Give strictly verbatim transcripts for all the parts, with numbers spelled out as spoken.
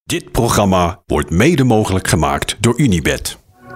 Dit programma wordt mede mogelijk gemaakt door Unibet.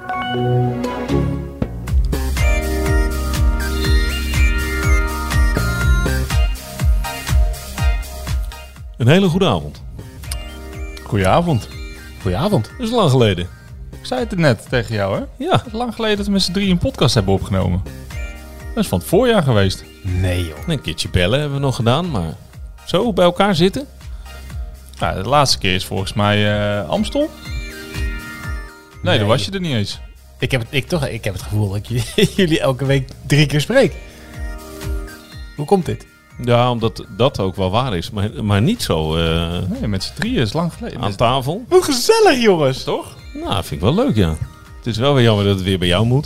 Een hele goede avond. Goedenavond. Goedenavond. Dat is lang geleden. Ik zei het net tegen jou, hè? Ja. Het is lang geleden dat we met z'n drie een podcast hebben opgenomen. Dat is van het voorjaar geweest. Nee joh. Een keertje bellen hebben we nog gedaan, maar zo bij elkaar zitten. Ja, de laatste keer is volgens mij uh, Amstel. Nee, Nee. daar was je er niet eens. Ik heb het, ik toch, ik heb het gevoel dat ik jullie elke week drie keer spreek. Hoe komt dit? Ja, omdat dat ook wel waar is, maar, maar niet zo uh, Nee, met z'n drieën is lang geleden. aan tafel. Hoe gezellig jongens. Toch? Nou, vind ik wel leuk, ja. Het is wel weer jammer dat het weer bij jou moet.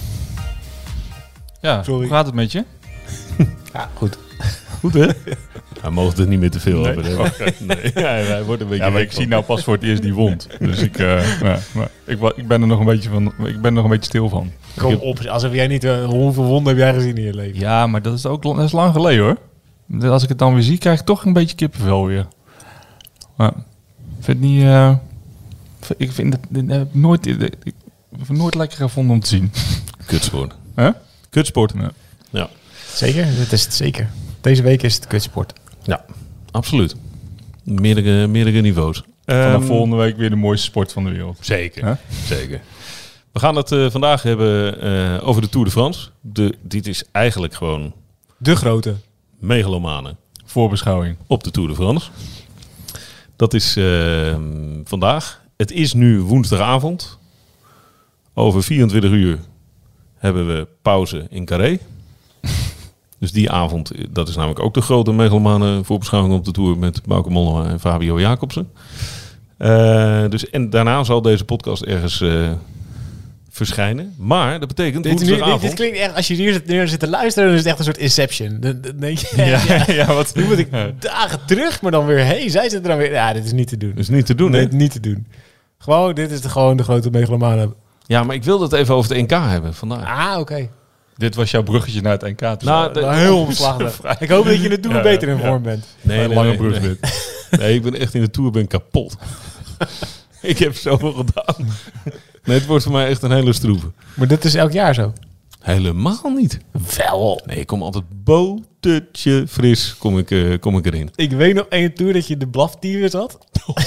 Ja, Sorry. hoe gaat het met je? Ja, goed. Goed, hè? Hij mocht het niet meer te veel Nee. over hebben. Nee, ja, hij wordt een beetje Ja, maar ik gek zie van. nou pas voor het eerst die wond. Dus ik, uh, ja, maar ik, wa- ik ben er nog een beetje van. Ik ben er nog een beetje stil van. Kom op, alsof jij niet uh, hoeveel wonden heb jij gezien in je leven. Ja, maar dat is ook dat is lang geleden, hoor. Als ik het dan weer zie, krijg ik toch een beetje kippenvel weer. Maar ik vind het niet. Uh, ik vind het ik heb nooit, ik heb het nooit lekker gevonden om te zien. Kutsport. Huh? Kutsport. Ja. Ja. Zeker, dat is het zeker. Deze week is het kutsport. Ja, absoluut. Meerdere, meerdere niveaus. Vanaf Ehm, volgende week weer de mooiste sport van de wereld. Zeker, Huh? zeker. We gaan het uh, vandaag hebben uh, over de Tour de France. De, dit is eigenlijk gewoon De grote. megalomanen Voorbeschouwing. op de Tour de France. Dat is uh, vandaag. Het is nu woensdagavond. Over vierentwintig uur hebben we pauze in Carré. Dus die avond, dat is namelijk ook de grote megalomanen voorbeschouwing op de Tour met Bauke Mollema en Fabio Jacobsen. Uh, dus, en daarna zal deze podcast ergens uh, verschijnen. Maar dat betekent Dit, nu, dit, woensdagavond... dit klinkt echt, als je hier zit, neer zit te luisteren, dan is het echt een soort Inception. Dan, dan denk je, Ja, ja, ja, wat nu moet ik dagen terug, maar dan weer, hé, hey, zij zitten er dan weer. Ja, dit is niet te doen. Dat is niet te doen, Nee, hè? niet te doen. Gewoon, dit is de, gewoon de grote megalomanen. Ja, maar ik wilde het even over de N K hebben vandaag. Ah, oké. Okay. Dit was jouw bruggetje naar het N K. Dus Nou, de- Nou, heel omslachtig. Ik hoop dat je het doen Ja, beter in ja. vorm bent. Nee, een nee, lange nee, broeksbit. nee. Nee, ik ben echt in de Tour ben kapot. Ik heb zoveel gedaan. Nee, het wordt voor mij echt een hele stroeve. Maar dit is elk jaar zo. Helemaal niet. Wel. Nee, ik kom altijd botertje fris kom ik, uh, kom ik erin. Ik weet nog één tour dat je de blaftieven had.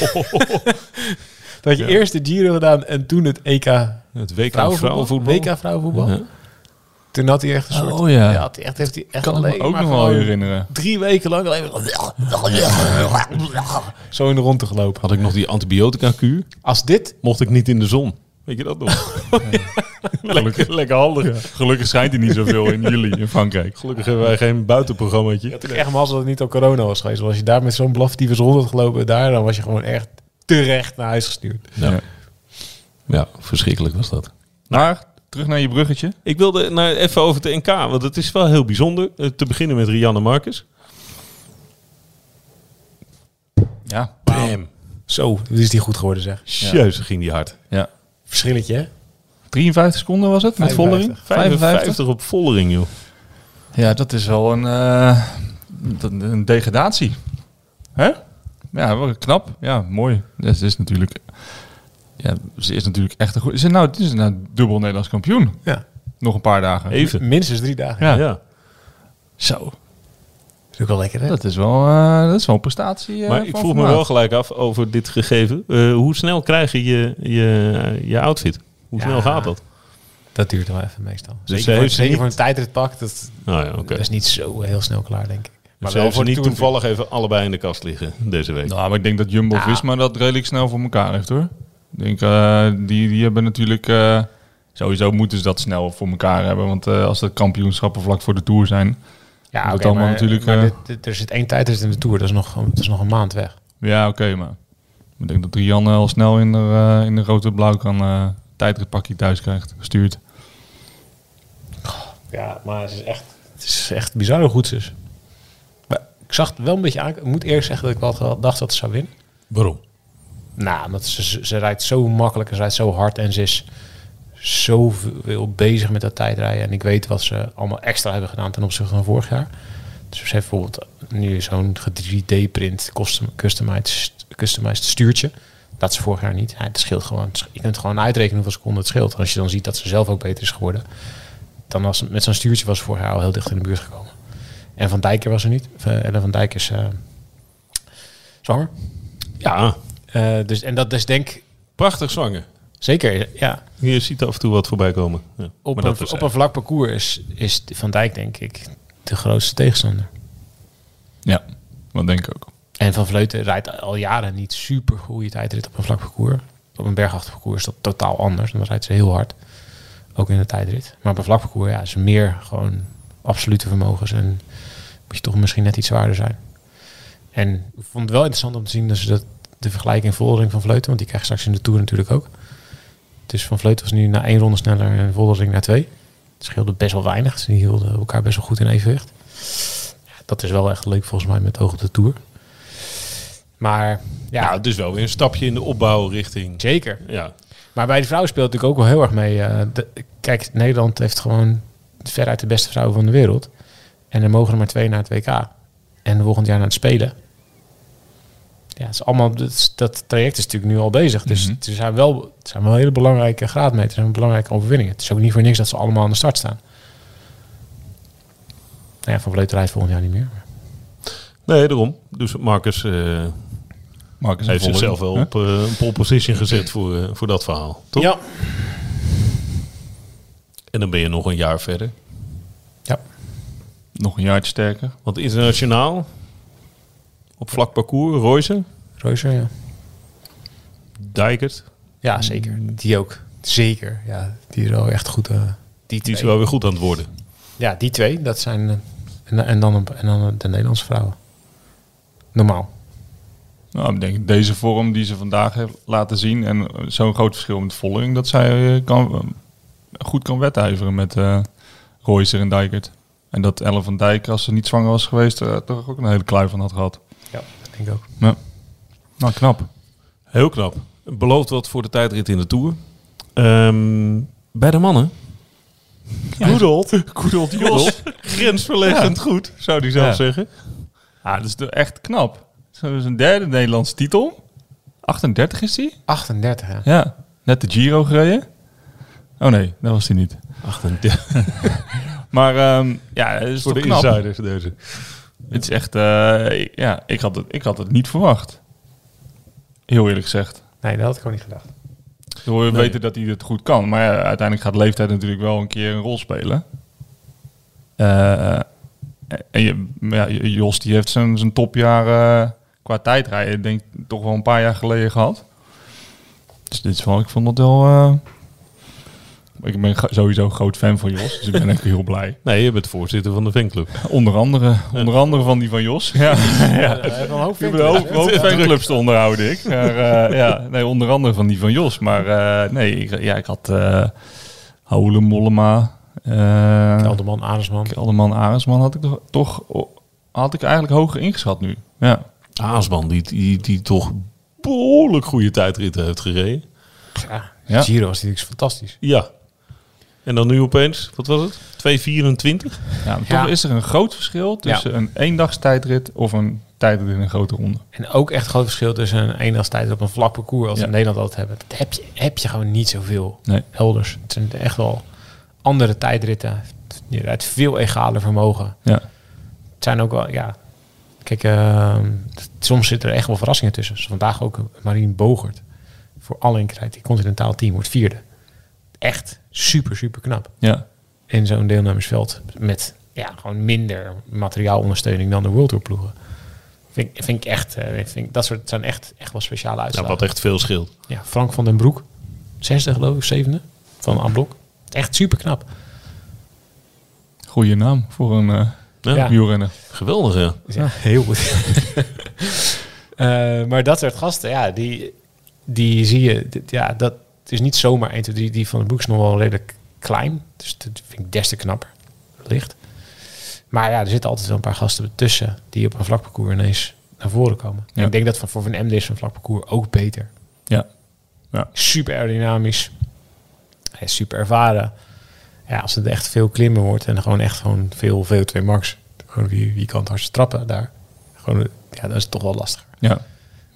Dat je Ja. eerst de Giro gedaan en toen het E K Het W K vrouwenvoetbal. vrouwenvoetbal. W K vrouwenvoetbal. Ja. Toen had hij echt een soort... Oh ja. had hij echt, heeft hij echt Kan ik me alleen ook maar nog wel gewoon herinneren. drie weken lang alleen zo in de ronde gelopen. Had ik nog die antibiotica-kuur. Als dit... Mocht ik niet in de zon. Weet je dat nog? lekker, lekker handig. Gelukkig schijnt hij niet zoveel in juli in Frankrijk. Gelukkig hebben wij geen buitenprogrammaatje. Je had ook echt mazzel dat het niet al corona was geweest. Want als je daar met zo'n blaftiefes rond had gelopen, daar, dan was je gewoon echt terecht naar huis gestuurd. Ja. Ja. Ja, verschrikkelijk was dat. Maar, terug naar je bruggetje. Ik wilde nou even over het N K, want het is wel heel bijzonder. Uh, te beginnen met Rianne Marcus. Ja. Bam. Zo, wat is die goed geworden zeg. Jezus, ging die hard. Ja. Verschilletje hè? drieënvallig seconden was het met Vollering? vijfenvijftig. vijfenvijftig op Vollering, joh. Ja, dat is wel een, uh, een, een degradatie. Hè? Ja, wel knap. Ja, mooi. Dus het is natuurlijk... Ja, ze is natuurlijk echt een goed... Ze nou, het is nou dubbel Nederlands kampioen. Ja. Nog een paar dagen. Even. Minstens drie dagen. Ja. Ja. Zo. Dat is ook wel lekker hè? Dat is wel, uh, dat is wel een prestatie. Uh, Maar ik van vroeg me formaat. wel gelijk af over dit gegeven. Uh, hoe snel krijg je je, je, je outfit? Hoe Ja. snel gaat dat? Dat duurt wel even meestal. Dus Zeker, ze voor, heeft zeker niet- voor een tijdritpak, dat, Nou ja, oké. dat is niet zo heel snel klaar denk ik. Maar wel voor niet toevallig even allebei in de kast liggen deze week. Nou, maar ik denk dat Jumbo-Visma dat redelijk snel voor elkaar heeft, hoor. Ik denk, uh, die, die hebben natuurlijk... Uh, sowieso moeten ze dat snel voor elkaar hebben. Want uh, als de kampioenschappen vlak voor de Tour zijn... Ja, Dat oké, allemaal maar, natuurlijk, maar uh, dit, dit- er zit één tijdrit in de Tour, dat is nog, dat is nog een maand weg. Ja, oké, okay, maar... Ik denk dat Rianne al snel in de, uh, in de rode blauw kan... Uh, tijdritpakje thuis krijgt, gestuurd. Ja, maar het is echt, het is echt bizar hoe goed ze is. Maar ik zag het wel een beetje aan. Ik moet eerlijk zeggen dat ik wel dacht dat ze zou winnen. Waarom? Nou, omdat ze, ze, ze rijdt zo makkelijk en ze rijdt zo hard en ze is zoveel bezig met dat tijdrijden. En ik weet wat ze allemaal extra hebben gedaan ten opzichte van vorig jaar. Dus ze heeft bijvoorbeeld nu zo'n drie D-print custom, customized, customized stuurtje. Dat is vorig jaar niet. Ja, het scheelt gewoon. Je kunt gewoon uitrekenen hoeveel seconden het scheelt. En als je dan ziet dat ze zelf ook beter is geworden, dan was met zo'n stuurtje was ze vorig jaar al heel dicht in de buurt gekomen. En Van Dijk was er niet. Ellen van Dijk is uh, zwanger. Ja, Uh, dus, en dat is denk ik... prachtig zwanger. Zeker, ja. Je ziet af en toe wat voorbij komen. Ja, Op, maar een, dat is op een vlak parcours is, is Van Dijk denk ik de grootste tegenstander. Ja, dat denk ik ook. En Van Vleuten rijdt al jaren niet super goede tijdrit op een vlak parcours. Op een bergachtig parcours is dat totaal anders. Dan rijdt ze heel hard. Ook in de tijdrit. Maar op een vlak parcours ja, is meer gewoon absolute vermogens. En moet je toch misschien net iets zwaarder zijn. En ik vond het wel interessant om te zien dat ze dat, de vergelijking Vollering van Vleuten. Want die krijgt straks in de Tour natuurlijk ook. Dus Van Vleuten was nu na één ronde sneller en Vollering na twee. Het scheelde best wel weinig. Dus die hielden elkaar best wel goed in evenwicht. Ja, dat is wel echt leuk volgens mij met oog op de Tour. Maar ja, Nou, dus wel weer een stapje in de opbouw richting... zeker. Ja, Maar bij de vrouwen speelt natuurlijk ook wel heel erg mee. Uh, de, kijk, Nederland heeft gewoon veruit de beste vrouwen van de wereld. En er mogen er maar twee naar het W K. En volgend jaar naar het Spelen. Ja, het is allemaal, dat, dat traject is natuurlijk nu al bezig. Dus Mm-hmm. er zijn wel, het zijn wel hele belangrijke graadmeters en belangrijke overwinningen. Het is ook niet voor niks dat ze allemaal aan de start staan. Nou ja, Van Vleuten rijdt volgend jaar niet meer. nee, daarom. Dus Marcus uh, Marcus heeft en zichzelf wel Vollering, op uh, een pole position gezet voor, uh, voor dat verhaal. Toch? Ja. En dan ben je nog een jaar verder. Ja. hè? Nog een jaartje sterker. Want internationaal, op vlak parcours, Royce, Reuser, ja. Dijkert, Ja, zeker. Die ook. Zeker. Ja, die is wel echt goed. Uh, die die is twee. wel weer goed aan het worden. Ja, die twee, dat zijn... uh, en, en, dan, en dan de Nederlandse vrouwen. Normaal. Nou, ik denk deze vorm die ze vandaag heeft laten zien en zo'n groot verschil met Vollering, dat zij uh, kan, uh, goed kan wedijveren met uh, Roycer en Dijkert. En dat Ellen van Dijk, als ze niet zwanger was geweest, uh, toch ook een hele klui van had gehad. Ja, dat denk ik ook. Ja. Nou, knap. Heel knap. Belooft wat voor de tijdrit in de Tour. Um, bij de mannen. Good old. Good old Jos. Grensverleggend goed, zou die zelf Ja. zeggen. Ja, dat is toch echt knap. Dat is een derde Nederlandse titel. achtendertig is die? achtendertig, ja. Ja. Net de Giro gereden. Oh nee, dat was die niet. achtendertig. Maar um, ja, het is Voor toch de knap. insiders deze. Het is echt, uh, ja, ik had, het, ik had het niet verwacht. Heel eerlijk gezegd. Nee, dat had ik ook niet gedacht. We Nee. weten dat hij het goed kan. Maar ja, uiteindelijk gaat leeftijd natuurlijk wel een keer een rol spelen. Uh, en je, ja, Jos die heeft zijn, zijn topjaar uh, qua tijdrijden denk ik toch wel een paar jaar geleden gehad. Dus dit is wel, ik vond dat wel... Uh, ik ben sowieso een groot fan van Jos, dus ik ben echt heel blij. Nee, je bent voorzitter van de fanclub. Onder andere, onder andere van die van Jos. Ja, ja. We hebben een hoop Ik heb een hoop, hoop fanclubs te onderhouden ik. Maar, uh, ja, nee, onder andere van die van Jos. Maar uh, nee, ik, ja, ik had uh, Houle Mollema, uh, Kelderman, Arendsman. Kelderman, Arendsman had ik toch, toch had ik eigenlijk hoger ingeschat nu. Ja, Aasman, die, die, die toch behoorlijk goede tijdritten heeft gereden. Ja, Ja. Giro was natuurlijk fantastisch. Ja. En dan nu opeens, wat was het? twee vierentwintig? ja maar Ja. toch is er een groot verschil tussen een eendagstijdrit of een tijdrit in een grote ronde. En ook echt groot verschil tussen een eendagstijd op een vlak parcours als we Ja. in Nederland altijd hebben. Dat heb je, heb je gewoon niet zoveel Nee. elders. Het zijn echt wel andere tijdritten. Je rijdt veel egaler vermogen. Ja. Het zijn ook wel, ja... Kijk, uh, soms zitten er echt wel verrassingen tussen. Dus vandaag ook Marien Bogert. Voor alle rijdt die continentaal team wordt vierde. Echt super, super knap. Ja. In zo'n deelnemersveld met ja, gewoon minder materiaalondersteuning dan de World Tour ploegen. Vind, vind ik echt, uh, vind ik, dat soort zijn echt, echt wel speciale Nou, uitslagen. wat echt veel scheelt. Ja, Frank van den Broek, zesde geloof ik, zevende van Amblok. Echt super knap. Goeie naam voor een uh, Ja, Ja. wielrenner. Geweldig, ja. Dus ja, heel goed. uh, maar dat soort gasten, ja, die, die zie je, dit- ja, dat is niet zomaar één, twee, drie. Die van den Broek is nog wel redelijk klein. Dus dat vind ik des te knapper. Licht. Maar ja, er zitten altijd wel een paar gasten tussen die op een vlak parcours ineens naar voren komen. En Ja. ik denk dat van, voor Van Emden is een vlak parcours ook beter. Ja. Ja. Super aerodynamisch. Hij is super ervaren. Ja, als het echt veel klimmen wordt en gewoon echt gewoon veel V O twee max. Gewoon wie, wie kan het hardst trappen daar. Gewoon, ja, dat is toch wel lastiger. Ja. Ja.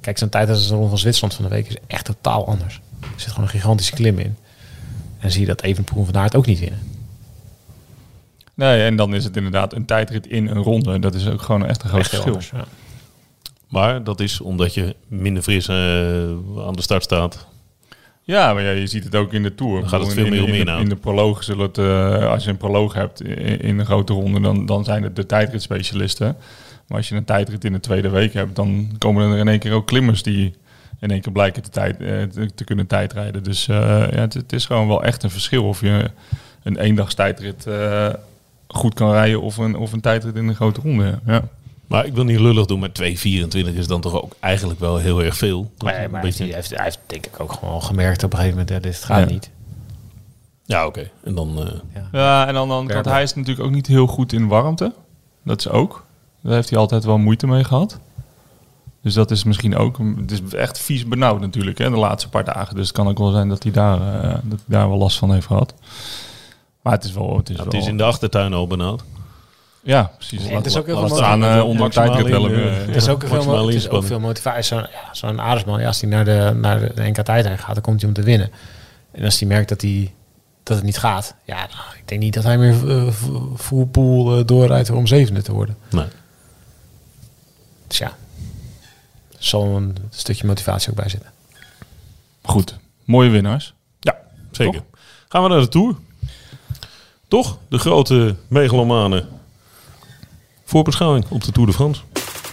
Kijk, zo'n tijd als de Ronde van Zwitserland van de week is echt totaal anders. Er zit gewoon een gigantische klim in. En zie je dat Evenepoel en Van Aert ook niet winnen. Nee, en dan is het inderdaad een tijdrit in een ronde. Dat is ook gewoon echt een groot Echt heel verschil. anders, ja. Maar dat is omdat je minder fris uh, aan de start staat. Ja, maar ja, je ziet het ook in de Tour. Dan gaat het in, veel meer in, om in, inhoud. in de proloog zullen het, uh, als je een proloog hebt in, in een grote ronde, dan, dan zijn het de tijdritspecialisten. Maar als je een tijdrit in de tweede week hebt, dan komen er in één keer ook klimmers die in één keer blijken te, tijd, uh, te, te kunnen tijdrijden. Dus uh, ja, het, het is gewoon wel echt een verschil of je een eendagstijdrit uh, goed kan rijden of een, of een tijdrit in een grote ronde. Ja. Maar ik wil niet lullig doen, maar twee vierentwintig is dan toch ook eigenlijk wel heel erg veel. Nee, Een maar beetje- hij, heeft, hij heeft denk ik ook gewoon gemerkt op een gegeven moment, ja, dit gaat Ja. niet. Ja, oké. En dan... uh, Ja. Ja, en dan, dan want hij is natuurlijk ook niet heel goed in warmte. Dat is ook. Daar heeft hij altijd wel moeite mee gehad. Dus dat is misschien ook... Het is echt vies benauwd natuurlijk, hè, de laatste paar dagen. Dus het kan ook wel zijn dat hij daar, uh, dat hij daar wel last van heeft gehad. Maar het is wel... Het is, ja, wel, het is in de achtertuin al benauwd. Ja, precies. En het is ook heel Laat veel staan motivatie. uh, onder een Maximaal tijdrit in, wel. uh, uh, Het is ook, veel, maximale mo- het is ook inspanning. veel motivatie. Zo'n ja, zo'n Arendsman, ja, als hij naar de, naar de N K tijdrijden gaat, dan komt hij om te winnen. En als hij merkt dat, hij, dat het niet gaat, ja, nou, ik denk niet dat hij meer uh, full pool uh, doorrijdt om zevende te worden. Nee. Dus ja, er zal een stukje motivatie ook bij zitten. Goed. Mooie winnaars. Ja, zeker. Gaan we naar de Tour. Toch? De grote megalomane voorbeschouwing op de Tour de France.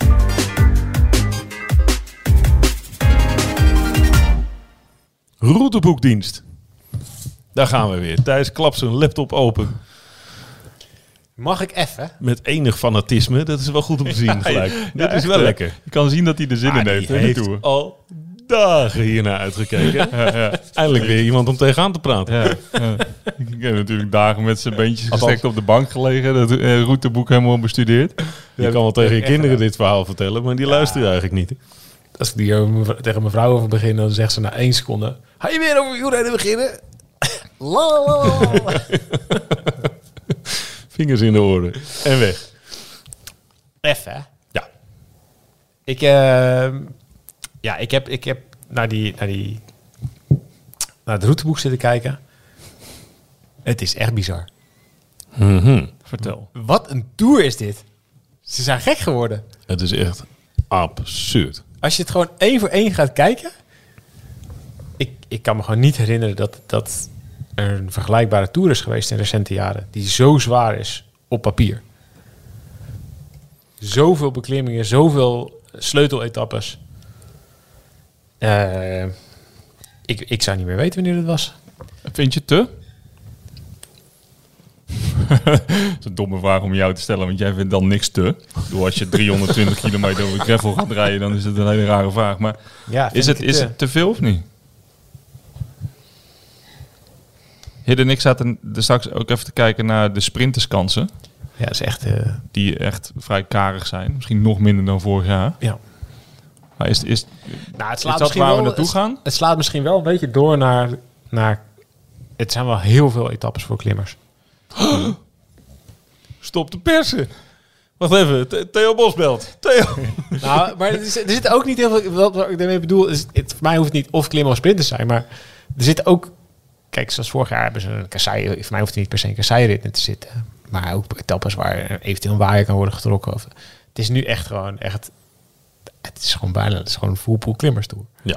Routeboekdienst. Daar gaan we weer. Thijs klapt zijn laptop open Mag ik even? met enig fanatisme. Dat is wel goed om te zien gelijk. Dat is echt, wel hè? lekker. Je kan zien dat hij er zin Ah, in die heeft. hè, de heeft Tour. al dagen hiernaar uitgekeken. Ja, ja. Eindelijk weer iemand om tegenaan te praten. Ja, ja. Ik heb natuurlijk dagen met zijn beentjes gestrekt op de bank gelegen. Dat uh, routeboek helemaal bestudeerd. Je kan wel tegen je kinderen dit verhaal vertellen, maar die luisteren eigenlijk niet. Als ik die uh, mev- tegen mijn vrouw over begin, dan zegt ze na één seconde: ga je weer over wielrennen beginnen? La, la, la, la. Vingers in de oren en weg. Even, hè? Ja. Ik, uh, ja, ik heb, ik heb naar, die, naar, die, naar het routeboek zitten kijken. Het is echt bizar. Mm-hmm. Vertel. Wat een tour is dit. Ze zijn gek geworden. Het is echt absurd. Als je het gewoon één voor één gaat kijken. Ik, ik kan me gewoon niet herinneren dat, dat er een vergelijkbare tour is geweest in recente jaren. Die zo zwaar is op papier. Zoveel beklimmingen, zoveel sleuteletappes. Uh, ik, ik zou niet meer weten wanneer het was. Vind je het te? Dat is een domme vraag om jou te stellen, want jij vindt dan niks te. Ik bedoel, als je driehonderdtwintig kilometer over gravel gaat rijden, dan is het een hele rare vraag. Maar Ja, is het, is het te veel of niet? Hidde en ik zaten er straks ook even te kijken naar de sprinterskansen. Ja, dat is echt... Uh, die echt vrij karig zijn. Misschien nog minder dan vorig jaar. ja. Maar is, is, Nou, het is slaat dat misschien waar we wel, naartoe het- gaan? Het slaat misschien wel een beetje door naar, naar... Het zijn wel heel veel etappes voor klimmers. Stop de persen. Wacht even, Th- Theo Bos belt. Theo. Nou, maar er, is, er zit ook niet heel veel... Wat, wat ik daarmee bedoel, is, het, voor mij hoeft het niet of klimmen of sprinten te zijn, maar er zit ook... Kijk, zoals vorig jaar hebben ze een kassei... Voor mij hoeft er niet per se een kasseirit in te zitten. Maar ook etappes waar eventueel een waaier kan worden getrokken. Of, het is nu echt gewoon echt... Het is gewoon bijna... Het is gewoon een full pool klimmers tour. Ja.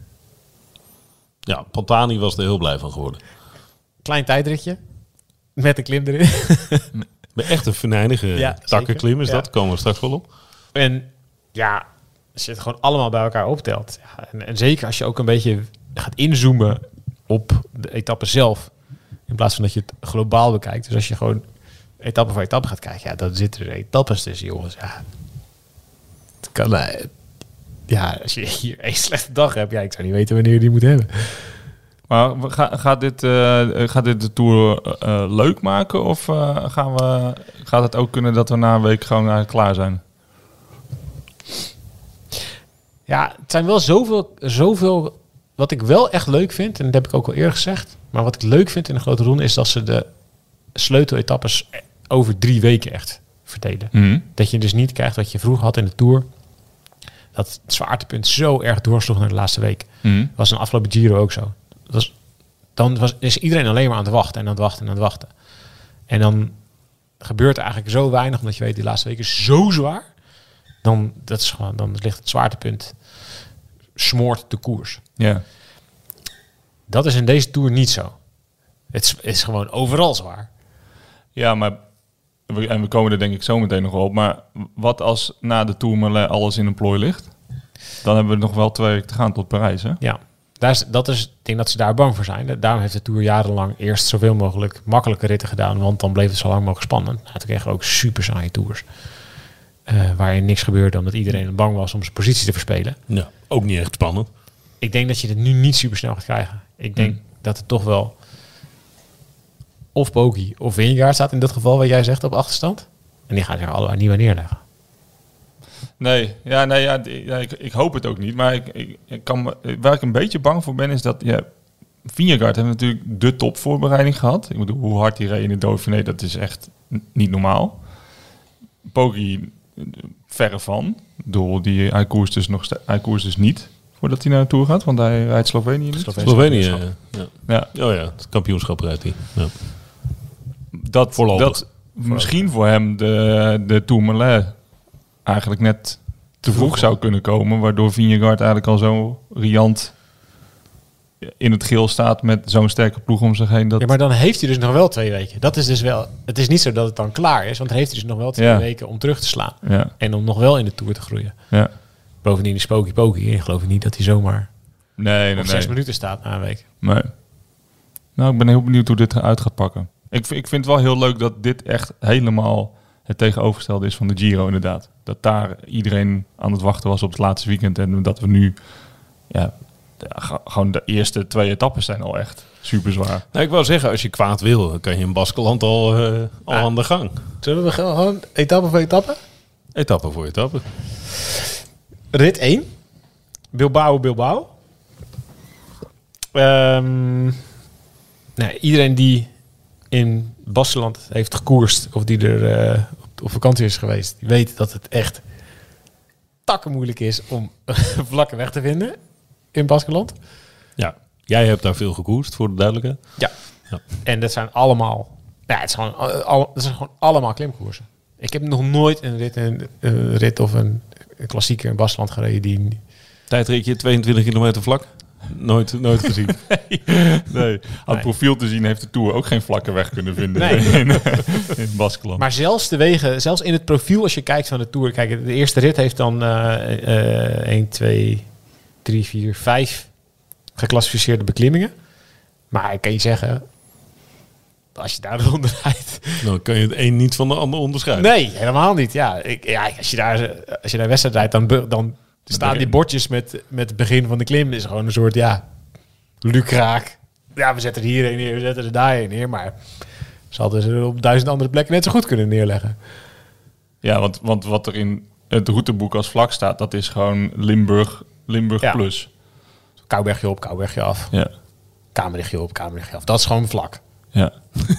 Ja, Pantani was er heel blij van geworden. Klein tijdritje. Met een klim erin. Met echt een venijnige Ja, takkenklim is zeker. dat. Ja. Komen we straks wel op. En ja, als je het gewoon allemaal bij elkaar optelt. Ja, en, en zeker als je ook een beetje gaat inzoomen op de etappe zelf. In plaats van dat je het globaal bekijkt. Dus als je gewoon etappe voor etappe gaat kijken. Ja, dan zitten er etappes tussen, jongens. Ja, het kan, eh, ja als je hier één slechte dag hebt. Ja, ik zou niet weten wanneer je die moet hebben. Maar we ga, gaat, dit, uh, gaat dit de Tour uh, leuk maken? Of uh, gaan we, gaat het ook kunnen dat we na een week gewoon uh, klaar zijn? Ja, het zijn wel zoveel, zoveel... Wat ik wel echt leuk vind, en dat heb ik ook al eerder gezegd... maar wat ik leuk vind in de grote ronde... is dat ze de sleuteletappes over drie weken echt verdelen. Mm. Dat je dus niet krijgt wat je vroeger had in de Tour. dat het zwaartepunt zo erg doorsloeg naar de laatste week. Mm. Was een afgelopen Giro ook zo. Dat was, dan was, is iedereen alleen maar aan het wachten en aan het wachten en aan het wachten. En dan gebeurt er eigenlijk zo weinig, omdat je weet, die laatste week is zo zwaar. Dan, dat is gewoon, dan ligt het zwaartepunt, smoort de koers. Ja. Dat is in deze Tour niet zo. Het is, is gewoon overal zwaar. Ja, maar we, en we komen er denk ik zo meteen nog wel op. Maar wat als na de Tourmalet alles in een plooi ligt? Dan hebben we nog wel twee weken te gaan tot Parijs, hè? Ja, daar is, dat is, ik denk dat ze daar bang voor zijn. Daarom heeft de Tour jarenlang eerst zoveel mogelijk makkelijke ritten gedaan, want dan bleef het zo lang mogelijk spannend. Nou, toen kregen we ook super saaie Tours. Uh, waarin niks gebeurde, omdat iedereen bang was om zijn positie te verspelen. Ja, ook niet echt spannend. Ik denk dat je het nu niet super snel gaat krijgen. Ik denk hmm. dat het toch wel of Poggi of Vingegaard staat in dit geval, wat jij zegt, op achterstand. En die gaan er allebei niet meer neerleggen. Nee, ja, nee, ja, ja ik, ik hoop het ook niet. Maar ik, ik, ik kan, waar ik een beetje bang voor ben, is dat ja, Vingegaard heeft natuurlijk de topvoorbereiding gehad. Ik bedoel, hoe hard hij reed in de Dauphiné, dat is echt n- niet normaal. Poggi verre van. Doel, die hij koerst dus nog st- hij koerst dus niet voordat hij naar de Tour gaat, want hij rijdt Slovenië niet. Slovenië, Slovenië ja. ja. Oh ja, het kampioenschap rijdt hij. Ja. Dat, Voorlopig. dat Voorlopig. Misschien voor hem de, de Tourmalet eigenlijk net te vroeg, vroeg zou kunnen komen, waardoor Vingegaard eigenlijk al zo riant in het geel staat met zo'n sterke ploeg om zich heen. Dat... Ja, maar dan heeft hij dus nog wel twee weken. Dat is dus wel. Het is niet zo dat het dan klaar is, want dan heeft hij dus nog wel twee ja. weken om terug te slaan. Ja. En om nog wel in de Tour te groeien. Ja. Bovendien is Poggi Poggi. Ik geloof niet dat hij zomaar nee, nee, op zes nee. minuten staat na een week. Nee. Nou, ik ben heel benieuwd hoe dit eruit gaat pakken. Ik, v- ik vind het wel heel leuk dat dit echt helemaal het tegenovergestelde is van de Giro inderdaad. Dat daar iedereen aan het wachten was op het laatste weekend. En dat we nu... ja, de, gewoon de eerste twee etappes zijn al echt super zwaar. Nou, ik wou zeggen, als je kwaad wil, dan kan je in Baskeland al, uh, al ah. aan de gang. Zullen we gewoon etappe voor etappe? Etappe voor etappe. Rit één. Bilbao, Bilbao. Um, nou, iedereen die in Baskeland heeft gekoerst of die er uh, op, op vakantie is geweest, die weet dat het echt takken moeilijk is om vlakke weg te vinden in Baskeland. Ja, jij hebt daar veel gekoerst, voor de duidelijkheid. Ja. ja. En dat zijn allemaal, ja, het zijn gewoon, al, dat zijn gewoon allemaal klimkoersen. Ik heb nog nooit een rit, een, een rit of een, een klassieker in Baskeland gereden die... Tijdritje tweeëntwintig kilometer vlak? Nooit, nooit gezien. nee. nee. Aan het profiel te zien heeft de Tour ook geen vlakke weg kunnen vinden nee. in, in Baskeland. Maar zelfs de wegen, zelfs in het profiel als je kijkt van de Tour. Kijk, de eerste rit heeft dan uh, uh, één, twee, drie, vier, vijf geclassificeerde beklimmingen. Maar ik kan je zeggen, als je daar eronder rijdt... Dan kun je het een niet van de ander onderscheiden. Nee, helemaal niet. Ja, ik, ja als je daar, als je daar wedstrijd rijdt, dan... dan staan die bordjes met, met het begin van de klim. Is gewoon een soort, ja, lukraak. Ja, we zetten er hierheen neer, we zetten er daarheen neer. Maar ze hadden ze op duizend andere plekken net zo goed kunnen neerleggen. Ja, want, want wat er in het routeboek als vlak staat, dat is gewoon Limburg, Limburg ja. plus. Koubergje op, Koubergje af. Ja. Kamerlichtje op, Kamerlichtje af. Dat is gewoon vlak. Ja.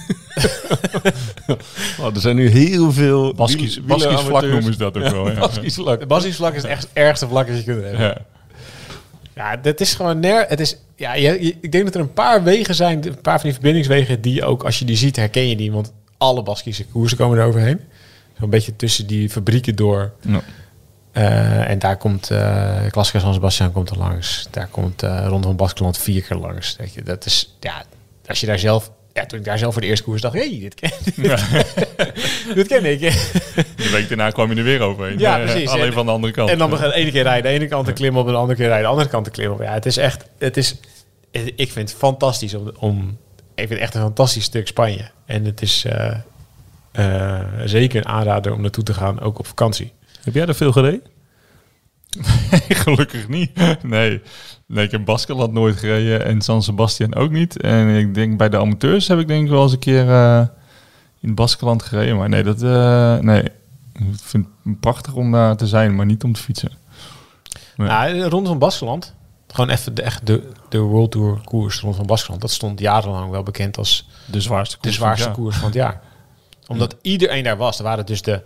Oh, er zijn nu heel veel... Baskisch, Baskisch vlak noemen ze dat ook ja, wel. Ja. Baskisch vlak. Baskisch vlak is het echt ergste vlak dat je kunt hebben. Ja, ja dit is gewoon... Ner- het is, ja, je, je, ik denk dat er een paar wegen zijn, een paar van die verbindingswegen die ook, als je die ziet, herken je die. Want alle Baskische koersen komen er overheen. Zo'n beetje tussen die fabrieken door. Ja. Uh, en daar komt uh, Klassica San Sebastian komt er langs. Daar komt uh, Ronde van Baskeland vier keer langs. Weet je, dat is... Ja, als je daar zelf... Ja, toen ik daar zelf voor de eerste koers dacht, hé, hey, dit ken ik. Ja. dit ken ik. De week daarna kwam je er weer overheen. Ja, precies. Alleen en, van de andere kant. En dan begint de ene keer rijden, de ene kant te klimmen op, en de andere keer rijden, de andere kant te klimmen op. Ja, het is echt, het is, ik vind het fantastisch om, om ik vind het echt een fantastisch stuk Spanje. En het is uh, uh, zeker een aanrader om naartoe te gaan, ook op vakantie. Heb jij er veel gereden? Gelukkig niet. Nee. nee, ik heb Baskeland nooit gereden en San Sebastian ook niet. En ik denk bij de amateurs heb ik denk ik wel eens een keer uh, in Baskeland gereden. Maar nee, dat, uh, nee, ik vind het prachtig om daar te zijn, maar niet om te fietsen. Nee. Nou, de Ronde van Baskeland, gewoon even de, echt de, de World Tour koers Ronde van Baskeland, dat stond jarenlang wel bekend als de zwaarste koers, de zwaarste van, koers van het jaar. Omdat ja. iedereen daar was. Er waren dus de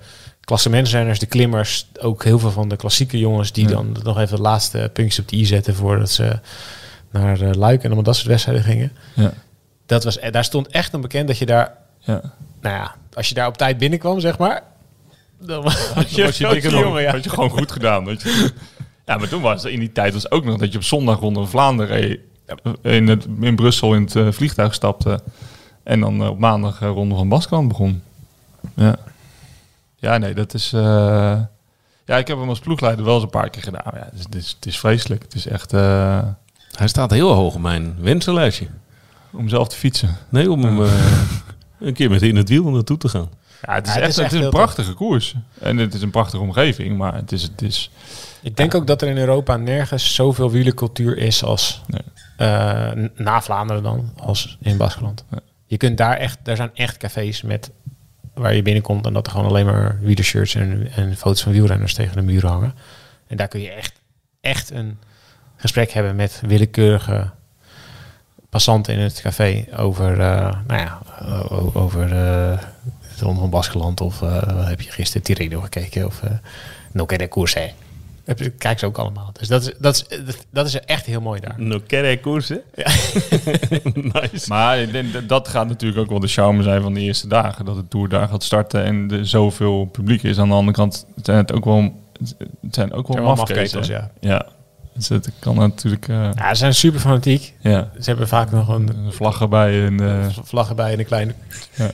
klassementsrenners, de klimmers, ook heel veel van de klassieke jongens die Ja. dan nog even de laatste puntjes op de i zetten voordat ze naar uh, Luik en allemaal dat soort wedstrijden gingen. Ja. Dat was, daar stond echt een bekend dat je daar, Ja. nou ja, als je daar op tijd binnenkwam, zeg maar, dan was je, was je, was dikke je jongen, jongen, ja. had je gewoon goed gedaan. Weet je. Ja, maar toen was in die tijd was ook nog dat je op zondag rond Vlaanderen reed, in, het, in Brussel in het uh, vliegtuig stapte en dan uh, op maandag uh, Ronde van Baskeland begon. Ja. Ja, nee, dat is... Uh, ja, ik heb hem als ploegleider wel eens een paar keer gedaan. Ja, het, is, het, is, het is vreselijk. Het is echt... Uh, Hij staat heel hoog op mijn wensenlijstje. om zelf te fietsen. Nee, om hem uh, een keer met in het wiel naartoe te gaan. Ja, het is Ja, het echt, is echt het is heel een prachtige koers. En het is een prachtige omgeving, maar het is... Het is Ik denk ook dat er in Europa nergens zoveel wielercultuur is als Nee. uh, na Vlaanderen dan, als in Baskeland. Ja. Je kunt daar echt, daar zijn echt cafés met waar je binnenkomt en dat er gewoon alleen maar wielershirts en, en foto's van wielrenners tegen de muur hangen. En daar kun je echt, echt een gesprek hebben met willekeurige passanten in het café over, uh, nou ja, o- over uh, het Ronde van Baskeland of uh, heb je gisteren Tirreno gekeken of uh, No Quede Course. Heb je- Kijk ze ook allemaal. Dus dat is, dat is, dat is echt heel mooi daar. No quere koersen. Ja. Nice. Maar ik denk dat- dat gaat natuurlijk ook wel de charme zijn van de eerste dagen. Dat de Tour daar gaat starten en er zoveel publiek is. Aan de andere kant zijn het ook wel, het zijn ook wel Allemaal mafketels. mafketels, ja. Ja. Dus het kan natuurlijk... uh, Ja, ze zijn super fanatiek. ja. Ze hebben vaak nog een Een vlag erbij en... uh, vlag erbij en een klein, ja.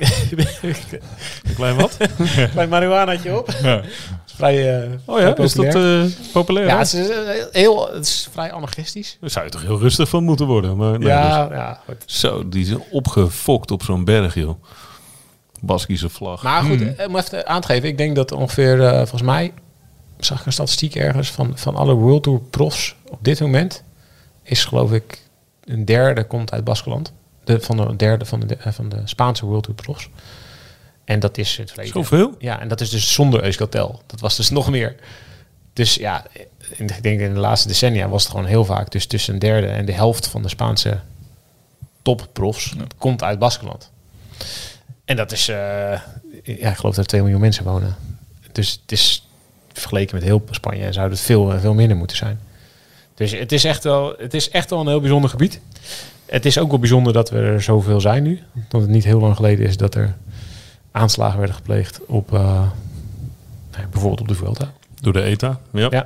Een klein wat? klein marihuanaatje op. ja. Dat is vrij, uh, Oh ja, vrij is dat populair. uh, populair? Ja, hè? het is, uh, heel, het is vrij anarchistisch. Daar zou je toch heel rustig van moeten worden. Maar, nee, ja, ja, goed. dus- Zo, die zijn opgefokt op zo'n berg, joh. Baskische vlag. Maar goed, Hmm. eh, om even aan te geven. Ik denk dat ongeveer, uh, volgens mij, zag ik een statistiek ergens van, van alle World Tour profs op dit moment is geloof ik een derde komt uit Baskeland. De, van de derde van de, van de Spaanse World Tour profs. En dat is het verleden. Zoveel? Ja, en dat is dus zonder Euskaltel. Dat was dus nog meer. Dus ja, in- ik denk in de laatste decennia was het gewoon heel vaak dus tussen een derde en de helft van de Spaanse topprofs Ja. komt uit Baskeland. En dat is, uh, ja, ik geloof dat er twee miljoen mensen wonen. Dus het is vergeleken met heel Spanje zou het veel, veel minder moeten zijn. Dus het is echt wel, het is echt wel een heel bijzonder gebied. Het is ook wel bijzonder dat we er zoveel zijn nu. Dat het niet heel lang geleden is dat er aanslagen werden gepleegd op, uh, nou, bijvoorbeeld op de Vuelta. Door de E T A. Ja. Ja.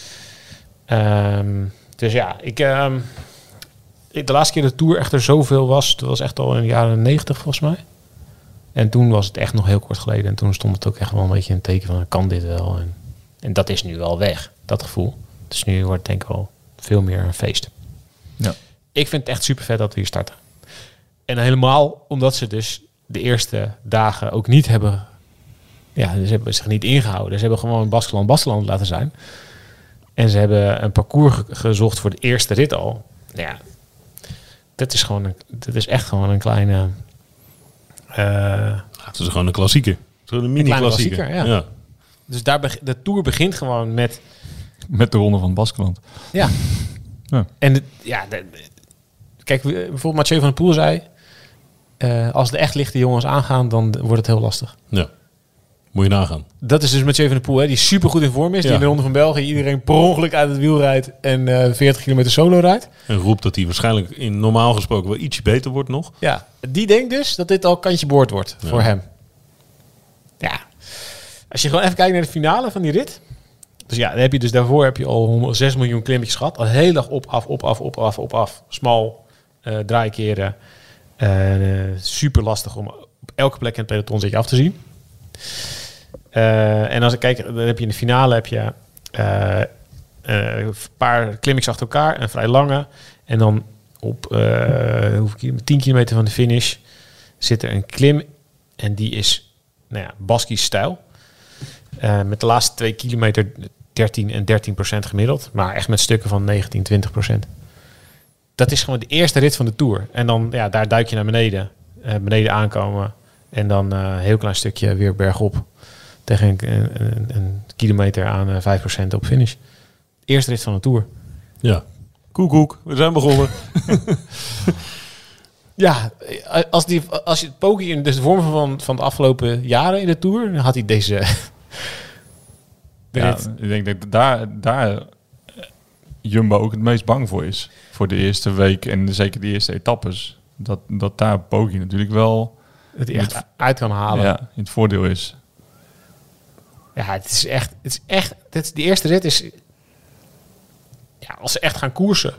Um, dus ja, ik, um, ik, de laatste keer de Tour echt er zoveel was, dat was echt al in de jaren negentig volgens mij. En toen was het echt nog heel kort geleden. En toen stond het ook echt wel een beetje in het teken van, kan dit wel? En, en dat is nu wel weg, dat gevoel. Dus nu wordt het denk ik wel veel meer een feest. Ja. Ik vind het echt super vet dat we hier starten. En helemaal omdat ze dus de eerste dagen ook niet hebben... Ja, ze hebben zich niet ingehouden. Ze hebben gewoon Baskeland Baskeland laten zijn. En ze hebben een parcours ge- gezocht voor de eerste rit al. Ja, dat is gewoon een, dat is echt gewoon een kleine... Uh, Het is gewoon een klassieker. Zo'n een mini-klassieker. klassieker, ja. Ja. dus daar beg- de Tour begint gewoon met... Met de Ronde van Baskeland. Ja. Ja. En de, ja, de, de- kijk, we- bijvoorbeeld Mathieu van der Poel zei... Uh, als de echt lichte jongens aangaan, dan wordt het heel lastig. Ja. Moet je nagaan. Dat is dus Mathieu van der Poel, hè, die super goed in vorm is. Die Ja. in de Ronde van België iedereen per ongeluk uit het wiel rijdt en uh, veertig kilometer solo rijdt. En roept dat hij waarschijnlijk in normaal gesproken wel ietsje beter wordt nog. Ja, die denkt dus dat dit al kantje boord wordt Ja. voor hem. Ja. Als je gewoon even kijkt naar de finale van die rit. Dus ja, dan heb je dus daarvoor heb je al zes miljoen klimmetjes gehad. Al heel dag op, af, op, af, op, af, op, af. Smal, uh, draaikeren. Uh, super lastig om op elke plek in het peloton zit je af te zien. Uh, en als ik kijk, dan heb je in de finale heb je uh, uh, een paar klimmetjes achter elkaar, een vrij lange. En dan op uh, hoeveel kilometer, tien kilometer van de finish zit er een klim. En die is, nou ja, Baskisch stijl. Uh, met de laatste twee kilometer dertien en dertien procent gemiddeld. Maar echt met stukken van negentien, twintig procent. Dat is gewoon de eerste rit van de Tour. En dan, ja, daar duik je naar beneden. Uh, beneden aankomen. En dan een uh, heel klein stukje weer bergop. Tegen een, een, een, een kilometer aan uh, vijf procent op finish. Eerste rit van de Tour. Ja. Koek, koek. We zijn begonnen. Ja, als, die, als je Poggi in de vorm van, van de afgelopen jaren in de Tour, dan had hij deze... Ja, ik denk dat daar, daar Jumbo ook het meest bang voor is. Voor de eerste week en zeker de eerste etappes. Dat, dat daar Poggi natuurlijk wel dat hij echt uit kan halen. ja, in het voordeel is. Ja, het is echt... Het is echt dit, die eerste rit is... Ja, als ze echt gaan koersen...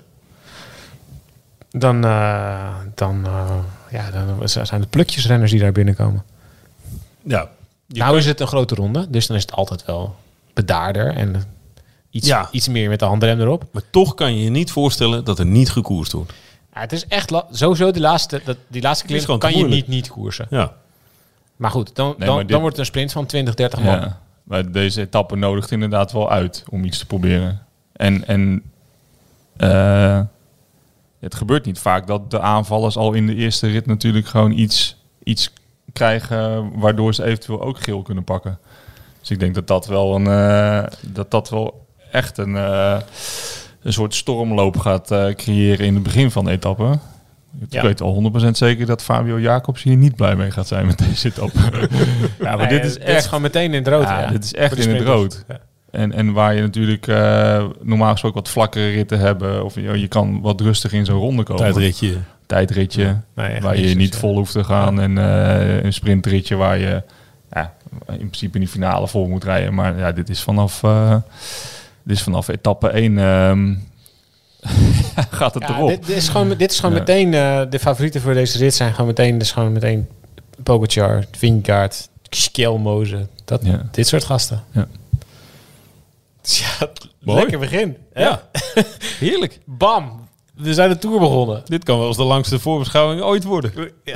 Dan, uh, dan, uh, ja, dan zijn het plukjesrenners die daar binnenkomen. Ja. Nou kan... is het een grote ronde, dus dan is het altijd wel bedaarder en iets, ja. iets meer met de handrem erop. Maar toch kan je je niet voorstellen dat er niet gekoerst wordt. Ja, het is echt la- sowieso die laatste, dat, die laatste klim kan je niet niet koersen. Ja. Maar goed, dan, nee, dan, maar dit... dan wordt het een sprint van twintig, dertig man. Ja, maar deze etappe nodigt inderdaad wel uit om iets te proberen. En, en uh, het gebeurt niet vaak dat de aanvallers al in de eerste rit natuurlijk gewoon iets, iets krijgen waardoor ze eventueel ook geel kunnen pakken. Dus ik denk dat dat wel een uh, dat dat wel echt een, uh, een soort stormloop gaat uh, creëren in het begin van de etappe. Ik ja. weet al honderd procent zeker dat Fabio Jacobs hier niet blij mee gaat zijn met deze etappe. ja, maar nee, dit is dit echt is gewoon meteen in het rood. Ja, Ja. Dit is echt in het rood. Ja. En, en waar je natuurlijk uh, normaal gesproken wat vlakkere ritten hebben. Of je, je kan wat rustig in zo'n ronde komen. Tijdritje. Tijdritje. Ja. Nee, waar je niet ja. vol hoeft te gaan. Ja. En uh, een sprintritje waar je ja, in principe in die finale vol moet rijden. Maar ja, dit is vanaf, uh, dit is vanaf etappe één... Um, gaat het ja, erop. Dit, dit is gewoon, dit is gewoon ja. meteen... Uh, de favorieten voor deze rit zijn gewoon meteen... Dus gewoon meteen Pogacar, Vingegaard, Skelmoze. Dat, ja. Dit soort gasten. Ja. Ja, lekker begin. Ja, heerlijk. Bam, we zijn de Tour begonnen. Dit kan wel eens de langste voorbeschouwing ooit worden. Ja.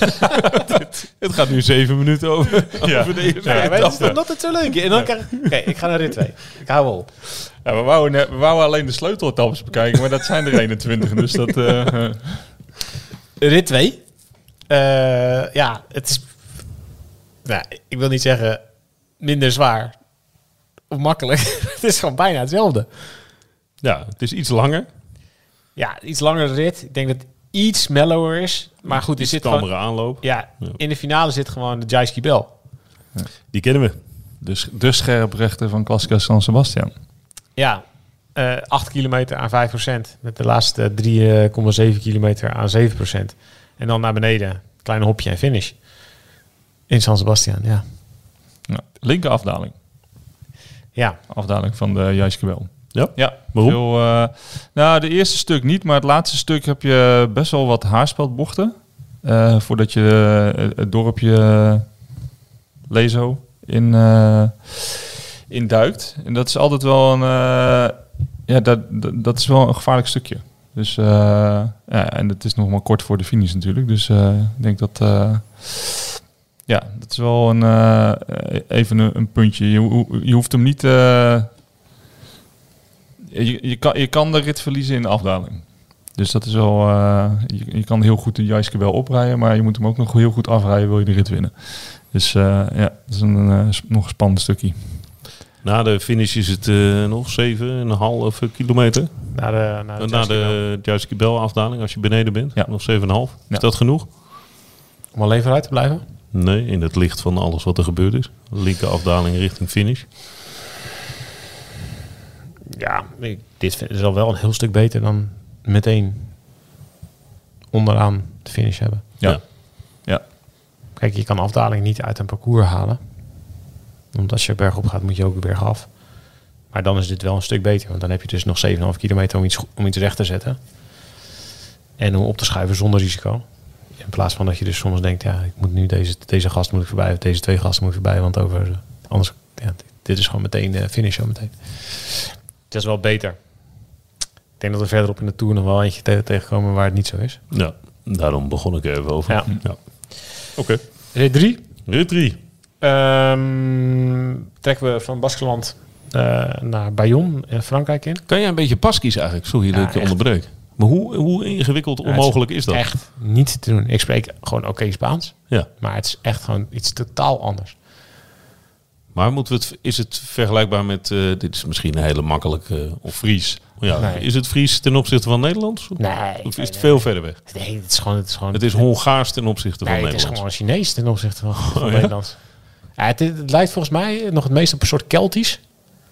Het gaat nu zeven minuten over, ja. over de eerste ja, maar het is toch altijd zo leuk. En dan krijg... Oké, okay, ik ga naar rit twee. Ik hou wel op. Ja, we, wouden, we wouden alleen de sleuteletappes bekijken, maar dat zijn er eenentwintig. Dus dat... Uh, rit twee. Uh, ja, het is... Nou, ik wil niet zeggen minder zwaar of makkelijk. Het is gewoon bijna hetzelfde. Ja, het is iets langer. Ja, iets langere rit. Ik denk dat het iets mellower is. Maar goed, er zit gewoon... gewoon... aanloop. Ja, ja, in de finale zit gewoon de Jayski Bel. Ja. Die kennen we. Dus de scherprechter van Classica San Sebastian. Ja, uh, acht kilometer aan vijf procent. Met de laatste drie komma zeven kilometer aan zeven procent. En dan naar beneden. Klein hopje en finish. In San Sebastian, ja. ja linker afdaling. Ja. Afdaling van de Jayski Bel. Ja? Ja. Waarom? Veel, uh, nou, de eerste stuk niet, maar het laatste stuk heb je best wel wat haarspeldbochten. Uh, voordat je uh, het dorpje uh, Lezo in, uh, in duikt. En dat is altijd wel een... Uh, ja, dat, dat, dat is wel een gevaarlijk stukje. Dus, uh, ja, en het is nog maar kort voor de finish natuurlijk. Dus uh, ik denk dat... Uh, ja, dat is wel een, uh, even een, een puntje. Je, je hoeft hem niet... Uh, je, je, kan, je kan de rit verliezen in de afdaling. Dus dat is wel... Uh, je, je kan heel goed de Jayski Bel oprijden, maar je moet hem ook nog heel goed afrijden, wil je de rit winnen. Dus uh, ja, dat is een, uh, nog een spannend stukje. Na de finish is het uh, nog zeven komma vijf kilometer. Na de, na de, na de Jayski Bel afdaling, als je beneden bent. Ja. Nog zeven komma vijf. Is ja. dat genoeg? Om alleen vooruit te blijven? Nee, in het licht van alles wat er gebeurd is. Linker afdaling richting finish. Ja, ik, dit is al wel een heel stuk beter dan meteen onderaan de finish hebben. Ja. ja. ja. Kijk, je kan afdaling niet uit een parcours halen. Want als je bergop gaat, moet je ook weer bergaf. Maar dan is dit wel een stuk beter. Want dan heb je dus nog zeven komma vijf kilometer om iets, om iets recht te zetten. En om op te schuiven zonder risico. In plaats van dat je dus soms denkt, ja, ik moet nu deze, deze gast moet ik voorbij. Of deze twee gasten moet ik voorbij. Want over anders, ja, dit is gewoon meteen de finish zo meteen. Dat is wel beter. Ik denk dat we verderop in de Tour nog wel eentje te- tegenkomen waar het niet zo is. Ja, daarom begon ik er even over. Ja. ja. Oké. Okay. Rit drie. Rit drie. Um, trekken we van Baskeland uh, naar Bayonne in Frankrijk in. Kan jij een beetje Baskisch eigenlijk? Sorry dat Ja, ik je onderbreek. Maar hoe, hoe ingewikkeld ja, onmogelijk is dat? Echt niet te doen. Ik spreek gewoon oké okay Spaans. Ja. Maar het is echt gewoon iets totaal anders. Maar moeten we het, is het vergelijkbaar met... Uh, dit is misschien een hele makkelijke... Uh, of Fries. Ja, Nee. Is het Fries ten opzichte van Nederlands? Nee. Of is nee, het nee, veel nee. verder weg? Nee, het is gewoon... Het is, gewoon, Het is Hongaars ten opzichte van nee, het is Nederlands. gewoon Chinees ten opzichte van, van Oh, ja? Nederlands. Ja, het, het lijkt volgens mij nog het meest op een soort Keltisch.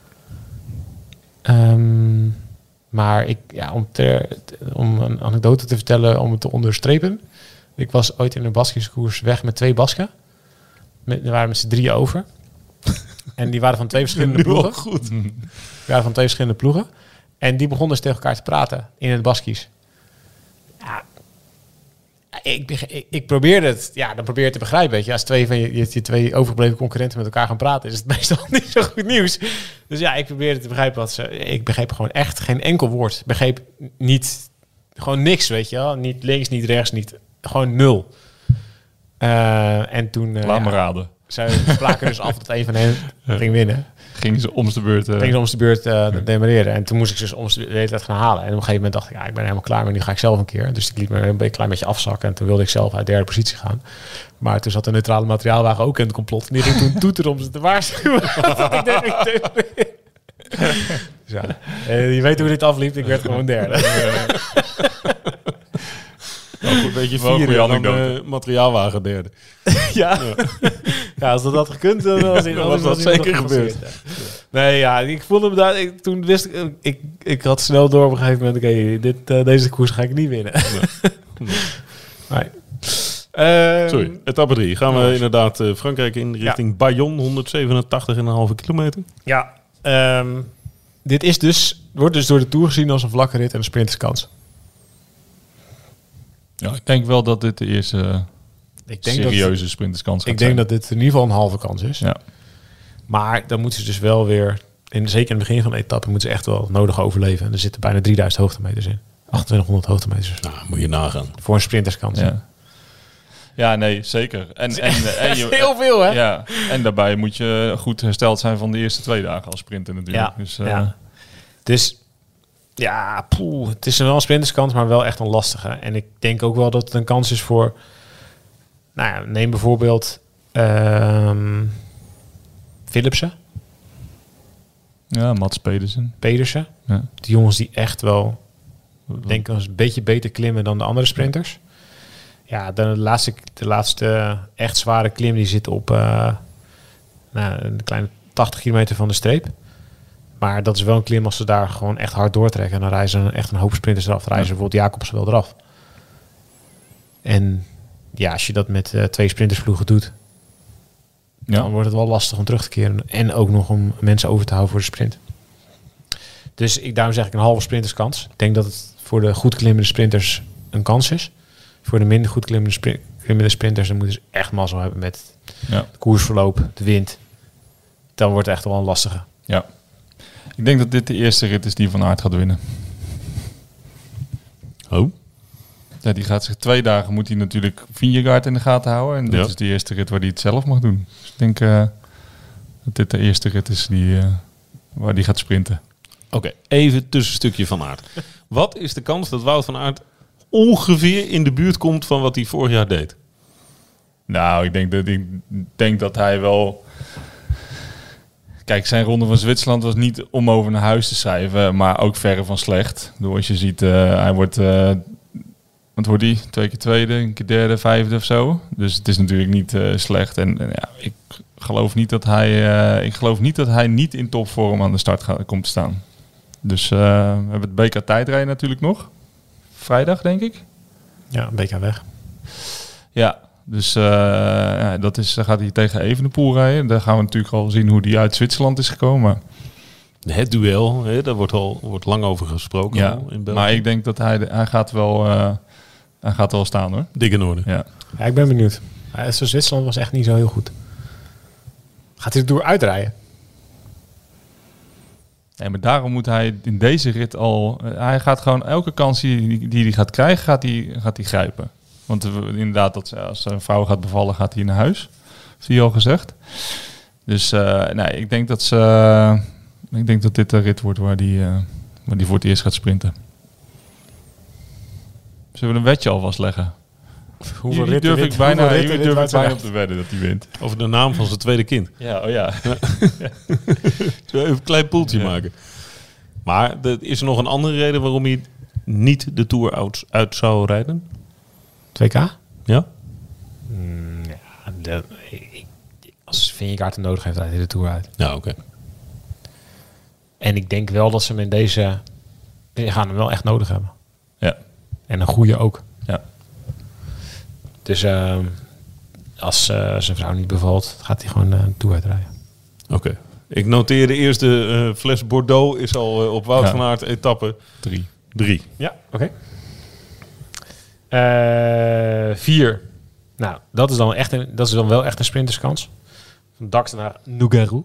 Um, maar ik, ja, om, ter, om een anekdote te vertellen, om het te onderstrepen. Ik was ooit in een Baskische koers weg met twee Basken. Met, er waren met z'n drieën over. En die waren van twee verschillende ploegen. Goed. Die waren van twee verschillende ploegen. En die begonnen dus tegen elkaar te praten in het Baskisch. Ja, ik, ik, ik probeerde het, ja, dan probeer je het te begrijpen. Weet je. Als twee van je, je, je twee overgebleven concurrenten met elkaar gaan praten, is het meestal niet zo goed nieuws. Dus ja, ik probeerde te begrijpen wat ze. Ik begreep gewoon echt geen enkel woord. Ik begreep niet, gewoon niks, weet je wel. Niet links, niet rechts, niet, gewoon nul. Uh, en toen. Uh, Laat ja, me raden. Zij spraken dus af dat een van hen ging winnen. Gingen ze om de beurt... Uh... Gingen ze om de beurt uh, demareren. En toen moest ik dus om de hele tijd gaan halen. En op een gegeven moment dacht ik, ja, ik ben helemaal klaar, maar nu ga ik zelf een keer. Dus ik liet me een klein beetje afzakken. En toen wilde ik zelf uit derde positie gaan. Maar toen zat de neutrale materiaalwagen ook in het complot. En die ging toen toeteren om ze te waarschuwen. Dat ik denk, ik deed- dus ja, uh, je weet hoe dit afliep. Ik werd gewoon derde. Nou, een beetje Wel een vier goede en dan anekdote. uh, materiaalwagen derde. ja. ja, als dat had gekund, dan was, ik, Dan was dat zeker gebeurd. Ja. Nee, ja, ik voelde me daar... Ik, toen wist ik, ik... Ik had snel door op een gegeven moment... Oké, okay, dit, uh, deze koers ga ik niet winnen. Nee. nee. Uh, Sorry, etappe drie. Gaan we Oh, inderdaad uh, Frankrijk in richting ja. Bayonne, honderdzevenentachtig komma vijf kilometer. Ja, um, dit is dus, wordt dus door de Tour gezien als een vlakke rit en een sprinterskans. Ja, ik denk wel dat dit de eerste uh, ik denk serieuze dat, sprinterskans gaat Ik denk zijn. dat dit in ieder geval een halve kans is. Ja. Maar dan moeten ze dus wel weer, in, zeker in het begin van de etappe, moeten ze echt wel nodig overleven. En er zitten bijna drieduizend hoogtemeters in. achtentwintighonderd hoogtemeters. Nou, moet je nagaan. Voor een sprinterskans. Ja. Ja, nee, zeker. En, en, en je, heel veel, hè? Ja, en daarbij moet je goed hersteld zijn van de eerste twee dagen als sprinter natuurlijk. Ja, dus, uh, ja. dus ja, poeh, het is wel een sprinterskans, maar wel echt een lastige. En ik denk ook wel dat het een kans is voor... Nou ja, neem bijvoorbeeld um, Philipsen. Ja, Mats Pedersen. Pedersen. Ja. Die jongens die echt wel, denk ik, een beetje beter klimmen dan de andere sprinters. Ja, dan de laatste, de laatste echt zware klim die zit op uh, nou, een kleine tachtig kilometer van de streep. Maar dat is wel een klim als ze daar gewoon echt hard doortrekken. Dan rijden ze echt een hoop sprinters eraf. Dan rijden ze bijvoorbeeld Jacobs wel eraf. En ja, als je dat met uh, twee sprintersploegen doet, ja. dan wordt het wel lastig om terug te keren. En ook nog om mensen over te houden voor de sprint. Dus ik, daarom zeg ik een halve sprinterskans. Ik denk dat het voor de goed klimmende sprinters een kans is. Voor de minder goed klimmende, spri- klimmende sprinters, dan moeten ze echt mazzel hebben met ja. de koersverloop, de wind. Dan wordt het echt wel een lastige. Ja. Ik denk dat dit de eerste rit is die Van Aert gaat winnen. Oh? Ja, die gaat zich twee dagen, moet hij natuurlijk Vingegaard in de gaten houden. En dit ja. is de eerste rit waar hij het zelf mag doen. Dus ik denk uh, dat dit de eerste rit is die, uh, waar hij gaat sprinten. Oké, okay, even tussenstukje Van Aert. Wat is de kans dat Wout van Aert ongeveer in de buurt komt van wat hij vorig jaar deed? Nou, ik denk dat, ik denk dat hij wel... Kijk, zijn ronde van Zwitserland was niet om over naar huis te schrijven, maar ook verre van slecht. Door als je ziet, uh, hij wordt... Uh, wat wordt hij? Twee keer tweede, een keer derde, vijfde of zo. Dus het is natuurlijk niet uh, slecht. En uh, ja, ik geloof niet dat hij... Uh, ik geloof niet dat hij niet in topvorm aan de start gaat, komt te staan. Dus uh, we hebben het B K tijdrijden natuurlijk nog. Vrijdag, denk ik. Ja, een B K weg. Ja, dus uh, ja, dat is, dan gaat hij tegen Evenepoel rijden. Daar gaan we natuurlijk al zien hoe die uit Zwitserland is gekomen. Het duel, hè, daar wordt al wordt lang over gesproken. Ja, al in België. Maar ik denk dat hij, hij gaat wel, uh, hij gaat wel staan, hoor. Dik in orde. Ja. Ja, ik ben benieuwd. Ja, zo Zwitserland was echt niet zo heel goed. Gaat hij er door uitrijden? Nee, maar daarom moet hij in deze rit al... Uh, hij gaat gewoon elke kans die, die hij gaat krijgen, gaat hij, gaat hij grijpen. Want uh, inderdaad, dat, als een vrouw gaat bevallen, gaat hij naar huis. Heeft hij al gezegd. Dus uh, nee, ik denk dat ze... Uh, ik denk dat dit een rit wordt waar die, uh, waar die voor het eerst gaat sprinten. Zullen we een wetje alvast leggen? Hoeveel Hier ritten durf wint- ik bijna, hoeveel hier ritten durf wint ik bijna Wout op te wedden dat hij wint. Over de naam van zijn tweede kind. Ja, oh ja. Zullen we even een klein poeltje Ja. maken. Maar er is er nog een andere reden waarom hij niet de Tour uit, uit zou rijden? twee K? Ja? Mm, ja, de, ik- als Vingegaard het nodig heeft, rijdt hij de Tour uit. Ja, oké. En ik denk wel dat ze hem in deze... Die gaan hem wel echt nodig hebben. Ja. En een goede ook. Ja. Dus ehm, als eh, zijn vrouw niet bevalt, gaat hij gewoon uh, een Tour uitrijden. Oké. Ik noteer de eerste eh, fles Bordeaux is al eh, op Wout Ja. van Aert etappe Drie. drie. Ja, oké. Eh, vier. Nou, dat is dan echt een, dat is dan wel echt een sprinterskans. Van Dax naar Nougaro.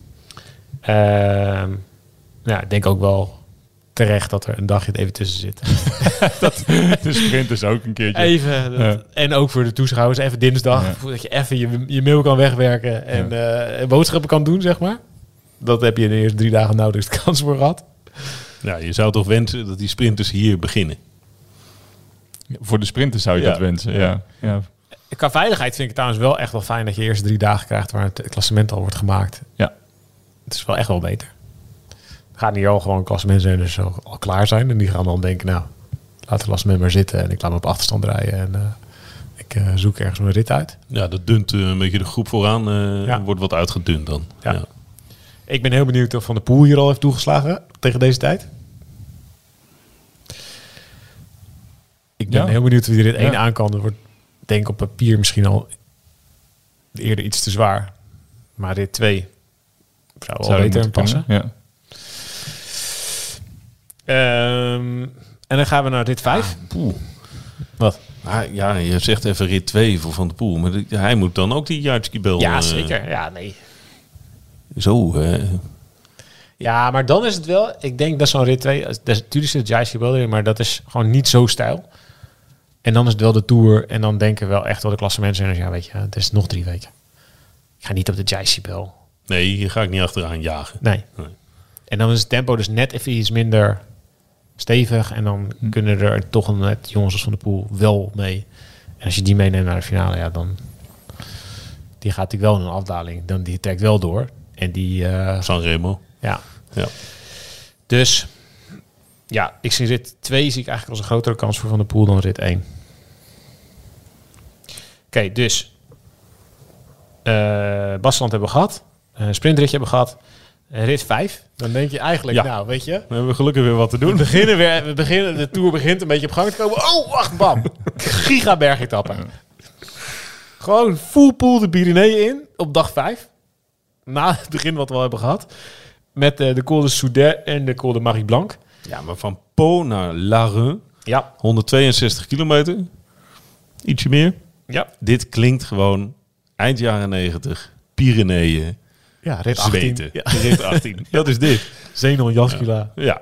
Ehm ja, ik denk ook wel terecht dat er een dagje even tussen zit. De sprint is ook een keertje. Even, dat- Ja. en ook voor de toeschouwers, even dinsdag. Ja. Dat je even je, je mail kan wegwerken en eh, boodschappen kan doen, zeg maar. Dat heb je in de eerste drie dagen nauwelijks de kans voor gehad. Ja, je zou toch wensen dat die sprinters hier beginnen? Voor de sprinters zou je Ja. dat wensen. Ja. Ja. Qua veiligheid vind ik het trouwens wel echt wel fijn dat je eerst drie dagen krijgt waar het klassement al wordt gemaakt. Ja. Het is wel echt wel beter. Gaat niet al gewoon klassementsrenners zo al klaar zijn. En die gaan dan denken, nou, laat het klassement maar zitten. En ik laat me op achterstand rijden. En uh, ik uh, zoek ergens een rit uit. Ja, dat dunt uh, een beetje de groep vooraan. Uh, Ja. Wordt wat uitgedund dan. Ja. Ja. Ik ben heel benieuwd of Van der Poel hier al heeft toegeslagen tegen deze tijd. Ik ben Ja. heel benieuwd wie er dit één Ja. aan kan. Dat wordt denk ik op papier misschien al eerder iets te zwaar. Maar dit twee zou wel Zou beter moeten passen. kunnen, Ja. Ehm, en dan gaan we naar rit vijf. Poel. Wat? Ah, ja, je zegt even rit twee voor Van der Poel. Maar de- hij moet dan ook die Jaartskibel... Ja, uh, zeker. Ja, nee. Zo, hè. Ja, maar dan is het wel... Ik denk dat zo'n rit twee... dat is- Natuurlijk zit Jaycee wel erin, maar dat is gewoon niet zo stijl. En dan is het wel de Tour. En dan denken we wel echt wel de klassementsrenners... Ja, weet je, het is nog drie weken. Ik ga niet op de Jaycee. Nee, hier ga ik niet achteraan jagen. Nee. Nee. En dan is het tempo dus net even iets minder stevig. En dan Hm. kunnen kunnen er toch een net jongens als Van der Poel wel mee. En als je die meeneemt naar de finale, ja, dan... Die gaat natuurlijk wel in een afdaling. Dan die trekt wel door. En die... eh, Sanremo. ja. Ja. Dus... Ja, ik zie rit twee zie ik eigenlijk als een grotere kans voor Van der Poel dan rit één. Oké, dus... eh Baskeland hebben we gehad. Een sprintritje hebben we gehad. En rit vijf. Dan denk je eigenlijk, Ja. nou, weet je... Dan hebben we gelukkig weer wat te We doen. beginnen weer, we beginnen, de Tour begint een beetje op gang te komen. Oh, wacht, bam. Giga bergetappe. Gewoon full pool de Pyreneeën in op dag vijf. Na het begin wat we al hebben gehad. Met uh, de Col de Soudet en de Col de Marie Blanc. Ja, maar van Po naar Larue, Ja. honderdtweeënzestig kilometer. Ietsje meer. Ja. Dit klinkt gewoon eind jaren negentig. Pyreneeën. Ja, rit achttien. Zweten. Ja. Rit achttien. Dat is dit. Zenon Jascula. Ja.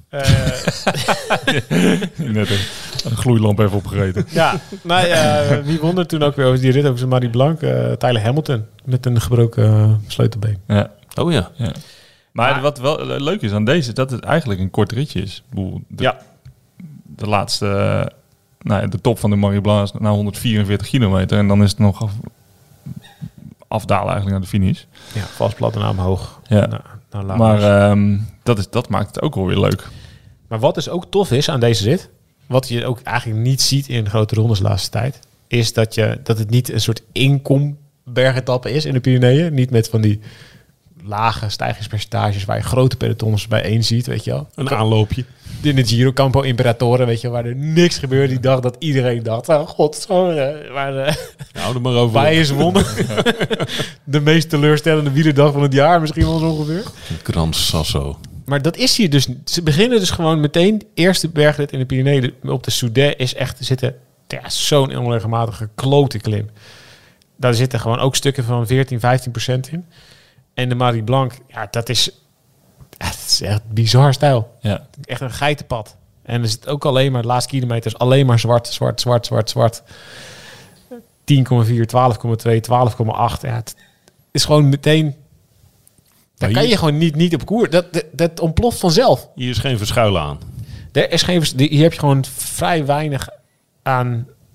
Net een, een gloeilamp even opgereden. Ja, nou ja, wie won er toen ook weer over die rit over zijn Marie Blanc? Uh, Tyler Hamilton met een gebroken uh, sleutelbeen. Ja. Oh ja. Ja. Maar, Maar- wat wel leuk is aan deze, is dat het eigenlijk een kort ritje is. Ik bedoel, De, Ja. de laatste, uh, nou, ja, de top van de Marie Blanc is naar honderdvierenveertig kilometer. En dan is het nog af, afdalen eigenlijk naar de finish. Ja, vast plat en arm hoog. Ja. Nou, nou, laat Maar maar. um, dat, is, dat maakt het ook wel weer leuk. Maar wat dus ook tof is aan deze rit, wat je ook eigenlijk niet ziet in grote rondes de laatste tijd, is dat, je, dat het niet een soort inkombergetappe is in de Pyreneeën. Niet met van die lage stijgingspercentages waar je grote pelotons bij één ziet, weet je wel. Een aanloopje. In de Giro Campo Imperatore, weet je, waar er niks gebeurde die dag dat iedereen dacht, oh god, zo, uh, waar uh, Nou, er maar over. wij is wonnen. De meest teleurstellende wielerdag van het jaar misschien wel zo ongeveer. Gran Sasso. Maar dat is hier dus. Ze beginnen dus gewoon meteen. Eerste bergrit in de Pyreneeën op de Soudet is echt zitten. Ja, zo'n onregelmatige klote klim. Daar zitten gewoon ook stukken van veertien, vijftien procent in. En de Marie Blanc, ja, dat is. Ja, dat is echt bizar stijl. Ja. Echt een geitenpad. En er zit ook alleen maar de laatste kilometers alleen maar zwart, zwart, zwart, zwart, zwart. tien komma vier, twaalf komma twee, twaalf komma acht. Ja, het is gewoon meteen. Daar kan hier- je gewoon niet, niet op koers. Dat, dat, dat ontploft vanzelf. Hier is geen verschuilen aan. Er is geen, vers- die- hier heb je gewoon vrij weinig aan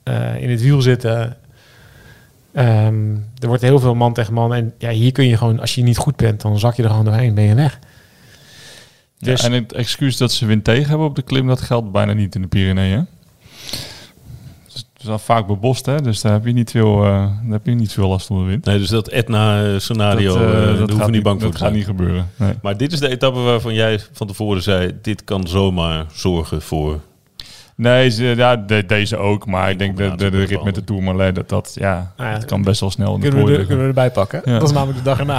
uh, in het wiel zitten. Um, er wordt heel veel man tegen man. En ja, hier kun je gewoon, als je niet goed bent, dan zak je er gewoon doorheen, ben je weg. Dus, ja, en het excuus dat ze wind tegen hebben op de klim, dat geldt bijna niet in de Pyreneeën. Het is wel vaak bebost, hè? Dus daar heb je niet veel, uh, daar heb je niet veel last van de wind. Nee, dus dat Etna-scenario, dat, uh, uh, daar dat hoeven we niet niet, bang voor dat te gaat zijn. niet gebeuren. Nee. Maar dit is de etappe waarvan jij van tevoren zei, dit kan zomaar zorgen voor... Nee, ze, ja, de, deze ook. Maar ik denk dat de, de, de rit met de Tourmalet, dat dat, ja, Ah, ja, dat kan best wel snel in de kunnen, we prooi er, kunnen we erbij pakken. Ja. Dat is namelijk de dag erna.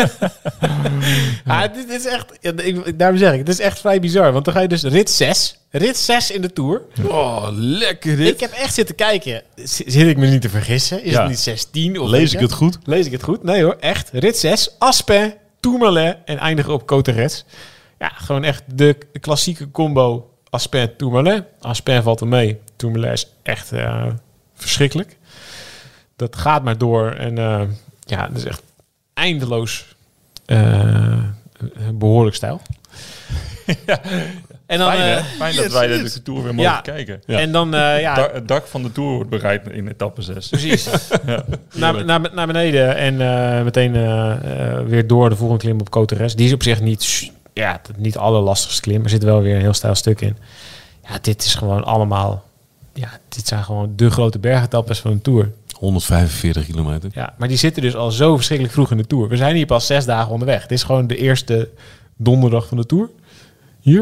ja, dit is echt, ja, ik, daarom zeg ik, het is echt vrij bizar. Want dan ga je dus rit zes. Rit zes in de Tour. Oh, lekker dit. Ik heb echt zitten kijken. Z- Zit ik me niet te vergissen? Is Ja. het niet zestien? Of Lees ik het goed? Lees ik het goed? Nee hoor, echt. Rit zes, Aspen, Tourmalet en eindigen op Cauterets. Ja, gewoon echt de klassieke combo Aspen, Tourmalet. Aspen valt er mee. Tourmalet is echt uh, verschrikkelijk. Dat gaat maar door. En uh, ja, dat is echt eindeloos uh, behoorlijk stijl. Ja. En dan, Fijn, hè? uh, Fijn dat yes, wij yes. deze Tour weer mogen Ja. kijken. Ja. En dan, uh, ja... Da- het dak van de Tour wordt bereikt in etappe zes. Precies. Ja. naar, naar, naar beneden en uh, meteen uh, uh, weer door de volgende klim op Cauterets. Die is op zich niet, ja, niet de allerlastigste klim. Er zit wel weer een heel stijl stuk in. Ja, dit is gewoon allemaal... Ja, dit zijn gewoon de grote bergetappes van de Tour. honderdvijfenveertig kilometer. Ja, maar die zitten dus al zo verschrikkelijk vroeg in de Tour. We zijn hier pas zes dagen onderweg. Dit is gewoon de eerste donderdag van de Tour. Hier.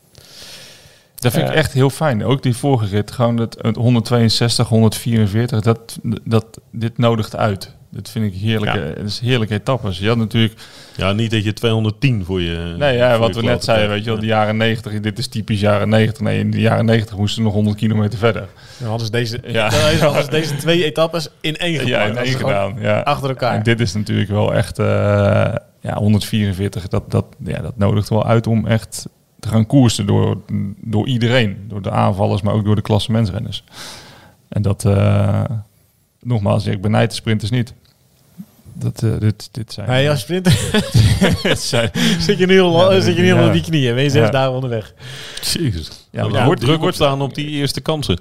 Dat vind ik Uh, echt heel fijn. Ook die vorige rit, gewoon het, het honderdtweeënzestig, honderdvierenveertig, dat, dat, dit nodigt uit. Dat vind ik heerlijke, Ja. het is heerlijke etappes. Je had natuurlijk... Ja, niet dat je tweehonderdtien voor je... Nee, ja, voor wat je we net kloten zeiden, krijgt. weet je wel, de jaren negentig, dit is typisch jaren negentig. Nee, in de jaren negentig moesten we nog honderd kilometer verder. Dan hadden ze deze, Ja. dan hadden ze deze twee etappes in één gepakt. Ja, in Dat is één gewoon gedaan. Ja. achter elkaar. En dit is natuurlijk wel echt, uh, ja, honderdvierenveertig, dat, dat, ja, dat nodigt wel uit om echt te gaan koersen door, door iedereen. Door de aanvallers, maar ook door de klassementsrenners. En dat, uh, nogmaals, ik benijd de sprinters niet. Dat, uh, dit, dit zijn... Hey, als sprinter dit zijn zit je nu al Ja, zit je nu al ja. op die knieën. Ben je zes Ja. dagen onderweg. Jezus. Ja, Ja, maar er ja, wordt je druk op wordt- staan op die eerste kansen.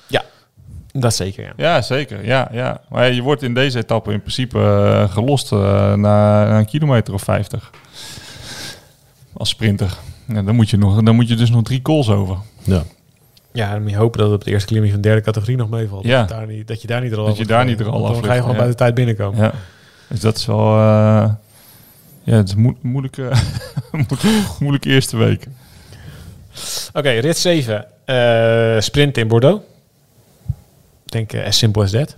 Dat zeker, ja. Ja, zeker. Ja, ja. Maar ja, je wordt in deze etappe in principe uh, gelost uh, na, na een kilometer of vijftig. Als sprinter. Ja, dan, moet je nog, dan moet je dus nog drie calls over. Ja. Ja, dan moet je hopen dat het op de eerste klim van de derde categorie nog meevalt. Ja. Dat, je daar niet, dat je daar niet er al Dat je daar niet er al Dan af ga je ligt, gewoon ja. bij de tijd binnenkomen. Ja. Dus dat is wel... Uh, ja, het is mo- moeilijke, moeilijke eerste week. Oké, okay, rit zeven. Uh, sprint in Bordeaux. Ik denk uh, as simple as that.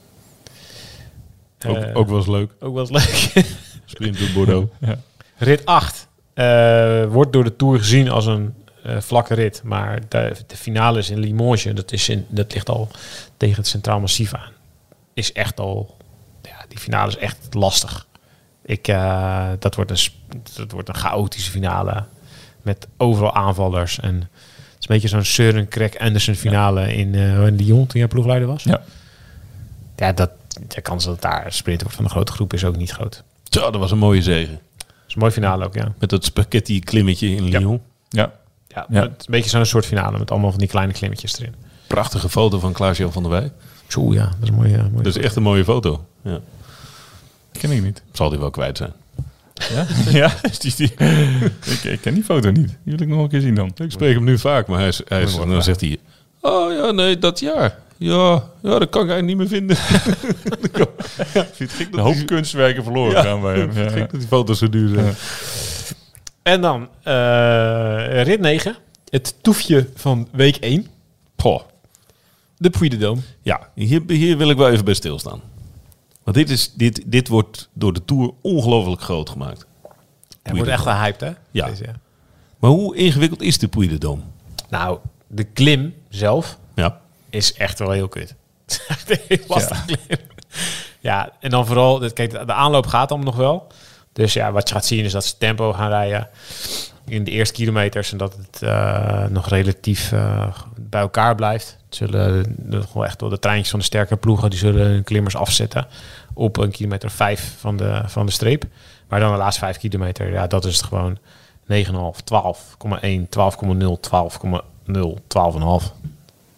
Ook, Uh, ook wel eens leuk. ook wel eens leuk. Sprint door Bordeaux. Ja. Rit acht uh, wordt door de Tour gezien als een uh, vlakke rit. Maar de, de finale is in Limoges. Dat, is in, dat ligt al tegen het Centraal Massief aan. Is echt al... Ja, die finale is echt lastig. Ik, uh, dat, wordt een, sp- dat wordt een chaotische finale. Met overal aanvallers. En het is een beetje zo'n Søren Krek Andersen finale in, uh, in Lyon toen jij ploegleider was. Ja. Ja, dat, de kans dat het daar sprinten wordt van een grote groep is ook niet groot. Zo, dat was een mooie zege. Dat is een mooie finale ook, ja. Met dat spaghetti klimmetje in Lyon. Ja. Ja, Ja. Het is een beetje zo'n soort finale met allemaal van die kleine klimmetjes erin. Prachtige foto van Klaas-Jan van der Wij. Zo, ja, dat is een mooie. mooie Dat is echt een mooie foto. Ja. Ken ik niet. Zal die wel kwijt zijn. Ja? Ja? Is die, die, ik, ik ken die foto niet. Die wil ik nog een keer zien dan. Ik spreek hem nu vaak, maar hij is, hij is, Mooi, dan mooi. zegt hij... Oh ja, nee, dat jaar. Ja, ja dat kan ik eigenlijk niet meer vinden. ja, vind je het gek Een dat hoop die, kunstwerken verloren Ja. gaan bij hem. vind je het Ja. gek dat die foto's zo duur zijn? Ja. En dan uh, rit negen. Het toefje van week één. Goh. De Puy de Dôme. Ja, hier, hier wil ik wel even bij stilstaan. Want dit, is, dit, dit wordt door de Tour ongelooflijk groot gemaakt. Het wordt echt gehyped, hè? Ja. Deze, ja. Maar hoe ingewikkeld is de Puy de Dôme? Nou, de klim zelf Ja. is echt wel heel kut. Het is echt een heel lastig klim. Ja, en dan vooral... dat- Kijk, de aanloop gaat allemaal nog wel. Dus ja, wat je gaat zien is dat ze tempo gaan rijden in de eerste kilometers. En dat het uh, nog relatief uh, bij elkaar blijft. Het zullen de, gewoon echt wel de treintjes van de sterke ploegen... die zullen hun klimmers afzetten op een kilometer vijf van de, van de streep. Maar dan de laatste vijf kilometer, ja, dat is het gewoon negen komma vijf, twaalf komma één, twaalf komma nul, twaalf komma nul, twaalf komma vijf.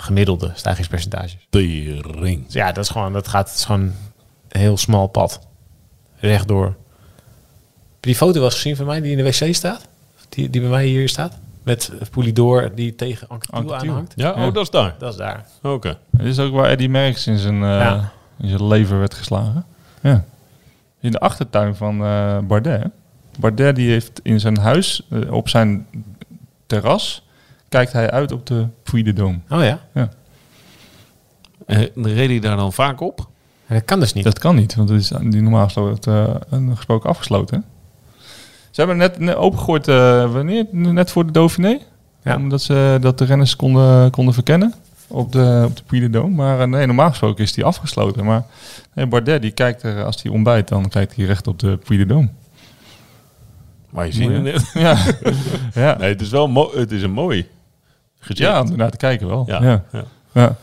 gemiddelde stijgingspercentages. Tering. Dus ja, dat is gewoon, dat gaat, het is gewoon een heel smal pad. Rechtdoor. Heb je die foto wel eens gezien van mij die in de wc staat? Die, die bij mij hier staat? Met Poulidor die tegen Anquetil Anquetil. aanhangt. Ja, Ja. oh, dat is daar. Dat is daar. Oké. Dit is ook waar Eddie Merckx in zijn, uh, Ja. in zijn lever werd geslagen. Ja. In de achtertuin van uh, Bardet. Bardet die heeft in zijn huis, uh, op zijn terras, kijkt hij uit op de Puy de Dôme. Oh ja? Uh, reed hij daar dan vaak op? En dat kan dus niet. Dat kan niet, want het is die normaal gesproken, uh, gesproken afgesloten. Hè? Ze hebben net, net opengegooid, uh, wanneer? Net voor de Dauphiné. Ja. Omdat ze dat de renners konden, konden verkennen op de, op de Puy de Dôme. Maar uh, nee, normaal gesproken is die afgesloten. Maar nee, Bardet, die kijkt er, als hij ontbijt, dan kijkt hij recht op de Puy de Dôme. Maar je ziet Mooi, het net. Ja, ja. Nee, het is wel mo- het is een mooi gezicht. Ja, om naar te kijken wel. Ja, Ja. ja. Ja.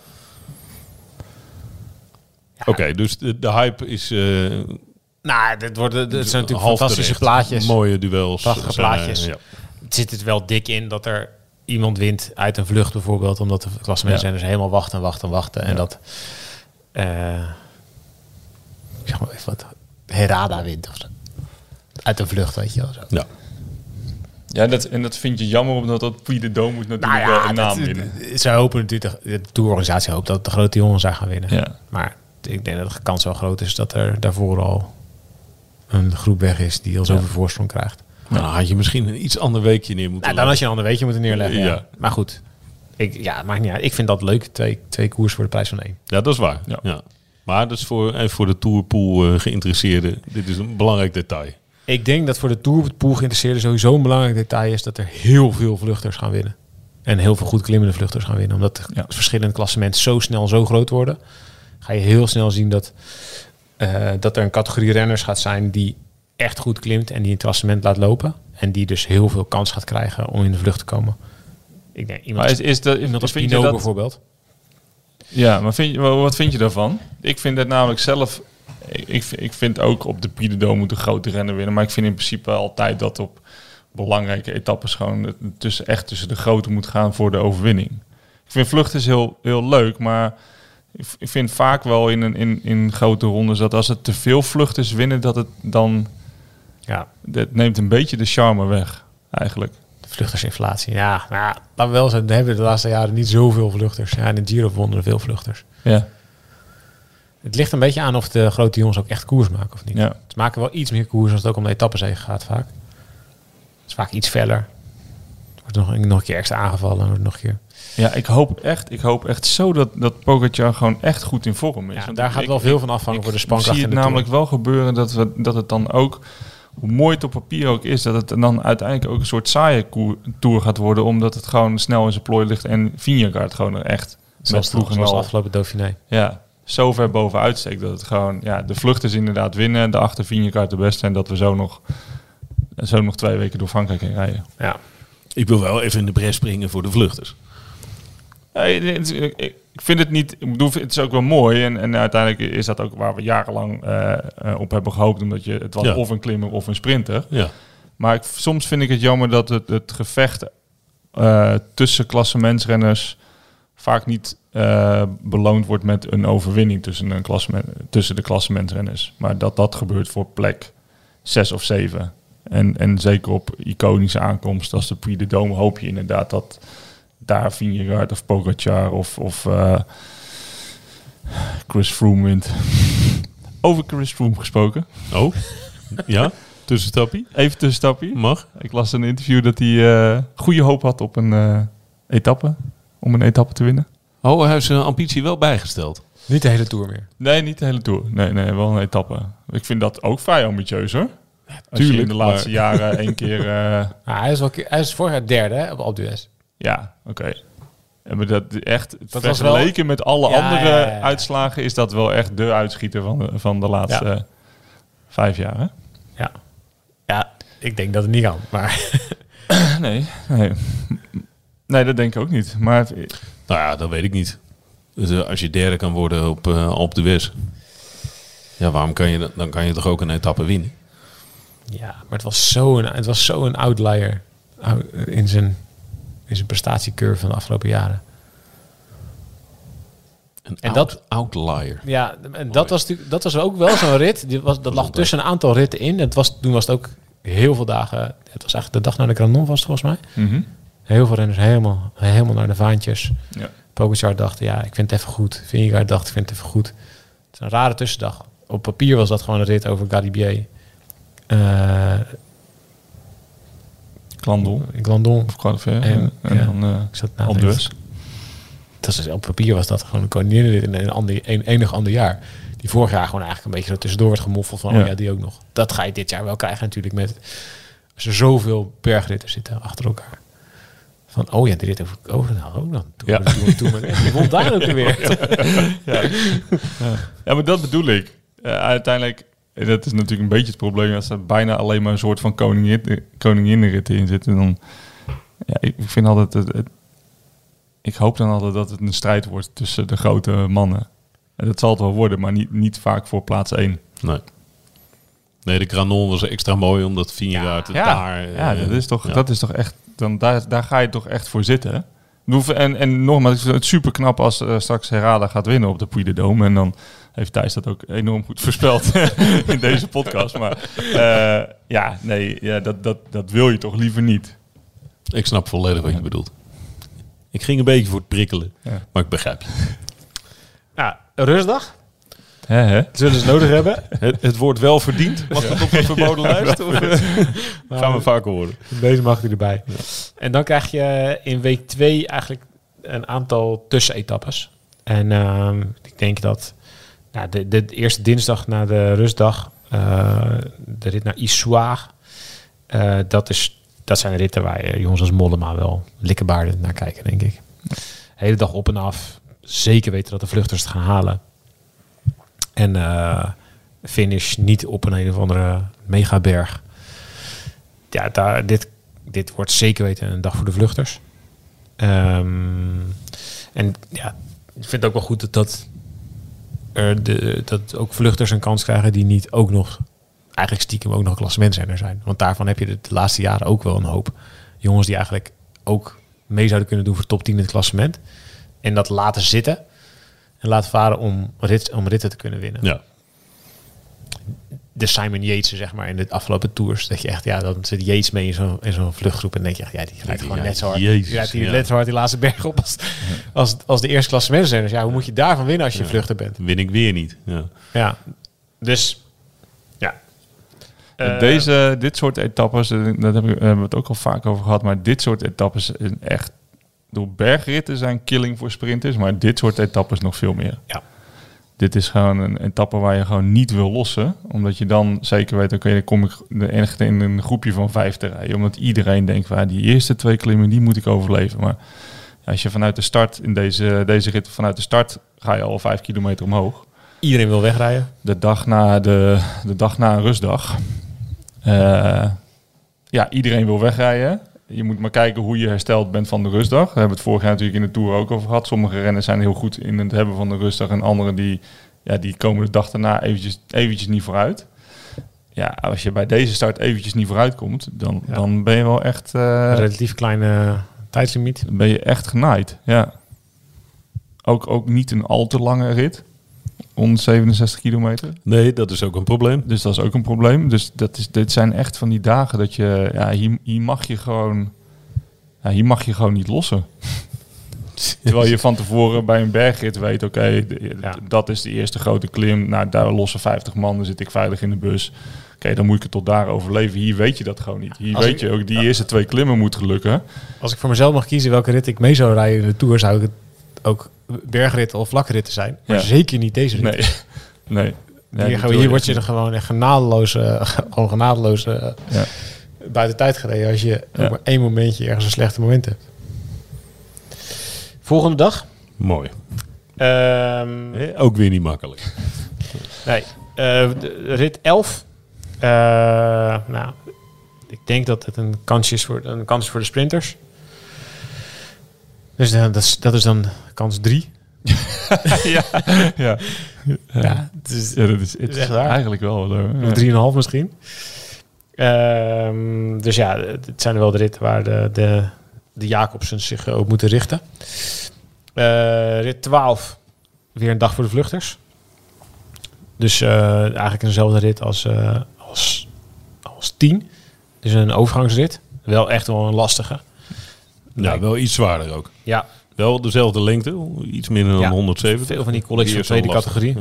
Oké, dus de, de hype is uh, Nou, dit worden, dit zijn natuurlijk half fantastische terecht. plaatjes. Mooie duels. Prachtige zijn, uh, plaatjes. ja. Het zit er wel dik in dat er iemand wint uit een vlucht bijvoorbeeld. Omdat de klassementsrenners helemaal wachten en wachten en wachten. En Ja. dat... Uh, ik zeg maar even wat... Herada wint of zo. Uit een vlucht, weet je wel. Zo. Ja. Ja, dat, en dat vind je jammer, omdat dat Puy de Dôme moet natuurlijk Nou wel ja, een naam dat- winnen. ze hopen natuurlijk, de, de tourorganisatie hoopt dat de grote jongens daar gaan winnen. Ja. Maar ik denk dat de kans wel groot is dat er daarvoor al een groep weg is die al zoveel Ja. voorsprong krijgt. Maar dan had je misschien een iets ander weekje neer moeten Nou, dan had je een ander weetje moeten neerleggen. Ja. Ja. Maar goed, ik, ja, maakt niet uit. Ik vind dat leuk, twee, twee koers voor de prijs van één. Ja, dat is waar. Ja. Ja. Maar dat is voor, even voor de Tourpool uh, geïnteresseerden. Dit is een belangrijk detail. Ik denk dat voor de Tourpool geïnteresseerden sowieso een belangrijk detail is dat er heel veel vluchters gaan winnen. En heel veel goed klimmende vluchters gaan winnen. Omdat de Ja. verschillende klassementen zo snel zo groot worden. Ga je heel snel zien dat, uh, dat er een categorie renners gaat zijn die echt goed klimt en die het klassement laat lopen. En die dus heel veel kans gaat krijgen om in de vlucht te komen. Ik denk iemand, Maar is, is dat, iemand als vind je Pinot dat, bijvoorbeeld. Ja, maar vind je, wat vind je daarvan? Ik vind het namelijk zelf... Ik, ik vind ook op de Puy de Dôme moet een grote renner winnen. Maar ik vind in principe altijd dat op belangrijke etappes gewoon het tussen, echt tussen de grote moet gaan voor de overwinning. Ik vind vluchten is heel, heel leuk, maar ik, ik vind vaak wel in, een, in, in grote rondes dat als het te veel vluchters winnen, dat het dan... Ja, Dat neemt een beetje de charme weg, eigenlijk. vluchtersinflatie. Ja, nou ja, laten we wel zeggen, we hebben de laatste jaren niet zoveel vluchters. Ja, in de Giro wonderen veel vluchters. Ja, Het ligt een beetje aan of de grote jongens ook echt koers maken of niet. ja. Ze maken wel iets meer koers als het ook om de etappenzege gaat vaak. Het is vaak iets feller. Wordt nog, nog een keer extra aangevallen. Wordt nog een keer. Ja, ik hoop echt, ik hoop echt zo dat, dat Pogacar gewoon echt goed in vorm is. Ja, Want daar ik- gaat ik- wel veel van afhangen voor de Ik spankracht zie in het de namelijk Tour. wel gebeuren dat, we, dat het dan ook, hoe mooi het op papier ook is, dat het dan uiteindelijk ook een soort saaie koer, tour gaat worden, omdat het gewoon snel in zijn plooi ligt en Vingegaard gewoon er echt Zoals, met ploegen zoals de wel afgelopen Dauphiné. ja, zo ver bovenuit steekt dat het gewoon, ja, de vluchters inderdaad winnen, de achter Vingegaard de beste en dat we zo nog, zo nog twee weken door Frankrijk heen rijden. Ja. Ik wil wel even in de bres springen voor de vluchters. Ja, het- ik ik vind het niet. Ik bedoel, het is ook wel mooi. En, en uiteindelijk is dat ook waar we jarenlang eh, eh, op hebben gehoopt. Omdat je het was Ja. of een klimmer of een sprinter. Ja. Maar ik, soms vind ik het jammer dat het, het gevecht eh, tussen klassementsrenners vaak niet eh, beloond wordt met een overwinning tussen, een klassement, tussen de klassementsrenners. Maar dat dat gebeurt voor plek zes of zeven. En, en zeker op iconische aankomsten als de Puy de Dôme hoop je inderdaad dat daar Vingegaard of Pogacar of, of uh, Chris Froome wint. Over Chris Froome gesproken. Oh, ja? Tussenstappie? Even tussenstapje. Mag. Ik las een interview dat hij uh, goede hoop had op een uh, etappe. Om een etappe te winnen. Oh, hij heeft zijn ambitie wel bijgesteld. Niet de hele Tour meer. Nee, niet de hele Tour. Nee, nee, wel een etappe. Ik vind dat ook vrij ambitieus hoor. Ja, Als je tuurlijk, in de laatste maar- jaren één keer... Uh, Ah, hij, is wel, hij is vorig jaar derde hè, op Alpe d'Huez. ja, oké. Okay. Maar dat echt Dat was vergeleken met alle Ja, andere ja, ja, ja. uitslagen is dat wel echt de uitschieter van de, van de laatste Ja. vijf jaar. Hè? Ja. Ja, ik denk dat het niet kan. Maar Nee, nee. Nee, dat denk ik ook niet. Maar Nou ja, dat weet ik niet. Dus eh, als je derde kan worden op uh, Alpe d'Huez, ja, waarom kan je dan? Dan kan je toch ook een etappe winnen? ja, maar het was zo'n het was zo een outlier in zijn, in zijn prestatiecurve van de afgelopen jaren. Een En out, dat- outlier. Ja, en dat was, natuurlijk, dat was ook wel zo'n rit. Die was, dat lag tussen een aantal ritten in. Het was, toen was het ook heel veel dagen. Het was eigenlijk de dag na de Granon was het volgens mij. Mhm. Heel veel renners helemaal, helemaal naar de vaantjes. Ja. Pogacar dacht, ja, ik vind het even goed. Vingegaard dacht, ik vind het even goed. Het is een rare tussendag. Op papier was dat gewoon een rit over Galibier. Uh, Klandon. Glandon. Of Croix-de-Fer. En- En, ja. dan uh, Ik zat na te Alpe denken. d'Huez. Dat is, op papier was dat gewoon een koninginnenrit in een, ander, een enig ander jaar. Die vorig jaar gewoon eigenlijk een beetje er tussendoor werd gemoffeld van, Ja. oh ja, die ook nog. Dat ga je dit jaar wel krijgen natuurlijk met, als er zoveel bergritten zitten achter elkaar. Van, oh ja, die rit over, over nou ook nog. Toen, Ja. toen, toen, toen, ik won daar ook weer. Ja. Ja, maar dat bedoel ik. Uh, uiteindelijk, en dat is natuurlijk een beetje het probleem, als er bijna alleen maar een soort van koningin, koninginnenrit in zit. En dan, ja, ik vind altijd, het, het, ik hoop dan altijd dat het een strijd wordt tussen de grote mannen. En dat zal het wel worden, maar niet, niet vaak voor plaats één. Nee. Nee, de Granon was extra mooi, omdat Vingegaard het daar... ja, eh, dat is toch, ja. dat is toch echt, dan, daar, daar ga je toch echt voor zitten. Ik bedoel, En, en nogmaals, ik vind het super knap als uh, straks Herrada gaat winnen op de Puy de Dôme. En dan heeft Thijs dat ook enorm goed voorspeld in deze podcast. Maar uh, ja, nee, ja, dat, dat, dat wil je toch liever niet. Ik snap volledig wat je bedoelt. Ik ging een beetje voor het prikkelen, Ja. maar ik begrijp je. Nou, een rustdag. Hè, hè? Zullen ze nodig hebben. Het, het wordt wel verdiend. Mag dat op de verboden lijst? Of, eh, gaan we vaker horen. Deze mag hij erbij. En dan krijg je in week twee eigenlijk een aantal tussenetappes. En uh, ik denk dat nou, de, de eerste dinsdag na de rustdag, uh, de rit naar Issoire, uh, dat, is, dat zijn ritten waar je jongens als Mollema wel likkebaarden naar kijken, denk ik. De hele dag op en af. Zeker weten dat de vluchters het gaan halen. En uh, finish niet op een, een of andere megaberg. Ja, daar, dit, dit wordt zeker weten een dag voor de vluchters. Um, en ja, ik vind het ook wel goed dat, dat, er de, dat ook vluchters een kans krijgen die niet ook nog, eigenlijk stiekem ook nog klassementsrenner zijn. Want daarvan heb je de, de laatste jaren ook wel een hoop jongens die eigenlijk ook mee zouden kunnen doen voor top tien in het klassement. En dat laten zitten en laten varen om, rit, om ritten te kunnen winnen. Ja. De Simon Yates, zeg maar, in de afgelopen tours. Dat je echt, ja, dan zit Yates mee in zo'n, in zo'n vluchtgroep. En denk je echt, ja, die rijdt gewoon Ja, net zo hard. Jezus, die rijdt hier ja. net zo hard die laatste berg op als, als, als de eerste klasse mensen. Dus ja, hoe moet je daarvan winnen als je Ja. vluchter bent? Win ik weer niet. Ja. Ja, dus, ja. Uh, Deze, dit soort etappes, eh, dat heb ik, hebben we het ook al vaak over gehad, maar dit soort etappes zijn echt, door bergritten zijn killing voor sprinters, maar dit soort etappes nog veel meer. Ja. Dit is gewoon een etappe waar je gewoon niet wil lossen, omdat je dan zeker weet, oké, dan kom ik de echt in een groepje van vijf te rijden, omdat iedereen denkt, van, die eerste twee klimmen, die moet ik overleven. Maar ja, als je vanuit de start, in deze, deze rit vanuit de start, ga je al vijf kilometer omhoog. Iedereen wil wegrijden. De dag na, de, de dag na een rustdag. Uh, ja, iedereen wil wegrijden. Je moet maar kijken hoe je hersteld bent van de rustdag. Daar hebben we het vorig jaar natuurlijk in de Tour ook over gehad. Sommige renners zijn heel goed in het hebben van de rustdag. En anderen die, ja, die komen de dag daarna eventjes, eventjes niet vooruit. Ja, als je bij deze start eventjes niet vooruit komt, dan, ja. dan ben je wel echt... Uh, een relatief kleine tijdslimiet. Dan ben je echt genaaid, ja. Ook, ook niet een al te lange rit. honderdzevenenzestig kilometer. Nee, dat is ook een probleem. Dus dat is ook een probleem. Dus dat is, dit zijn echt van die dagen dat je... Ja, hier, hier mag je gewoon... Ja, hier mag je gewoon niet lossen. Terwijl je van tevoren bij een bergrit weet... Oké, okay, ja. dat is de eerste grote klim. Nou, daar lossen vijftig man. Dan zit ik veilig in de bus. Oké, okay, dan moet ik het tot daar overleven. Hier weet je dat gewoon niet. Hier Als weet ik, je ook, die ja. eerste twee klimmen moet gelukken. Als ik voor mezelf mag kiezen welke rit ik mee zou rijden in de Tour... zou ik het ook bergritten of vlakritten zijn. Maar ja. zeker niet deze rit. Nee. nee. nee hier, hier, hier word je er gewoon echt genadeloos, uh, gewoon genadeloos uh, ja. buiten tijd gereden... als je ja. ook maar één momentje ergens een slechte moment hebt. Volgende dag. Mooi. Um, eh, ook weer niet makkelijk. Nee. Uh, rit elf. Uh, nou, ik denk dat het een kansje is voor, een kans is voor de sprinters. Dus uh, dat, is, dat is dan kans drie. ja, ja. ja, het is, ja, dat is, het is echt waar. Eigenlijk wel. Uh, of drieënhalf misschien. Um, dus ja, het zijn wel de ritten waar de, de, de Jacobsens zich op moeten richten. Uh, rit twaalf. weer een dag voor de vluchters. Dus uh, eigenlijk eenzelfde rit als, uh, als, als tien. Dus een overgangsrit. Wel echt wel een lastige. Ja, wel iets zwaarder ook. Ja. Wel dezelfde lengte, iets minder dan Ja, honderdzeventig. Veel van die colleges van tweede lastig. categorie.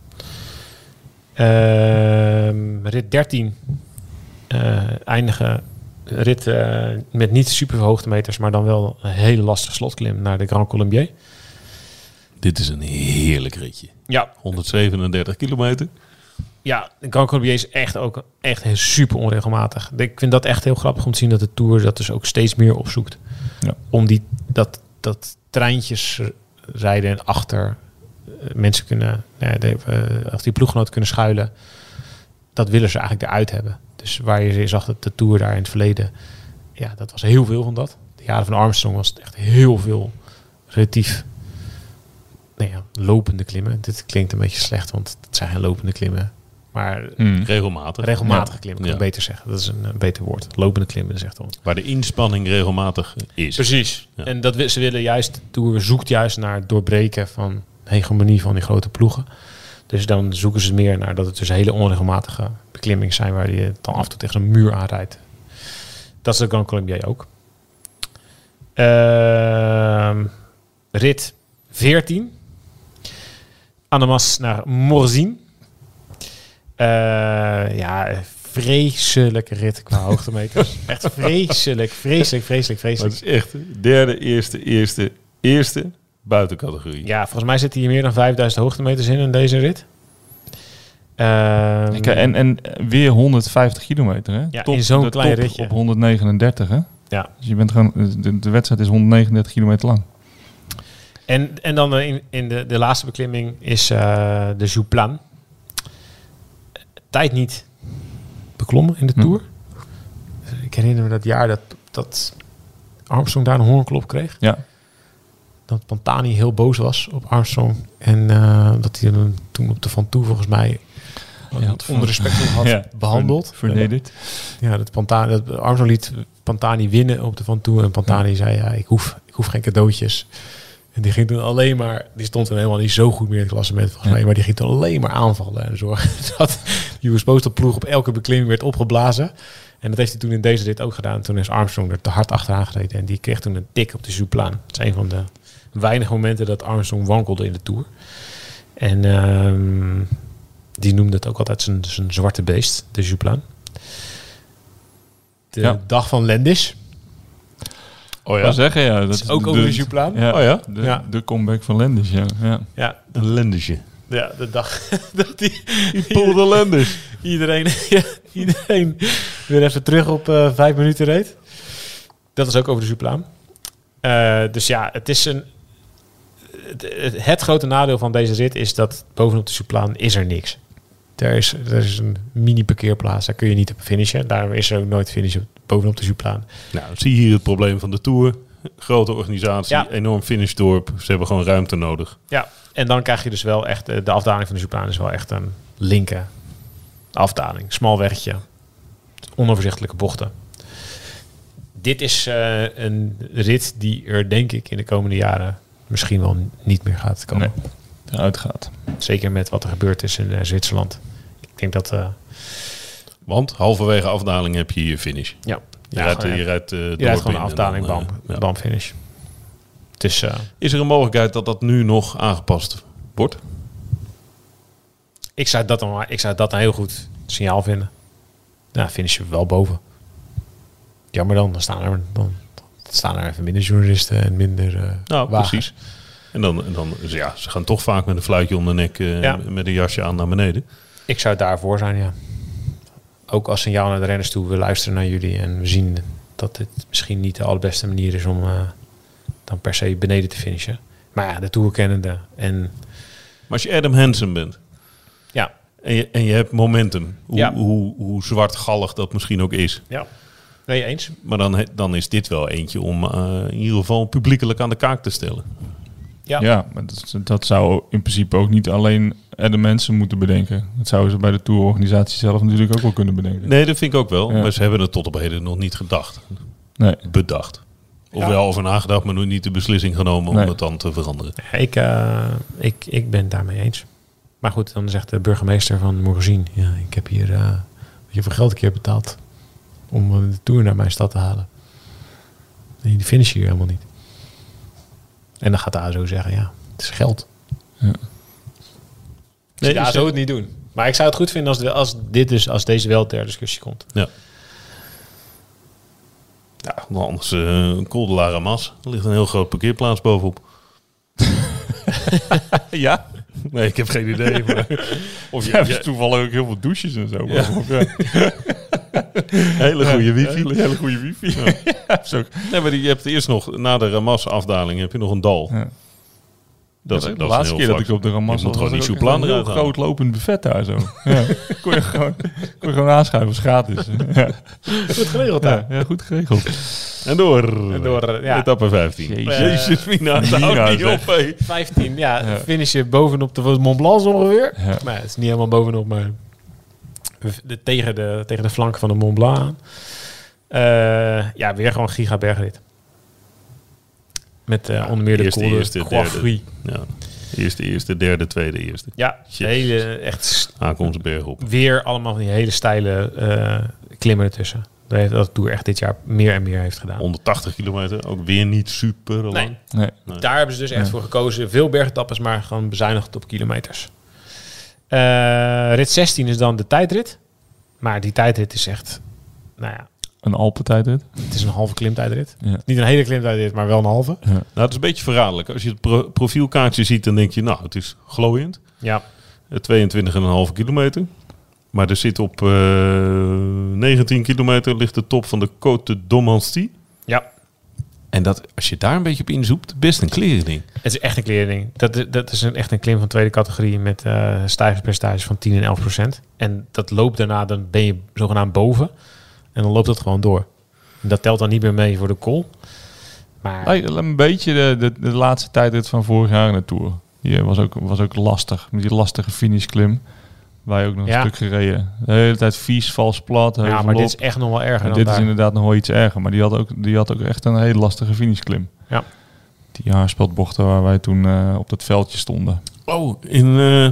Ja. Uh, rit dertien. Uh, eindige rit uh, met niet super veel hoogtemeters, maar dan wel een hele lastige slotklim naar de Grand Colombier. Dit is een heerlijk ritje. Ja. honderdzevenendertig kilometer. Ja, de Grand Colombier is echt ook echt heel super onregelmatig. Ik vind dat echt heel grappig om te zien dat de Tour dat dus ook steeds meer opzoekt. Ja. Om die, dat, dat treintjes rijden en achter uh, mensen kunnen, uh, de, uh, als die ploeggenoten kunnen schuilen. Dat willen ze eigenlijk eruit hebben. Dus waar je zag dat de Tour daar in het verleden, ja, dat was heel veel van dat. De jaren van Armstrong was het echt heel veel relatief nou ja, lopende klimmen. Dit klinkt een beetje slecht, want het zijn geen lopende klimmen. Maar Hmm. Regelmatig. regelmatige Ja. klimmen, kan ik Ja. beter zeggen. Dat is een, een beter woord. Lopende klimmen, zegt dan. Waar de inspanning regelmatig is. Precies. Ja. En dat, wi- ze willen juist, de Tour zoekt juist naar het doorbreken van de hegemonie van die grote ploegen. Dus dan zoeken ze meer naar dat het dus hele onregelmatige beklimmingen zijn waar je dan af en toe tegen een muur aanrijdt. Dat is de Grand Colombier ook. Ehm, rit veertien. Annemasse naar Morzine. Uh, ja, vreselijke rit qua hoogtemeters. Echt vreselijk, vreselijk, vreselijk, Maar vreselijk. het is echt derde, eerste, eerste, eerste buitencategorie. Ja, volgens mij zitten hier meer dan vijfduizend hoogtemeters in in deze rit. Ehm, Kijk, en, en weer honderdvijftig kilometer, hè? Ja, in zo'n de klein top ritje. op honderdnegenendertig, hè? Ja. Dus je bent gewoon, de, de wedstrijd is honderdnegenendertig kilometer lang. En, en dan in, in de, de laatste beklimming is uh, de Jouplan. Tijd niet beklommen in de Hm. Tour. Ik herinner me dat jaar dat, dat Armstrong daar een hoornklop kreeg. Ja. Dat Pantani heel boos was op Armstrong. En uh, dat hij hem toen op de Van Toe volgens mij Ja, het onrespectvol had ja, behandeld. Vernederd. Ja, dat, Pantani, dat Armstrong liet Pantani winnen op de Van Toe. En Pantani ja. zei, ja, ik hoef, ik hoef geen cadeautjes. En die ging toen alleen maar... Die stond toen helemaal niet zo goed meer in het klassement volgens Ja. mij. Maar die ging toen alleen maar aanvallen. En zorgen dat de U S Postal ploeg op elke beklimming werd opgeblazen. En dat heeft hij toen in deze rit ook gedaan. Toen is Armstrong er te hard achteraan gereden. En die kreeg toen een tik op de Jouplan. Het is een van de weinige momenten dat Armstrong wankelde in de Tour. En um, die noemde het ook altijd zijn, zijn zwarte beest, de Jouplan. De Ja. dag van Landis. Oh Ja, zeggen, ja. Dat is ook over de Jouplan. Ja, Oh ja? De, Ja. de comeback van Lendis, ja. ja. Ja, Een lendesje. ja, de dag dat die, Poel de Lenders. iedereen, ja, iedereen weer even terug op uh, vijf minuten reed. Dat is ook over de Jouplan. Uh, dus ja, het is een... Het, het, het grote nadeel van deze rit is dat bovenop de Jouplan is er niks. Er is, er is een mini parkeerplaats, daar kun je niet op finishen. Daarom is er ook nooit finishen bovenop de Jouplan. Nou, zie je hier het probleem van de Tour. Grote organisatie, Ja. enorm finishdorp. Ze hebben gewoon ruimte nodig. Ja, en dan krijg je dus wel echt... De afdaling van de Jouplan is wel echt een linker afdaling. Smal weggetje. Onoverzichtelijke bochten. Dit is uh, een rit die er denk ik in de komende jaren misschien wel niet meer gaat komen. Nee, eruit gaat. Zeker met wat er gebeurd is in uh, Zwitserland. Ik denk dat... Uh, Want halverwege afdaling heb je je finish. ja, Je ja, rijdt, gewoon, je rijdt, uh, je dorp rijdt gewoon in een en afdaling, dan, bam, uh, ja. bam finish. Dus, uh, Is er een mogelijkheid dat dat nu nog aangepast wordt? ik, zou dat dan, ik zou dat een heel goed signaal vinden. Nou, finish je wel boven. Jammer dan, dan staan er, dan staan er even minder journalisten en minder uh, Nou, wagens. precies. En dan, en dan dus ja, ze gaan toch vaak met een fluitje om de nek, uh, Ja. met een jasje aan naar beneden. Ik zou daarvoor zijn, ja. Ook als signaal naar de renners toe. We luisteren naar jullie en we zien dat dit misschien niet de allerbeste manier is om uh, dan per se beneden te finishen. Maar ja, de Tour kennende. En Maar als je Adam Hansen bent ja, en je, en je hebt momentum, hoe, Ja. hoe, hoe zwartgallig dat misschien ook is. ja. Nee, eens. Maar dan, he- dan is dit wel eentje om uh, in ieder geval publiekelijk aan de kaak te stellen. Ja. Ja, maar dat, dat zou in principe ook niet alleen de mensen moeten bedenken. Dat zouden ze bij de tourorganisatie zelf natuurlijk ook wel kunnen bedenken. Nee, dat vind ik ook wel. Ja. Maar ze hebben het tot op heden nog niet gedacht. Nee. Bedacht. Of Ja. wel over nagedacht, maar nog niet de beslissing genomen om Nee. het dan te veranderen. Ik, uh, ik, ik ben het daarmee eens. Maar goed, dan zegt de burgemeester van Morgezien... Ja, ik heb hier... Uh, weet je hoeveel geld ik hier heb betaald... om uh, de Tour naar mijn stad te halen. Nee, die finish hier helemaal niet. En dan gaat de A S O zeggen... Ja, het is geld. Ja. Nee, de dus A S O het- het niet doen. Maar ik zou het goed vinden als, de, als, dit dus, als deze wel ter discussie komt. Ja. Ja, want anders uh, een Col de la Ramas. Er ligt een heel groot parkeerplaats bovenop. Ja? Nee, ik heb geen idee. Maar... Of je hebt toevallig ook heel veel douches en zo. Ja. Of, ja. Hele goede wifi. Hele, hele goede wifi. Ja. Ja, zo. Nee, maar je hebt eerst nog, na de Ramas-afdaling, heb je nog een dal. Ja. Dat is, de dat is laatste een keer heel dat ik op de vlak- Ramas Je moet was, gewoon die was er ook soeplaan echt een eruit heel halen. groot lopend buffet daar zo. Ja. Kon je gewoon, kon je gewoon aanschuiven als gratis. Ja. Goed geregeld, Ja, ja, goed geregeld. En door. En door, ja. Etappe vijftien. Jezus. Jezus, Mina. Mina, Hou niet zeg. op, hé. vijftien, ja. Ja. Finish je bovenop de Mont Blanc ongeveer. Ja. Maar het is niet helemaal bovenop, maar de, tegen, de, tegen de flank van de Mont Blanc aan. Uh, ja, weer gewoon giga bergrit. Met uh, Ja, onder meer de eerste, Col de eerste, Croix derde. Frie. Ja. Eerste, eerste, derde, tweede, eerste. Ja, Shit. hele, echt Aankomst berg op. weer allemaal van die hele steile uh, klimmen ertussen. Dat heeft dat de Tour echt dit jaar meer en meer heeft gedaan. honderdtachtig kilometer, ook weer niet super lang. Nee. Nee. Nee. Daar hebben ze dus echt Nee. voor gekozen. Veel bergetappes, maar gewoon bezuinigd op kilometers. Uh, rit zestien is dan de tijdrit. Maar die tijdrit is echt... Nou ja, Een Alpentijdrit. het is een halve klimtijdrit. Ja. Niet een hele klimtijdrit, maar wel een halve. Ja. Nou, het is een beetje verraderlijk. Als je het pro- profielkaartje ziet, dan denk je, nou, het is glooiend. Ja. Uh, tweeëntwintig komma vijf kilometer. Maar er zit op uh, negentien kilometer ligt de top van de Côte de Domancy. Ja. En dat, als je daar een beetje op inzoekt, best een klering. Het is echt een klering. Dat, is- dat is een, echt een klim van tweede categorie met uh, stijgingspercentages van tien en elf procent. En dat loopt daarna, dan ben je zogenaamd boven. En dan loopt dat gewoon door. En dat telt dan niet meer mee voor de col. Maar Lijkt een beetje de, de, de laatste tijdrit van vorig jaar in de Tour. Die was ook, was ook lastig. Met die lastige finishklim. Wij ook nog Ja. een stuk gereden. De hele tijd vies, vals plat. ja, heuvel maar dit op. is echt nog wel erger En dan dit daar. is inderdaad nog wel iets erger. Maar die had ook, die had ook echt een hele lastige finishklim. Ja. Die haarspeldbochten waar wij toen uh, op dat veldje stonden. Oh, in uh,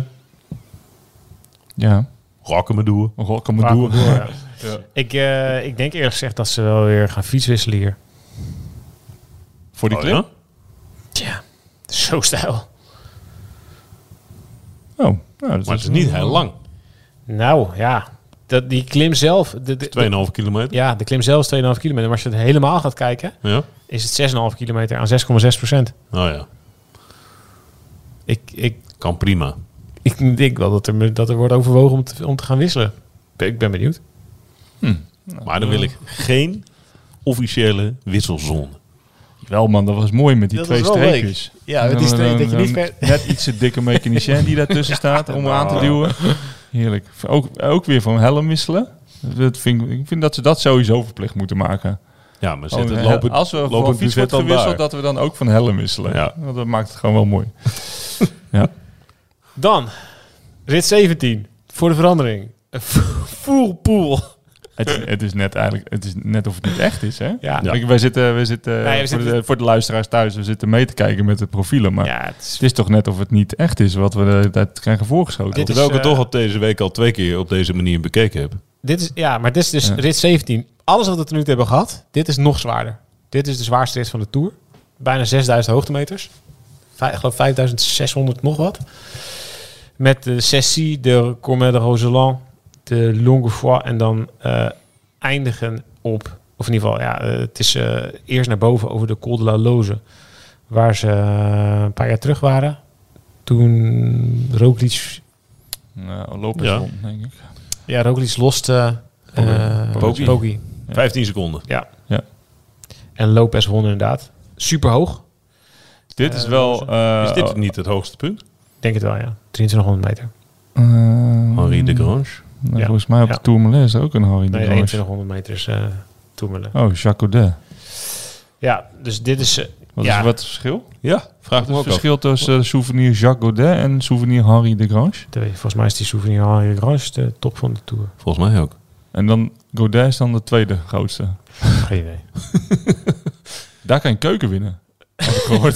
Ja. Rockemedoer. Nog kan me Waar doen. we door, ja. Ik, uh, ik denk eerlijk gezegd dat ze wel weer gaan fietswisselen hier. Voor die Oh, klim? ja? Tja, zo stijl. Oh, nou, dat Maar het is niet heel lang. Nou ja, dat, die klim zelf... De, de, twee komma vijf kilometer. ja, de klim zelf is twee komma vijf kilometer. Maar als je het helemaal gaat kijken, Ja. is het zes komma vijf kilometer aan zes komma zes procent. Oh ja, Ik, ik, kan prima. ik denk wel dat er, dat er wordt overwogen om te, om te gaan wisselen. Ik ben benieuwd. Maar dan wil ik geen officiële wisselzone. Wel man, dat was mooi met die Dat twee was wel leuk. streepjes. Ja, met En die dan- streep dat je dan- niet ver... Net iets te dikke mechanicien die daartussen staat om aan te duwen. Heerlijk. Ook, ook weer van helm wisselen. Dat vind ik, ik vind dat ze dat sowieso verplicht moeten maken. Ja, maar zet Oh, het hè, lopen, Als we van lopend fiets buffet wordt dan gewisseld, daar. dat we dan ook van helm wisselen. Ja. Want dat maakt het gewoon wel mooi. Ja. Dan, rit zeventien. Voor de verandering. Een full pool. Het, is- het is net eigenlijk, het is net of het niet echt is, hè? Ja, Ja. Kijk, wij zitten, wij zitten, Nee, we voor, zitten- de, voor de luisteraars thuis, we zitten mee te kijken met de profielen. Maar ja, het is... het is toch net of het niet echt is wat we de hele tijd krijgen voorgeschoten. Dit is, Terwijl ik het eh, toch op deze week al twee keer op deze manier bekeken heb. Dit is, ja, maar dit is dus Ja. rit zeventien. Alles wat we tot nu toe hebben gehad, dit is nog zwaarder. Dit is de zwaarste rit van de Tour. Bijna zesduizend hoogtemeters. Vijf, ik geloof vijfduizend zeshonderd nog wat. Met de Cessy, de Courmet de Roseland, de Longuefoy en dan uh, eindigen op, of in ieder geval, ja, uh, het is uh, eerst naar boven over de Col de la Loze, waar ze uh, een paar jaar terug waren. Toen Roglic, Nou, Lopez Ja. won, denk ik. ja, Roglic loste uh, Poggi. Poggi. Ja. vijftien seconden. Ja. Ja. En Lopez won inderdaad. Super hoog. Dit is Eh, wel... eh, Is dit niet het hoogste punt? Denk het wel, ja. drieëntwintighonderd meter. eh, Henri de Grange. nou, Ja. Volgens mij op Ja. de Tourmalet is er ook een Henri de Nee, Grange. eenentwintighonderd meter is uh, Tourmalet. Oh, Jacques Audet. Ja, dus dit is... Uh, Wat Ja. is wat het verschil? Ja, vraag Wat me is ook het af. verschil tussen uh, souvenir Jacques Audet en souvenir Henri de Grange? de, volgens mij is die souvenir Henri de Grange de top van de Tour. Volgens mij ook. En dan Gaudet is dan de tweede grootste. Geen idee. Daar kan je een keuken winnen. Heb ik gehoord.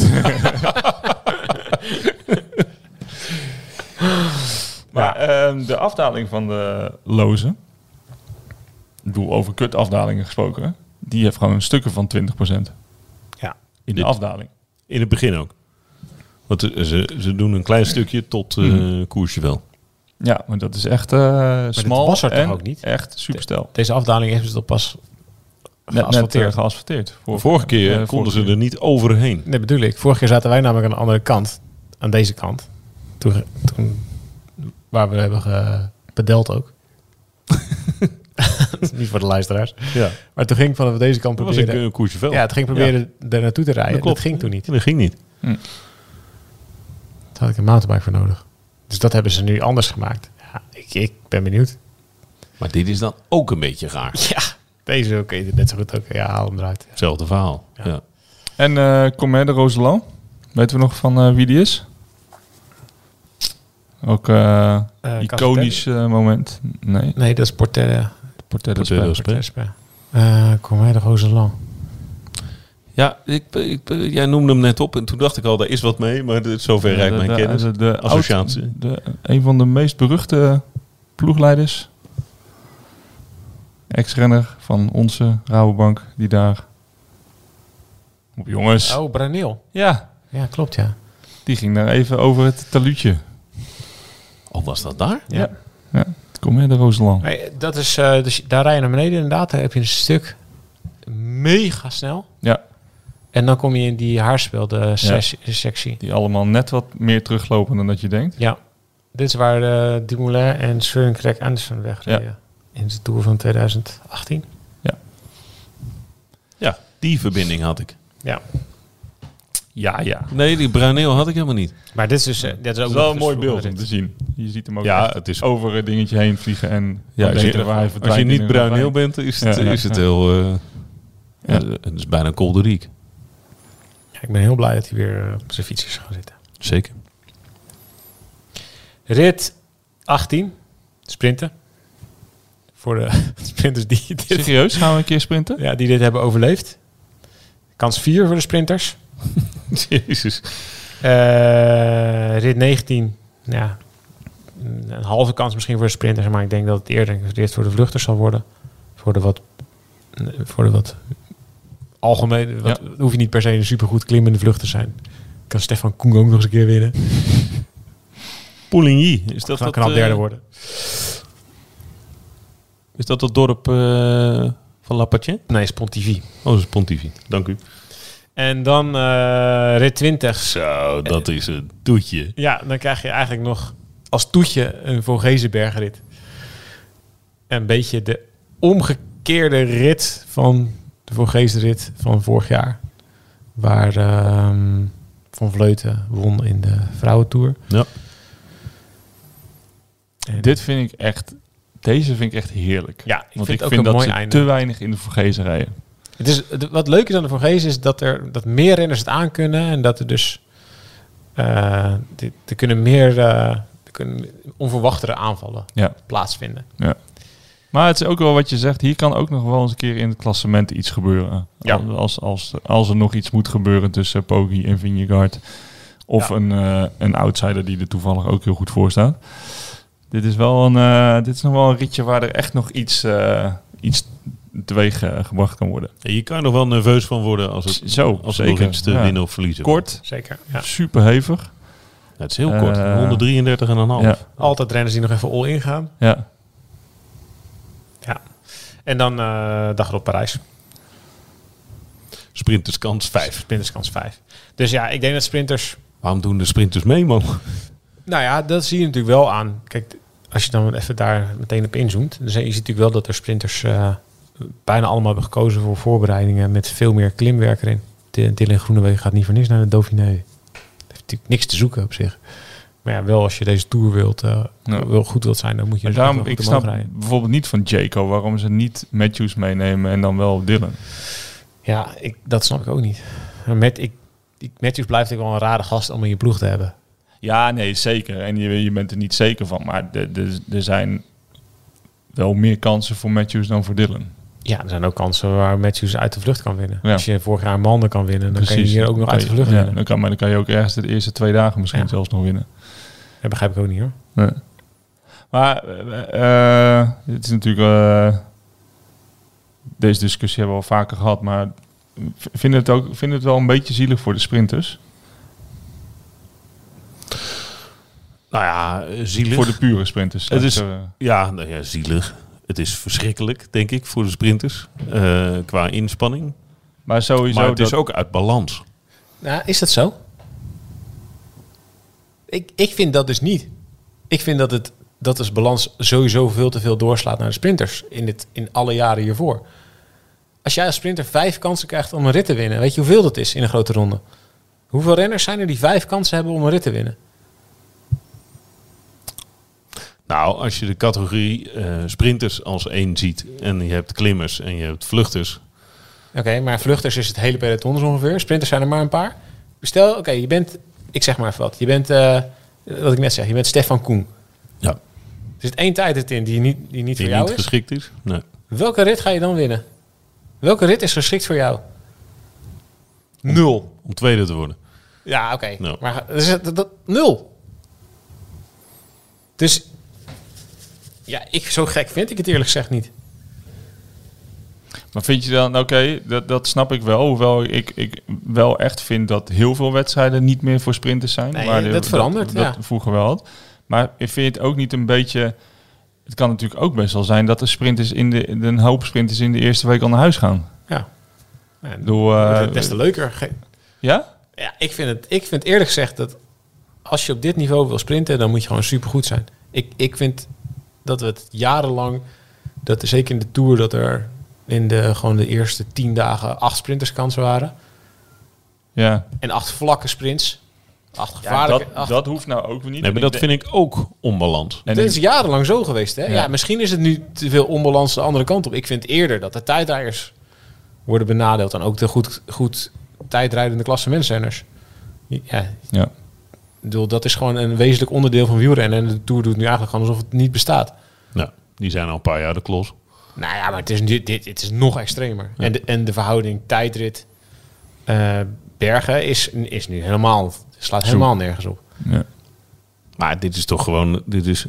maar uh, de afdaling van de lozen. Ik bedoel, over kutafdalingen gesproken. Die heeft gewoon stukken van twintig procent. Ja. In de Dit- afdaling. In het begin ook. Want ze, ze doen een klein stukje tot uh, Mhm. koersje wel. Ja, maar dat is echt uh, smal was er toch en ook niet? echt superstel. Deze afdaling is dus al pas Net, net geasfalteerd. uh, geasfalteerd. De vorige keer uh, konden vorige ze keer. er niet overheen. Nee, bedoel ik. Vorige keer zaten wij namelijk aan de andere kant. Aan deze kant. Toen, toen waar we hebben gepedeld ook. Niet voor de luisteraars. Ja. Maar toen ging ik vanaf deze kant Dat was ik proberen... een koersje wel. ja, toen ging ik proberen er naartoe te rijden. Dat Dat, klopt. ging toen niet. Dat ging niet. Daar had ik een mountainbike voor nodig. Dus dat hebben ze nu anders gemaakt. Ja, ik, ik ben benieuwd. Maar dit is dan ook een beetje raar. Ja, deze ook. Net zo goed ook. Ja, haal hem eruit. Hetzelfde verhaal. Ja. Ja. En uh, Comer de Roseland. Weten we nog van uh, wie die is? Ook uh, Uh, iconisch uh, moment. Nee, Nee, dat is Porter. Portet de Portet Spel. de Spel. Uh, kom maar de Roseland. Ja, ik, ik, jij noemde hem net op en toen dacht ik al, daar is wat mee. Maar dit- zover Ja, rijdt de- mijn de- kennis. de- de Associatie. oud- de- een van de meest beruchte ploegleiders. Ex-renner van onze Rabobank die daar... Op jongens. Oh, Braneel. Ja, Ja, klopt, ja. die ging daar even over het taluutje. Oh, was dat daar? Ja. Ja, kom hier de Roseland. Nee, dat is, uh, dus daar rij je naar beneden inderdaad. Daar heb je een stuk mega snel. Ja, En dan kom je in die haarspel, de ses- sectie. die allemaal net wat meer teruglopen dan dat je denkt. Ja. Dit is waar uh, Dumoulin en Søren Kragh Andersen wegreden. In de Tour van twintig achttien. Ja, die verbinding had ik. Ja. Ja, ja. Nee, die Bruineel had ik helemaal niet. Maar dit is dus... Uh, dit is ook Dat is wel nog een mooi eens beeld vroeger om te zien. Je ziet hem ook Ja, echt het is- over het dingetje heen vliegen en Ja, als, weten je, waar hij als verdwijnt je in niet een Bruineel ravijn. bent, is het, Ja, ja, is het ja. heel... Uh, Ja. ja. Het is bijna kolderiek. Ja, ik ben heel blij dat hij weer uh, op zijn fiets is gaan zitten. Zeker. Rit achttien. Sprinten. Voor de sprinters die dit, Serieus, gaan we een keer sprinten? ja, die dit hebben overleefd. Kans vier voor de sprinters. Jezus. Uh, rit negentien. Ja, een halve kans misschien voor de sprinters. Maar ik denk dat het eerder een rit voor de vluchters zal worden. Voor de wat... Voor de wat algemeen... Wat, hoef je niet per se een supergoed klimmende vlucht te zijn. Kan Stefan Koen ook nog eens een keer winnen. Pouligny. Is dat Dat kan dat, knap uh, derde worden. Is dat het dorp uh, van La Patien? Nee, Spontivi. Oh, dat is Pontivi. Dank u. En dan uh, rit twintig. Zo, dat is een toetje. Ja, dan krijg je eigenlijk nog als toetje een Vogezenbergrit. Een beetje de omgekeerde rit van de Vogezenrit van vorig jaar. Waar um, Van Vleuten won in de vrouwentour. Ja. En Dit vind ik echt... Deze vind ik echt heerlijk. Ja, ik Want vind ik het ook vind een dat mooi ze einde. te weinig in de Vogezen rijden. Het is, het- wat leuk is aan de Vogezen is dat er dat meer renners het aan kunnen. En dat er dus... Uh, die- er kunnen meer... Uh, er kunnen onverwachtere aanvallen Ja. plaatsvinden. Maar het is ook wel wat je zegt. Hier kan ook nog wel eens een keer in het klassement iets gebeuren. Ja. Als, als, als er nog iets moet gebeuren tussen Poggi en Vingegaard. Of Ja. een, uh, een outsider die er toevallig ook heel goed voor staat. Dit is wel een, uh, dit is nog wel een ritje waar er echt nog iets, uh, iets teweeg uh, gebracht kan worden. Ja, je kan er nog wel nerveus van worden als het, Zo, als er zeker. nog iets te Ja. winnen of verliezen. Kort, Zeker, ja. super hevig. Ja, het is heel kort. Uh, honderddrieëndertig komma vijf. Ja, Altijd renners die nog even all-in gaan. ja. Ja. En dan uh, dag erop Parijs. Sprinterskans vijf. Sprinterskans vijf. Dus ja, ik denk dat sprinters... Waarom doen de sprinters mee, man? Nou ja, dat zie je natuurlijk wel aan. Kijk, als je dan even daar meteen op inzoomt... dan zie je natuurlijk wel dat er sprinters... Uh, bijna allemaal hebben gekozen voor voorbereidingen... met veel meer klimwerk erin. Dylan Groenewegen gaat niet voor niks naar de Dauphiné. Dat heeft natuurlijk niks te zoeken op zich. Maar ja, wel als je deze Tour wilt, uh, Ja. wil goed wilt zijn... dan moet je Maar dus daarom, echt wel ik goed omhoog snap rijden. bijvoorbeeld niet van Jayco waarom ze niet Matthews meenemen en dan wel Dylan. Ja, ik, dat snap ik ook niet. Met, ik, ik, Matthews blijft ook wel een rare gast om in je ploeg te hebben. Ja, nee, zeker. En je, je bent er niet zeker van. Maar er- er er zijn wel meer kansen voor Matthews dan voor Dylan. Ja, er zijn ook kansen waar Matthews uit de vlucht kan winnen. Ja. Als je vorig jaar een Manden kan winnen, dan kan je Precies. hier ook nog Dan uit de kan je- vlucht ja, winnen. dan kan, maar dan kan je ook ergens de eerste twee dagen misschien Ja. zelfs nog winnen. Dat begrijp ik ook niet hoor. Nee. Maar eh, eh, het is natuurlijk... eh, deze discussie hebben we al vaker gehad, maar v- vinden het ook vinden het wel een beetje zielig voor de sprinters? Nou ja, zielig. Voor de pure sprinters. Het is- laat ik, eh, Ja, nou ja, zielig. Het is verschrikkelijk, denk ik, voor de sprinters. eh, qua inspanning. maar sowieso... Maar het dat, is ook uit balans. Nou, is dat zo? Ik, ik vind dat dus niet. Ik vind dat het dat is balans sowieso veel te veel doorslaat naar de sprinters in, dit, in alle jaren hiervoor. Als jij als sprinter vijf kansen krijgt om een rit te winnen, weet je hoeveel dat is in een grote ronde? Hoeveel renners zijn er die vijf kansen hebben om een rit te winnen? Nou, als je de categorie eh, sprinters als één ziet... en je hebt klimmers en je hebt vluchters... Oké, maar vluchters is het hele peloton zo ongeveer. Sprinters zijn er maar een paar. Stel, oké, je bent, ik zeg maar even wat. Je bent, eh, wat ik net zeg, je bent Stefan Koen. Ja. Er zit één tijdrit in die niet, die niet die voor jou niet is. geschikt is. Nee. Welke rit ga je dan winnen? Welke rit is geschikt voor jou? Nul. Om tweede te worden. Ja, oké. Nul. Maar dus, dat, dat, nul. Dus ja, ik, zo gek vind ik het eerlijk gezegd niet. Maar vind je dan, oké, dat, dat snap ik wel. Hoewel ik, ik wel echt vind dat heel veel wedstrijden niet meer voor sprinters zijn. Nee, waar de- dat verandert, Dat, ja. dat vroeger wel had. Maar ik vind het ook niet een beetje... Het kan natuurlijk ook best wel zijn dat de sprinters in de, de een hoop sprinters in de eerste week al naar huis gaan. Ja. Ja, Door, wordt eh, het des te leuker. Ge- Ja? Ja, ik vind het ik vind eerlijk gezegd dat als je op dit niveau wil sprinten, dan moet je gewoon supergoed zijn. Ik, ik vind dat we het jarenlang, dat er zeker in de Tour, dat er in de, gewoon de eerste tien dagen acht sprinterskansen waren. Ja. En acht vlakke sprints. Acht Ja, gevaarlijke... dat, acht, dat hoeft nou ook weer niet. Nee, maar En dat vind ik ook onbalans. en dit ik- is jarenlang zo geweest. Hè? Ja. Ja. misschien is het nu te veel onbalans de andere kant op. Ik vind eerder dat de tijdrijders worden benadeeld dan ook de goed, goed tijdrijdende klassementsrenners. Ja, Ja. ik bedoel, dat is gewoon een wezenlijk onderdeel van wielrennen. En de Tour doet nu eigenlijk gewoon alsof het niet bestaat. Nou, die zijn al een paar jaar de klos. Nou ja, maar het is, nu, dit, het is nog extremer. En, de, en de verhouding tijdrit eh, bergen is, is nu helemaal, slaat Zo. helemaal nergens op. Ja. Maar dit is toch gewoon... Dit is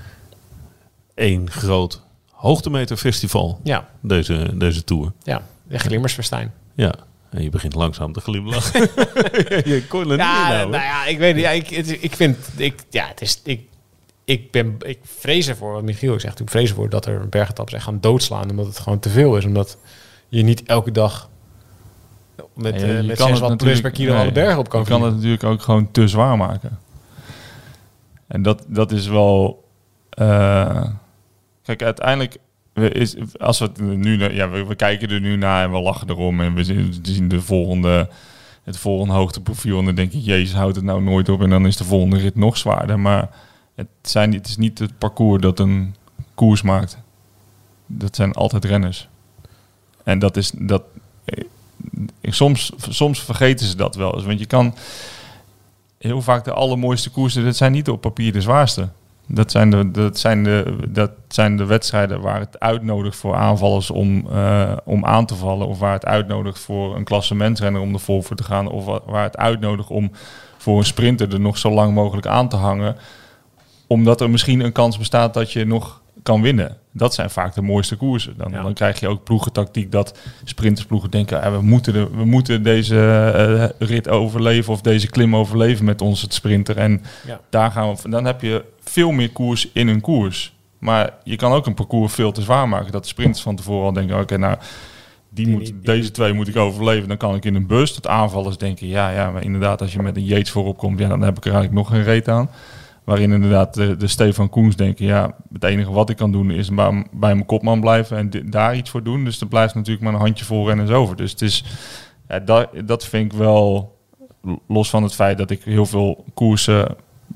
één groot hoogtemeterfestival. Ja, Deze, deze Tour. ja. De glimmersverstijn. Ja. En je begint langzaam te glimlachen. je kon er niet Ja, inhouden. nou ja, ik weet niet. Ja, ik, het- ik vind, ik, ja, het is, ik, ik ben, ik vrees ervoor, wat Michiel ook zegt, ik vrees ervoor dat er bergetappen zijn gaan doodslaan, omdat het gewoon te veel is, omdat je niet elke dag met, Ja, eh, je met kan zes het watt plus natuurlijk- per kilo nee, alle bergen op kan Je kan het vliegen. natuurlijk ook gewoon te zwaar maken. En dat, dat is wel... eh, kijk, uiteindelijk... we- Is, als we het nu... naar- Ja, we, we kijken er nu naar en we lachen erom. En we zien, we zien de volgende, het volgende hoogteprofiel. En dan denk ik, jezus, houdt het nou nooit op. En dan is de volgende rit nog zwaarder. Maar het, zijn, het is niet het parcours dat een koers maakt. Dat zijn altijd renners. En dat is... Dat, eh, soms, soms vergeten ze dat wel eens. Want je kan... Heel vaak de allermooiste koersen, dat zijn niet op papier de zwaarste. Dat zijn de, dat zijn de, dat zijn de wedstrijden waar het uitnodigt voor aanvallers om, uh, om aan te vallen. Of waar het uitnodigt voor een klassementsrenner om er vol voor te gaan. Of wa- waar het uitnodigt om voor een sprinter er nog zo lang mogelijk aan te hangen. Omdat er misschien een kans bestaat dat je nog kan winnen. Dat zijn vaak de mooiste koersen. Dan, Ja. dan krijg je ook ploegentactiek dat sprintersploegen denken... Ah, we, moeten de, we moeten deze uh, rit overleven of deze klim overleven met onze sprinter. En Ja. daar gaan we, dan heb je veel meer koers in een koers. Maar je kan ook een parcours veel te zwaar maken. Dat de sprinters van tevoren al denken... oké, nou, die Die moet, niet- die deze niet. twee moet ik overleven. Dan kan ik in een bus. Dat aanvallers denken... ja, ja, maar inderdaad, als je met een Yates voorop komt... ja, dan heb ik er eigenlijk nog geen reet aan. Waarin inderdaad de, de Stefan Koens denken... ja, het enige wat ik kan doen is bij, bij mijn kopman blijven... en di- daar iets voor doen. Dus er blijft natuurlijk maar een handjevol renners over. Dus het is, ja, dat, dat vind ik wel... los van het feit dat ik heel veel koersen...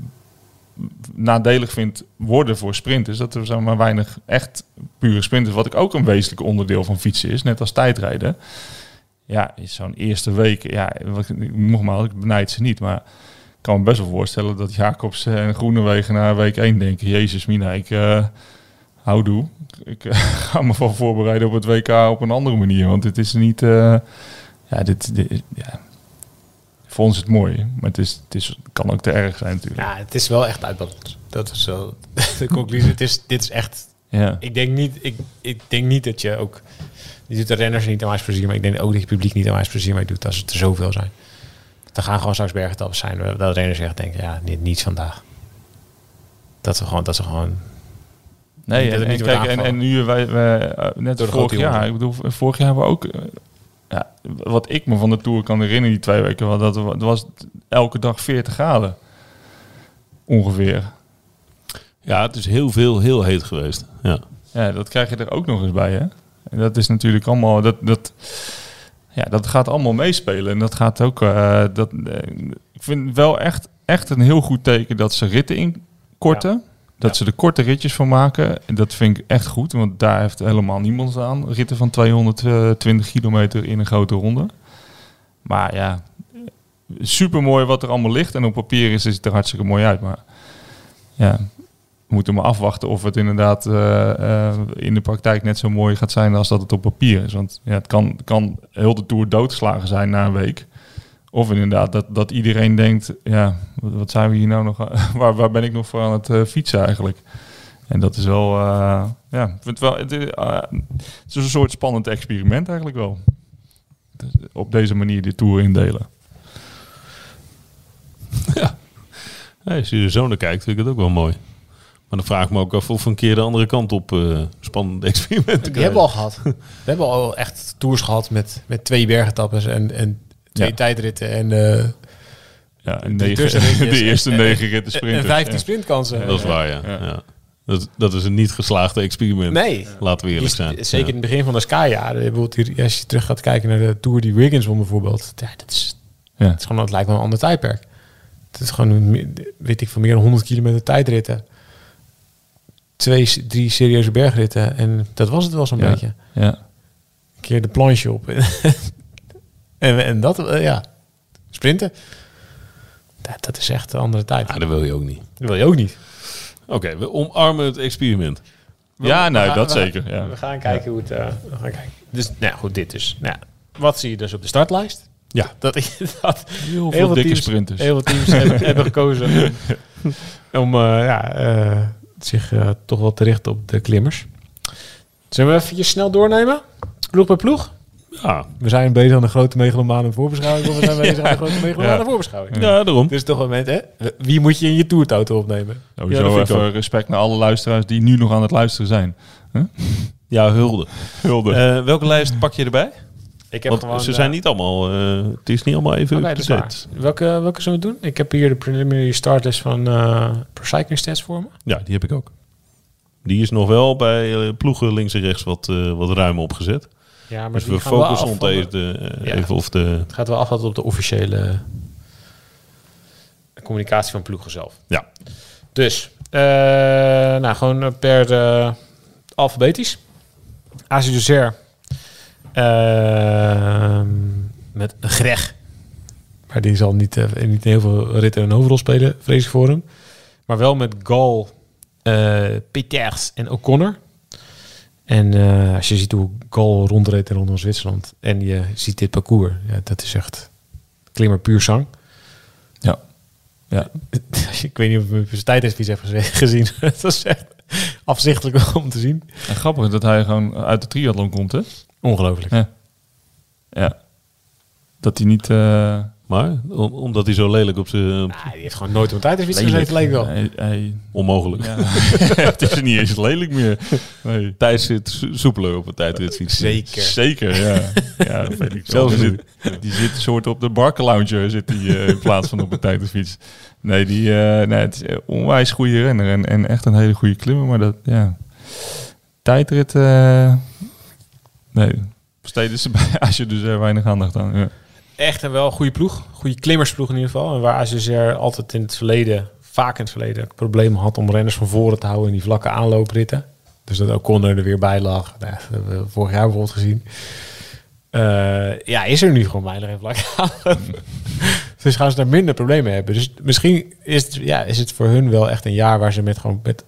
nadelig vind worden voor sprinters. Dat er zeg maar weinig echt pure sprinters... wat ik ook een wezenlijk onderdeel van fietsen is... net als tijdrijden... ja, is zo'n eerste week... ja, wat, nogmaals, ik benijd ze niet... maar ik kan me best wel voorstellen dat Jacobs en Groenewegen na week één denken... Jezus mina, ik, uh, houdoe. Ik uh, ga me van voorbereiden op het W K op een andere manier. Want het is niet... Uh, ja, dit, dit, ja, voor ons is het mooi. Maar het, is, het is, kan ook te erg zijn natuurlijk. Ja, het is wel echt uitbalans. Dat is zo de conclusie. Het is, dit is echt... Ja. Ik denk niet, ik, ik denk niet dat je ook... Je doet de renners niet aan wijs plezier, maar ik denk ook dat je publiek niet aan wijs plezier mee doet als het er zoveel zijn. Er gaan gewoon straks bergetappes zijn dat de renners echt denken, ja, niet, niet vandaag. Dat ze gewoon, dat ze gewoon... Nee, dat en, niet en, wordt kijk, en, aangevallen. en nu wij, wij uh, net Door de vorig grote jaar, jongen. ik bedoel, vorig jaar hebben we ook, uh, ja, wat ik me van de Tour kan herinneren, die twee weken, wel, dat het was elke dag veertig graden. Ongeveer. Ja, het is heel veel, heel heet geweest. Ja. Ja, dat krijg je er ook nog eens bij, hè. En dat is natuurlijk allemaal, dat, dat, ja, dat gaat allemaal meespelen. En dat gaat ook, uh, dat, uh, ik vind wel echt, echt een heel goed teken dat ze ritten inkorten. Ja. Dat Ja. ze er korte ritjes van maken. En dat vind ik echt goed, want daar heeft helemaal niemand aan. Ritten van tweehonderdtwintig kilometer in een grote ronde. Maar ja, super mooi wat er allemaal ligt. En op papier is, is het er hartstikke mooi uit. Maar ja, we moeten maar afwachten of het inderdaad uh, uh, in de praktijk net zo mooi gaat zijn als dat het op papier is. Want ja, het kan, kan heel de Tour doodgeslagen zijn na een week. Of inderdaad dat, dat iedereen denkt, ja, wat, wat zijn we hier nou nog aan, waar, waar ben ik nog voor aan het uh, fietsen eigenlijk? En dat is wel, uh, ja, ik vind het wel, het is, uh, het is een soort spannend experiment eigenlijk wel. Dus op deze manier de Tour indelen. Ja. Ja, als je er zo naar kijkt, vind ik het ook wel mooi. Maar dan vraag ik me ook af of we een keer de andere kant op uh, spannende experimenten Die krijgen. hebben we al gehad. We hebben al echt tours gehad met, met twee bergetappes en, en twee Ja. tijdritten en, uh, Ja, en de negen, tussenritjes de eerste en- negen ritten sprinters. en vijftien ja. sprintkansen. Dat is waar, ja. Ja. ja. Dat, dat is een niet geslaagd experiment. Nee. Laten we eerlijk Die- zijn. Zeker Ja. in het begin van de Sky-jaren. Bijvoorbeeld hier, als je terug gaat kijken naar de Tour die Wiggins won bijvoorbeeld. Ja, dat is, Ja. het is gewoon, het lijkt wel een ander tijdperk. Het is gewoon, een, weet ik, van meer dan honderd kilometer tijdritten. Twee, drie serieuze bergritten. En dat was het wel zo'n Ja. beetje. Ja. Een keer de planche op. en, en dat, uh, ja. Sprinten. Dat, dat is echt een andere tijd. Ja, dat wil je ook niet. Dat wil je ook niet. Oké, we omarmen het experiment. Ja, nou, We gaan- dat we gaan- zeker. Ja. We gaan kijken hoe het... Uh, we gaan kijken. Dus, nou ja, goed, dit dus. Nou, ja, wat zie je dus op de startlijst? Ja. Dat, ik- dat Heel veel dikke teams, sprinters. Heel veel teams hebben, hebben gekozen om, om uh, ja, uh, zich uh, toch wel te richten op de klimmers. Zullen we even snel doornemen? Ploeg bij ploeg? Ja, We zijn bezig aan de grote megalomane voorbeschouwing. Of we zijn bezig aan de grote megalomane Ja. voorbeschouwing. ja daarom. Dus toch een moment, hè? Wie moet je in je toertauto opnemen? Sowieso Ja, dat vind ik even respect naar alle luisteraars die nu nog aan het luisteren zijn. Ja, hulde. Hulde. Uh, welke lijst pak je erbij? Ik heb Want gewoon, ze uh, zijn niet allemaal... Uh, het is niet allemaal even Oh, nee, dat is waar. up-to-date. Welke, welke zullen we doen? Ik heb hier de preliminary startlist van uh, Pro Cycling Stats voor me. Ja, die heb ik ook. Die is nog wel bij uh, ploegen links en rechts wat, uh, wat ruim opgezet. Ja, maar Dus die we gaan wel focussen af ons van de- even, uh, Ja. even of de... Het gaat wel af op de officiële communicatie van ploegen zelf. Ja. Dus, uh, nou, gewoon per uh, alfabetisch. Azië Duzer. Uh, met Greg. Maar die zal niet, uh, niet heel veel ritten een hoofdrol spelen, vrees ik voor hem. Maar wel met Gal, uh, Peters en O'Connor. En uh, als je ziet hoe Gal rondreed in rondom Zwitserland en je ziet dit parcours, ja, dat is echt klimmer puur zang. Ja. Ja. Ik weet niet of je zijn tijdensfiets hebt geze- gezien. Dat was echt afzichtelijk om te zien. En grappig dat hij gewoon uit de triathlon komt, hè? Ongelooflijk. Ja. Ja. Dat hij niet... Uh, Maar, om- omdat hij zo lelijk op zijn... Nou, die heeft gewoon nooit op een tijdensfiets gezeten, leek wel. Hij, hij, Onmogelijk. ja. Het is niet eens lelijk meer. Nee. Thijs zit so- soepeler op een tijdritfiets. Zeker. Zeker, ja. Ja, dat weet ik wel. Zelfs Die nu. zit, die zit een soort op de Barca-lounger zit die, uh, in plaats van op een tijdritfiets. Nee, die, uh, nee, het is een onwijs goede renner en, en echt een hele goede klimmer. Maar dat, ja... Tijdrit... Uh, nee, besteden ze bij als je dus er weinig aandacht aan. Ja. Echt een wel goede ploeg. Goede klimmersploeg in ieder geval. En waar A Z R altijd in het verleden, vaak in het verleden, problemen had om renners van voren te houden in die vlakke aanloopritten. Dus dat O'Connor er weer bij lag. Nou, dat hebben we vorig jaar bijvoorbeeld gezien. Uh, ja, is er nu gewoon weinig in vlakke aanloop. Dus gaan ze daar minder problemen hebben. Dus misschien is het, ja, is het voor hun wel echt een jaar waar ze met gewoon met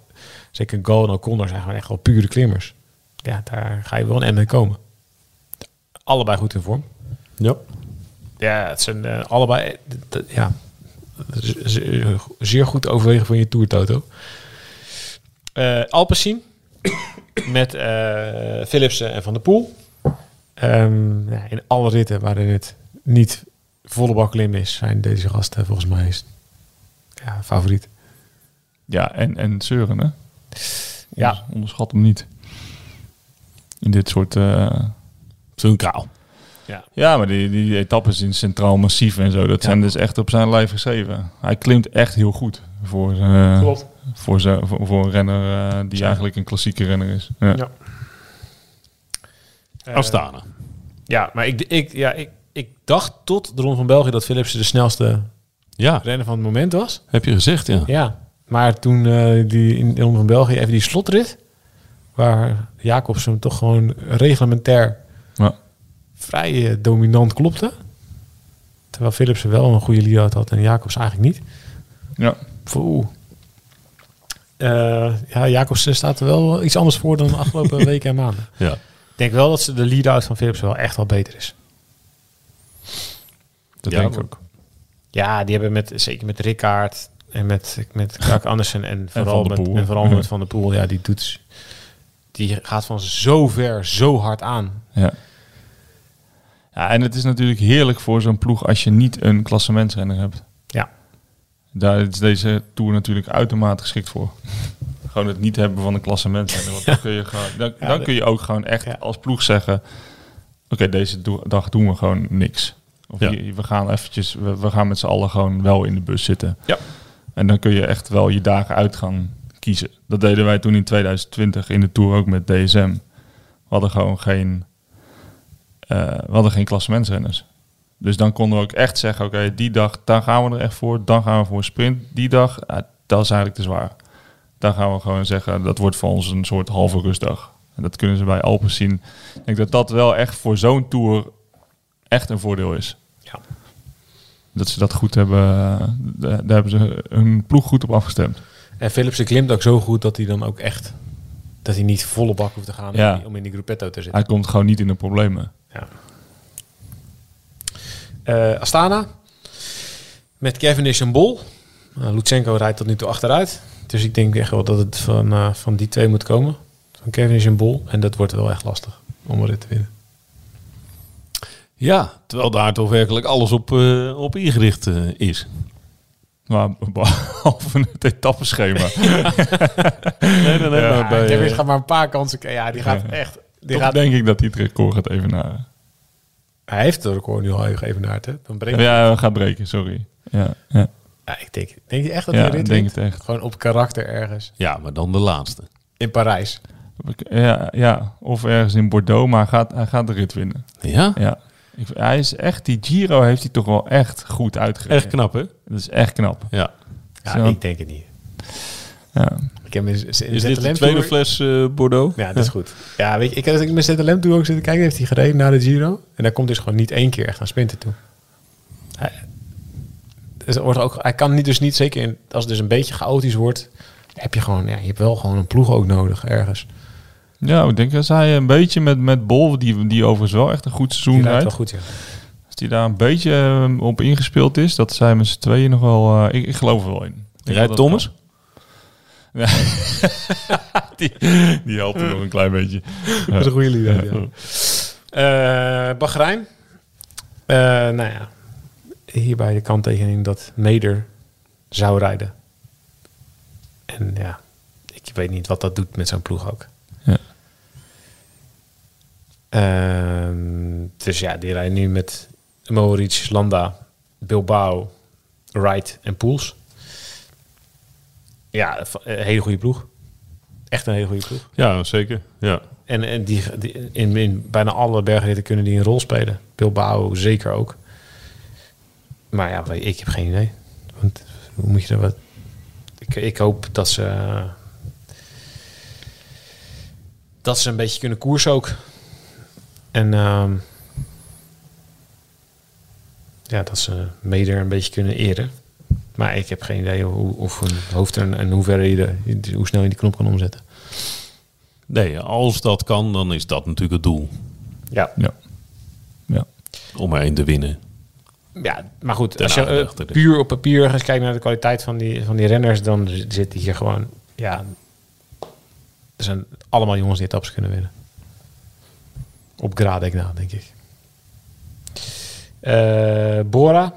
zeker Gal en O'Connor zijn gewoon echt wel pure klimmers. Ja, daar ga je wel een eind mee komen. Allebei goed in vorm. Ja. Ja, het zijn uh, allebei... d- d- ja, zeer, zeer goed overwegen voor je Tour, Toto. Uh, Alpecin met uh, Philipsen en Van der Poel. Um, ja, in alle ritten waarin het niet volle bak klimmen is, zijn deze gasten volgens mij ja, favoriet. Ja, en, en Søren, hè? Ja. Onders- Onderschat hem niet. In dit soort... Uh... Zo'n kraal. Ja. Ja, maar die, die etappes in Centraal Massief en zo, dat Ja. zijn dus echt op zijn lijf geschreven. Hij klimt echt heel goed voor, uh, Klopt. voor, zijn, voor, voor een renner uh, die Ja. eigenlijk een klassieke renner is. Ja. Ja. Astana. Ja, maar ik, ik, ja, ik, ik dacht tot de Ronde van België dat Philipsen de snelste Ja, renner van het moment was. heb je gezegd, ja. Ja, maar toen uh, die in de Ronde van België even die slotrit, waar Jacobsen toch gewoon reglementair Ja. vrij uh, dominant klopte. Terwijl Philipsen wel een goede lead had en Jacobs eigenlijk niet. Ja. Poeh. Uh, ja, Jacobsen staat er wel iets anders voor dan de afgelopen weken en maanden. ja. Ik denk wel dat ze de lead-out van Philipsen wel echt wel beter is. Dat Ja, denk ik maar- ook. Ja, die hebben met, zeker met Rickaard en met, met Krak Andersen en vooral, Van der met, Poel. en vooral met Van der Poel. Ja, die doet, die gaat van zo ver, zo hard aan. Ja. Ja, en het is natuurlijk heerlijk voor zo'n ploeg als je niet een klassementsrenner hebt. Ja. Daar is deze Tour natuurlijk uitermate geschikt voor. Gewoon het niet hebben van een klassementsrenner. Want dan kun je, gewoon, dan, Ja, dan de- kun je ook gewoon echt Ja. als ploeg zeggen... Oké, deze do- dag doen we gewoon niks. Of Ja. hier- we gaan eventjes, we, we gaan met z'n allen gewoon wel in de bus zitten. Ja. En dan kun je echt wel je dagen uit gaan kiezen. Dat deden wij toen in twintig twintig in de Tour ook met D S M. We hadden gewoon geen, uh, we hadden geen klassementsrenners. Dus dan konden we ook echt zeggen, oké, okay, die dag, daar gaan we er echt voor. Dan gaan we voor een sprint. Die dag, uh, dat is eigenlijk te zwaar. Dan gaan we gewoon zeggen, dat wordt voor ons een soort halve rustdag. En dat kunnen ze bij Alpen zien. Ik denk dat dat wel echt voor zo'n Tour echt een voordeel is. Ja. Dat ze dat goed hebben, uh, daar hebben ze hun ploeg goed op afgestemd. En Philipsen klimt ook zo goed dat hij dan ook echt... dat hij niet volle bak hoeft te gaan Ja. om, die- om in die gruppetto te zitten. Hij komt gewoon niet in de problemen. Ja. Uh, Astana. Met Cavendish en Bol. Uh, Lutsenko rijdt tot nu toe achteruit. Dus ik denk echt wel dat het van, uh, van die twee moet komen. Van Cavendish en Bol. En dat wordt wel echt lastig om een rit te winnen. Ja, terwijl daar toch werkelijk alles op, uh, op ingericht uh, is. Maar behalve het etappeschema. Nee, nee, nee. Ja, maar bij, Cavendish uh, gaat maar een paar kansen... Ja, die gaat Ja. echt... Die Toch gaat, denk ik dat hij het record gaat evenaren. hij heeft het record nu al even evenaard, hè? Dan breekt Ja, hij gaat breken, sorry. Ja, ja. Ja, ik denk, denk je echt dat Ja, hij een ik rit denk wint? het echt. Gewoon op karakter ergens. ja, maar dan de laatste. In Parijs. Ja, ja, of ergens in Bordeaux, maar hij gaat, hij gaat de rit winnen. Ja? Ja. Ik, hij is echt, die Giro heeft hij toch wel echt goed uitgereden. Echt knap, hè? Dat is echt knap. Ja. Ja, Zo. ik denk het niet. Ja. Ik heb in, in Is dit de Z L M tweede Tour- fles uh, Bordeaux? Ja, dat is goed. Ja, weet je, ik heb ik met Z L M Tour ook zitten kijken. Heeft hij gereden naar de Giro. En daar komt dus gewoon niet één keer echt aan sprinten toe. Hij, dus er wordt ook, hij kan niet, dus niet, zeker in, als het dus een beetje chaotisch wordt, heb je gewoon, ja, je hebt wel gewoon een ploeg ook nodig ergens. Ja, ik denk dat hij een beetje met, met Bol, die, die overigens wel echt een goed Die seizoen rijdt rijdt. wel goed, ja. Als die daar een beetje um, op ingespeeld is, dat zij met z'n tweeën nog wel... Uh, ik, ik geloof er wel in. Ik Rijdt dat Thomas? kan. Ja. die, die helpt er nog een klein beetje. Dat is een goede leader, ja. Uh, Bahrein. Uh, nou ja, hierbij de kanttekening dat Meder zou rijden. En ja, ik weet niet wat dat doet met zo'n ploeg ook. Ja. Uh, dus ja, die rijden nu met Mohoric, Landa, Bilbao, Wright en Poels. Ja, een hele goede ploeg. Echt een hele goede ploeg. Ja, zeker. Ja. En, en die, die, in, in bijna alle bergritten kunnen die een rol spelen. Bilbao zeker ook. Maar ja, ik heb geen idee. Want hoe moet je dat wat... Ik, ik hoop dat ze... dat ze een beetje kunnen koersen ook. En... Um, ja, dat ze Meder een beetje kunnen eren. Maar ik heb geen idee hoe, of een hoofd en, en hoe, ver je de, hoe snel je die knop kan omzetten. Nee, als dat kan, dan is dat natuurlijk het doel. Ja. Ja. Ja. Om er één te winnen. Ja, maar goed, Ten als je uh, aandachte, dus. puur op papier gaat kijken naar de kwaliteit van die, van die renners, dan zit hier gewoon, ja, er zijn allemaal jongens die etappes kunnen winnen. Op Gradek na, denk ik. Uh, Bora.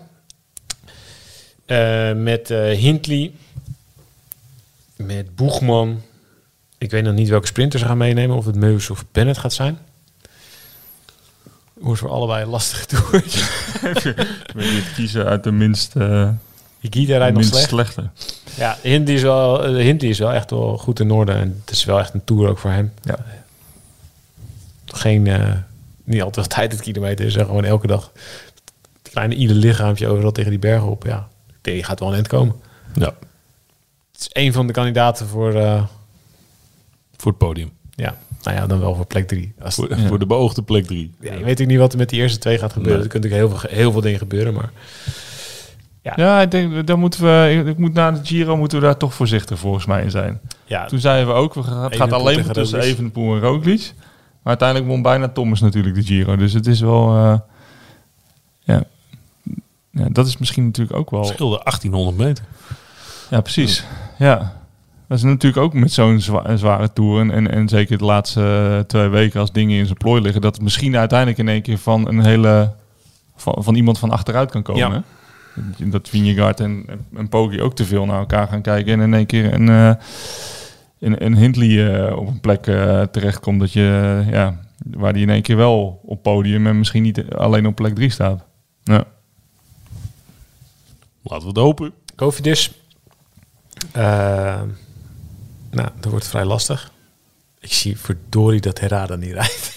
Uh, met uh, Hindley. Met Boegman. Ik weet nog niet welke sprinter ze gaan meenemen. Of het Meus of Bennett gaat zijn. Wordt voor allebei een lastige toer. Wil je het kiezen uit de minst, uh, Higuita rijdt nog minst slecht. slechte? Ja, Hindley is, wel, uh, Hindley is wel echt wel goed in orde. En het is wel echt een tour ook voor hem. Ja. Geen, uh, niet altijd tijd het kilometer is. Gewoon elke dag het kleine ieder lichaampje overal tegen die bergen op. Ja, die gaat wel een eind komen. Ja, Het is een van de kandidaten voor, uh, voor het podium. ja, nou ja, dan wel voor plek drie. Als Voor, Ja. voor de beoogde plek drie. ja, je weet natuurlijk niet wat er met die eerste twee gaat gebeuren. Nee. Er kunnen natuurlijk heel veel, heel veel dingen gebeuren, maar Ja, ik denk, daar moeten we, ik moet na de Giro moeten we daar toch voorzichtig volgens mij in zijn. ja, Toen zeiden we ook, we gaan, het gaat Evenepoel alleen tegen maar tussen Roglic. Evenepoel en Roglic. Maar uiteindelijk won bijna Thomas natuurlijk de Giro. Dus het is wel, uh, ja, ja, dat is misschien natuurlijk ook wel. Het scheelde achttienhonderd meter. Ja, precies. Ja. Dat is natuurlijk ook met zo'n zwa- zware toer. En, en, en zeker de laatste uh, twee weken als dingen in zijn plooi liggen. Dat het misschien uiteindelijk in één keer van een hele. van, van iemand van achteruit kan komen. Ja. Hè? Dat Vingegaard en, en Poggi ook te veel naar elkaar gaan kijken. En in één keer een, uh, een, een Hindley uh, op een plek uh, terechtkomt. Dat je, uh, ja, waar die in één keer wel op podium en misschien niet alleen op plek drie staat. Ja. Laten we het hopen. Cofidis. Uh, nou, dat wordt vrij lastig. Ik zie verdorie dat Herrada niet rijdt.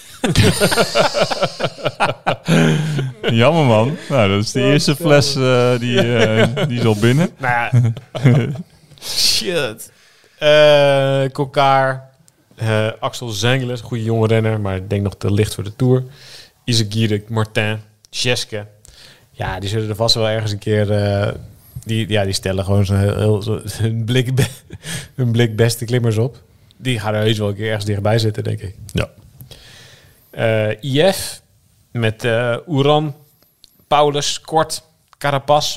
Jammer man. Nou, dat is de eerste fles uh, die, uh, die is al binnen. Nou ja. Shit. Uh, Kokkaar. Uh, Axel Zengeles, goede jonge renner, maar ik denk nog te licht voor de Tour. Izagirre, Martin, Jeske. Ja, die zullen er vast wel ergens een keer... Uh, die, ja, die stellen gewoon zo'n heel, heel, zo, een, blik be, een blik beste klimmers op. Die gaan er heus wel een keer ergens dichtbij zitten, denk ik. Ja. Uh, I F met uh, Uran, Paulus, Kort, Carapaz.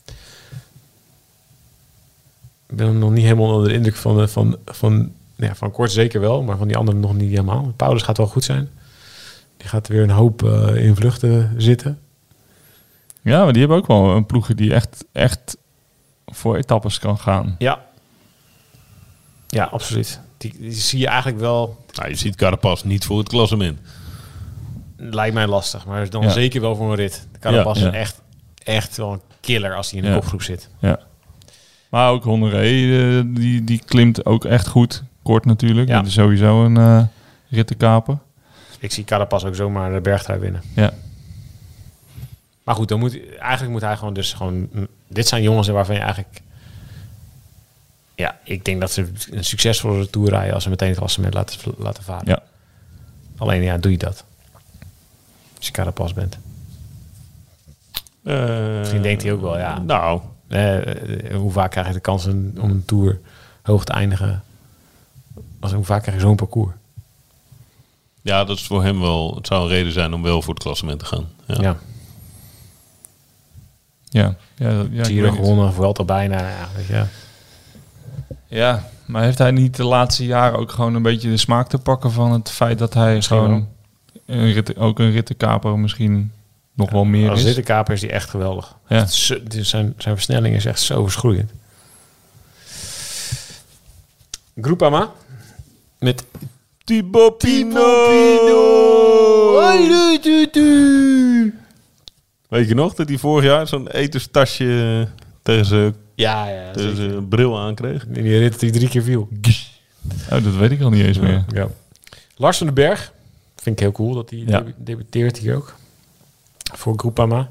Ik ben nog niet helemaal onder de indruk van, uh, van, van, ja, van Kort zeker wel, maar van die anderen nog niet helemaal. Paulus gaat wel goed zijn. Die gaat weer een hoop uh, in vluchten zitten. Ja, maar die hebben ook wel een ploeg die echt, echt voor etappes kan gaan. Ja. Ja, absoluut. Die, die zie je eigenlijk wel... Nou, je ziet Carapaz niet voor het klassement. Lijkt mij lastig, maar dan Ja. zeker wel voor een rit. Carapaz Ja, ja. is echt, echt wel een killer als hij in de Ja. kopgroep zit. Ja. Maar ook Honoré, uh, die, die klimt ook echt goed. Kort natuurlijk. Ja. Dat is sowieso een uh, rittenkaper. Ik zie Carapaz ook zomaar de bergtrui winnen. Ja. Maar goed, dan moet, eigenlijk moet hij gewoon dus gewoon... Dit zijn jongens waarvan je eigenlijk... Ja, ik denk dat ze een succesvolle tour rijden als ze meteen het klassement laten, laten varen. Ja. Alleen, ja, doe je dat. Als je Carapaz bent. Uh, Misschien denkt hij ook wel, ja. Nou, Eh, eh, hoe vaak krijg je de kans om om een tour hoog te eindigen? Als, hoe vaak krijg je zo'n parcours? ja, dat is voor hem wel... Het zou een reden zijn om wel voor het klassement te gaan. Ja. Ja, Ja. Ja, ja, ik Giro weet het. gewonnen, Vuelta bijna. Ja, weet je. Ja, maar heeft hij niet de laatste jaren ook gewoon een beetje de smaak te pakken van het feit dat hij Misschien gewoon een rit, ook een rittenkaper misschien nog wel meer Als is? zittenkaper is die echt geweldig. Ja. Het is zo- het is- Zijn, zijn versnelling is echt zo verschroeiend. Groupama met Thibaut Weet je nog dat hij vorig jaar zo'n eterstasje tegen zijn ja, ja, tegen zeker. zijn bril aankreeg? In die rit die drie keer viel. Oh, dat weet ik al niet eens meer. Ja. Lars van den Berg. Vind ik heel cool dat hij Ja. debu- debuteert hier ook. Voor Groupama.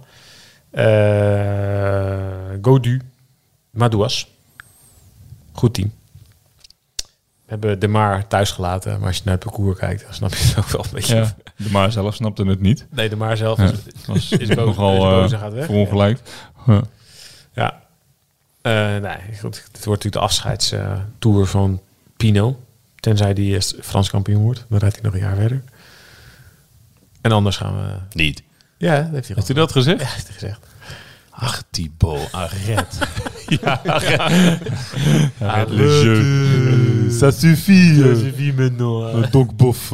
Uh, Godu. Madouas. Goed team. We hebben De Maar thuis gelaten. Maar als je naar het parcours kijkt, dan snap je het ook wel een beetje. Ja, de Maar zelf snapte het niet. Nee, De Maar zelf Ja. is, Was is boos, nogal is boos en uh, gaat weg. verongelijkt. Ja. Ja. Uh, nee, goed. Het wordt natuurlijk de afscheidstour uh, van Pino. Tenzij die eerst Frans kampioen wordt. Dan rijdt hij nog een jaar verder. En anders gaan we... Niet. Ja, dat heeft hij, heeft hij dat gezegd? Ja, heeft hij gezegd. Ach, Thibaut, arrête. ja, arrête. Le jeu. Ça suffit. Ça suffit maintenant. Donc bof.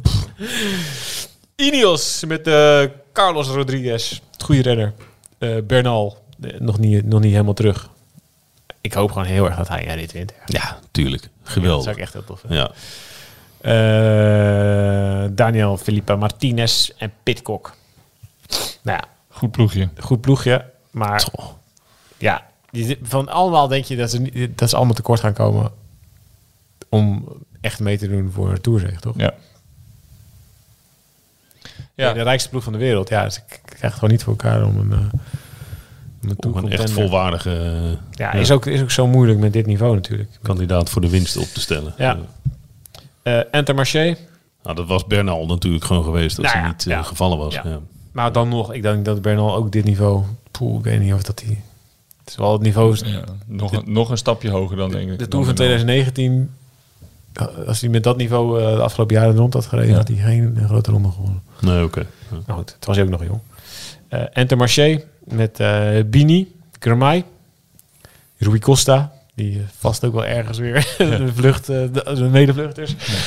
Ineos met uh, Carlos Rodriguez. Goede renner. Uh, Bernal. Uh, nog, niet, nog niet helemaal terug. Ik hoop gewoon heel erg dat hij ja, dit wint. Ja, tuurlijk. Geweldig. Ja, dat zou ik echt heel tof vinden. Ja. Uh, Daniel Felipe Martinez en Pidcock. Nou ja. Goed ploegje. Goed ploegje. Maar oh. ja, van allemaal denk je dat ze, niet, dat ze allemaal tekort gaan komen om echt mee te doen voor een tourzege, toch? Ja. Ja. De rijkste ploeg van de wereld. Ja, ze krijgen het gewoon niet voor elkaar om een, uh, om een, om een echt volwaardige... Uh, ja, ja. Is, ook, is ook zo moeilijk met dit niveau natuurlijk. Kandidaat voor de winst op te stellen. Ja. Uh, Intermarché. Nou, dat was Bernal natuurlijk gewoon geweest als nou hij ja, niet uh, ja. gevallen was. Ja. Ja. Maar dan nog, ik denk dat Bernal ook dit niveau... Poeh, ik weet niet of dat hij... Het is wel het niveau... Ja, nog, een, nog een stapje hoger dan, denk ik. De Tour van twintig negentien... Als hij met dat niveau uh, de afgelopen jaren rond had gereden... Ja. had hij geen uh, grote ronde gewonnen. Nee, oké. Okay. Ja. Nou goed, het was hij ook nog jong. Uh, Intermarché met uh, Bini, Gramay, Rui Costa... die uh, vast ook wel ergens weer ja. de vlucht... Uh, de, de medevluchters... Ja.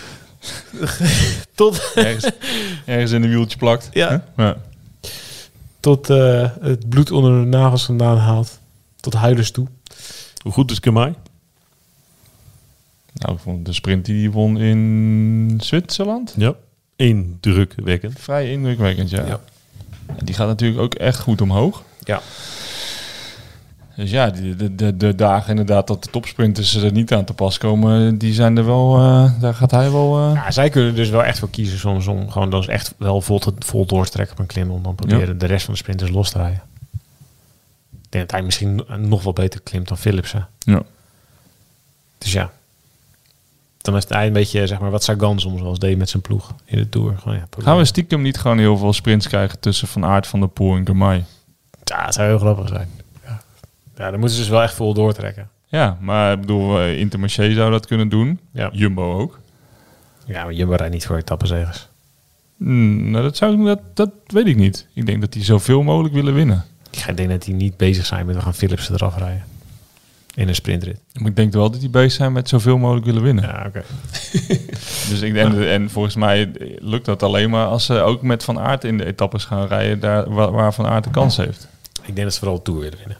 Tot... ergens, ergens in een wieltje plakt. Ja. Huh? Ja. Tot uh, het bloed onder de nagels vandaan haalt. Tot huilers toe. Hoe goed is Gramay? Nou, ik vond de sprint die hij won in Zwitserland. Ja. Indrukwekkend. Vrij indrukwekkend, ja. ja. En die gaat natuurlijk ook echt goed omhoog. Ja. Dus ja, de, de, de, de dagen inderdaad dat de topsprinters er niet aan te pas komen, die zijn er wel, uh, daar gaat hij wel... Uh... Ja, zij kunnen dus wel echt voor kiezen soms om gewoon dan echt wel vol, te, vol door te trekken op een klim, om dan proberen ja. de rest van de sprinters los te rijden. Ik denk dat hij misschien nog wel beter klimt dan Philipsen. Ja. Dus ja. Dan heeft hij een beetje, zeg maar, wat Sagan soms wel eens deed met zijn ploeg in de Tour. Gewoon, ja, gaan we stiekem niet gewoon heel veel sprints krijgen tussen Van Aert, Van der Poel en Gramay? Ja, dat zou heel grappig zijn. Ja, ja dan moeten ze dus wel echt vol doortrekken. Ja, maar ik bedoel, uh, Intermarché zou dat kunnen doen. Ja. Jumbo ook. Ja, maar Jumbo rijdt niet voor etappenzegers. Mm, nou, dat, zou, dat, dat weet ik niet. Ik denk dat die zoveel mogelijk willen winnen. Ik denk dat die niet bezig zijn met we gaan Philipsen eraf rijden. In een sprintrit. Maar ik denk wel dat die bezig zijn met zoveel mogelijk willen winnen. Ja, oké. Okay. Dus ik denk, en volgens mij lukt dat alleen maar als ze ook met Van Aert in de etappes gaan rijden daar waar, waar Van Aert de kans heeft. Ik denk dat ze vooral de Tour willen winnen.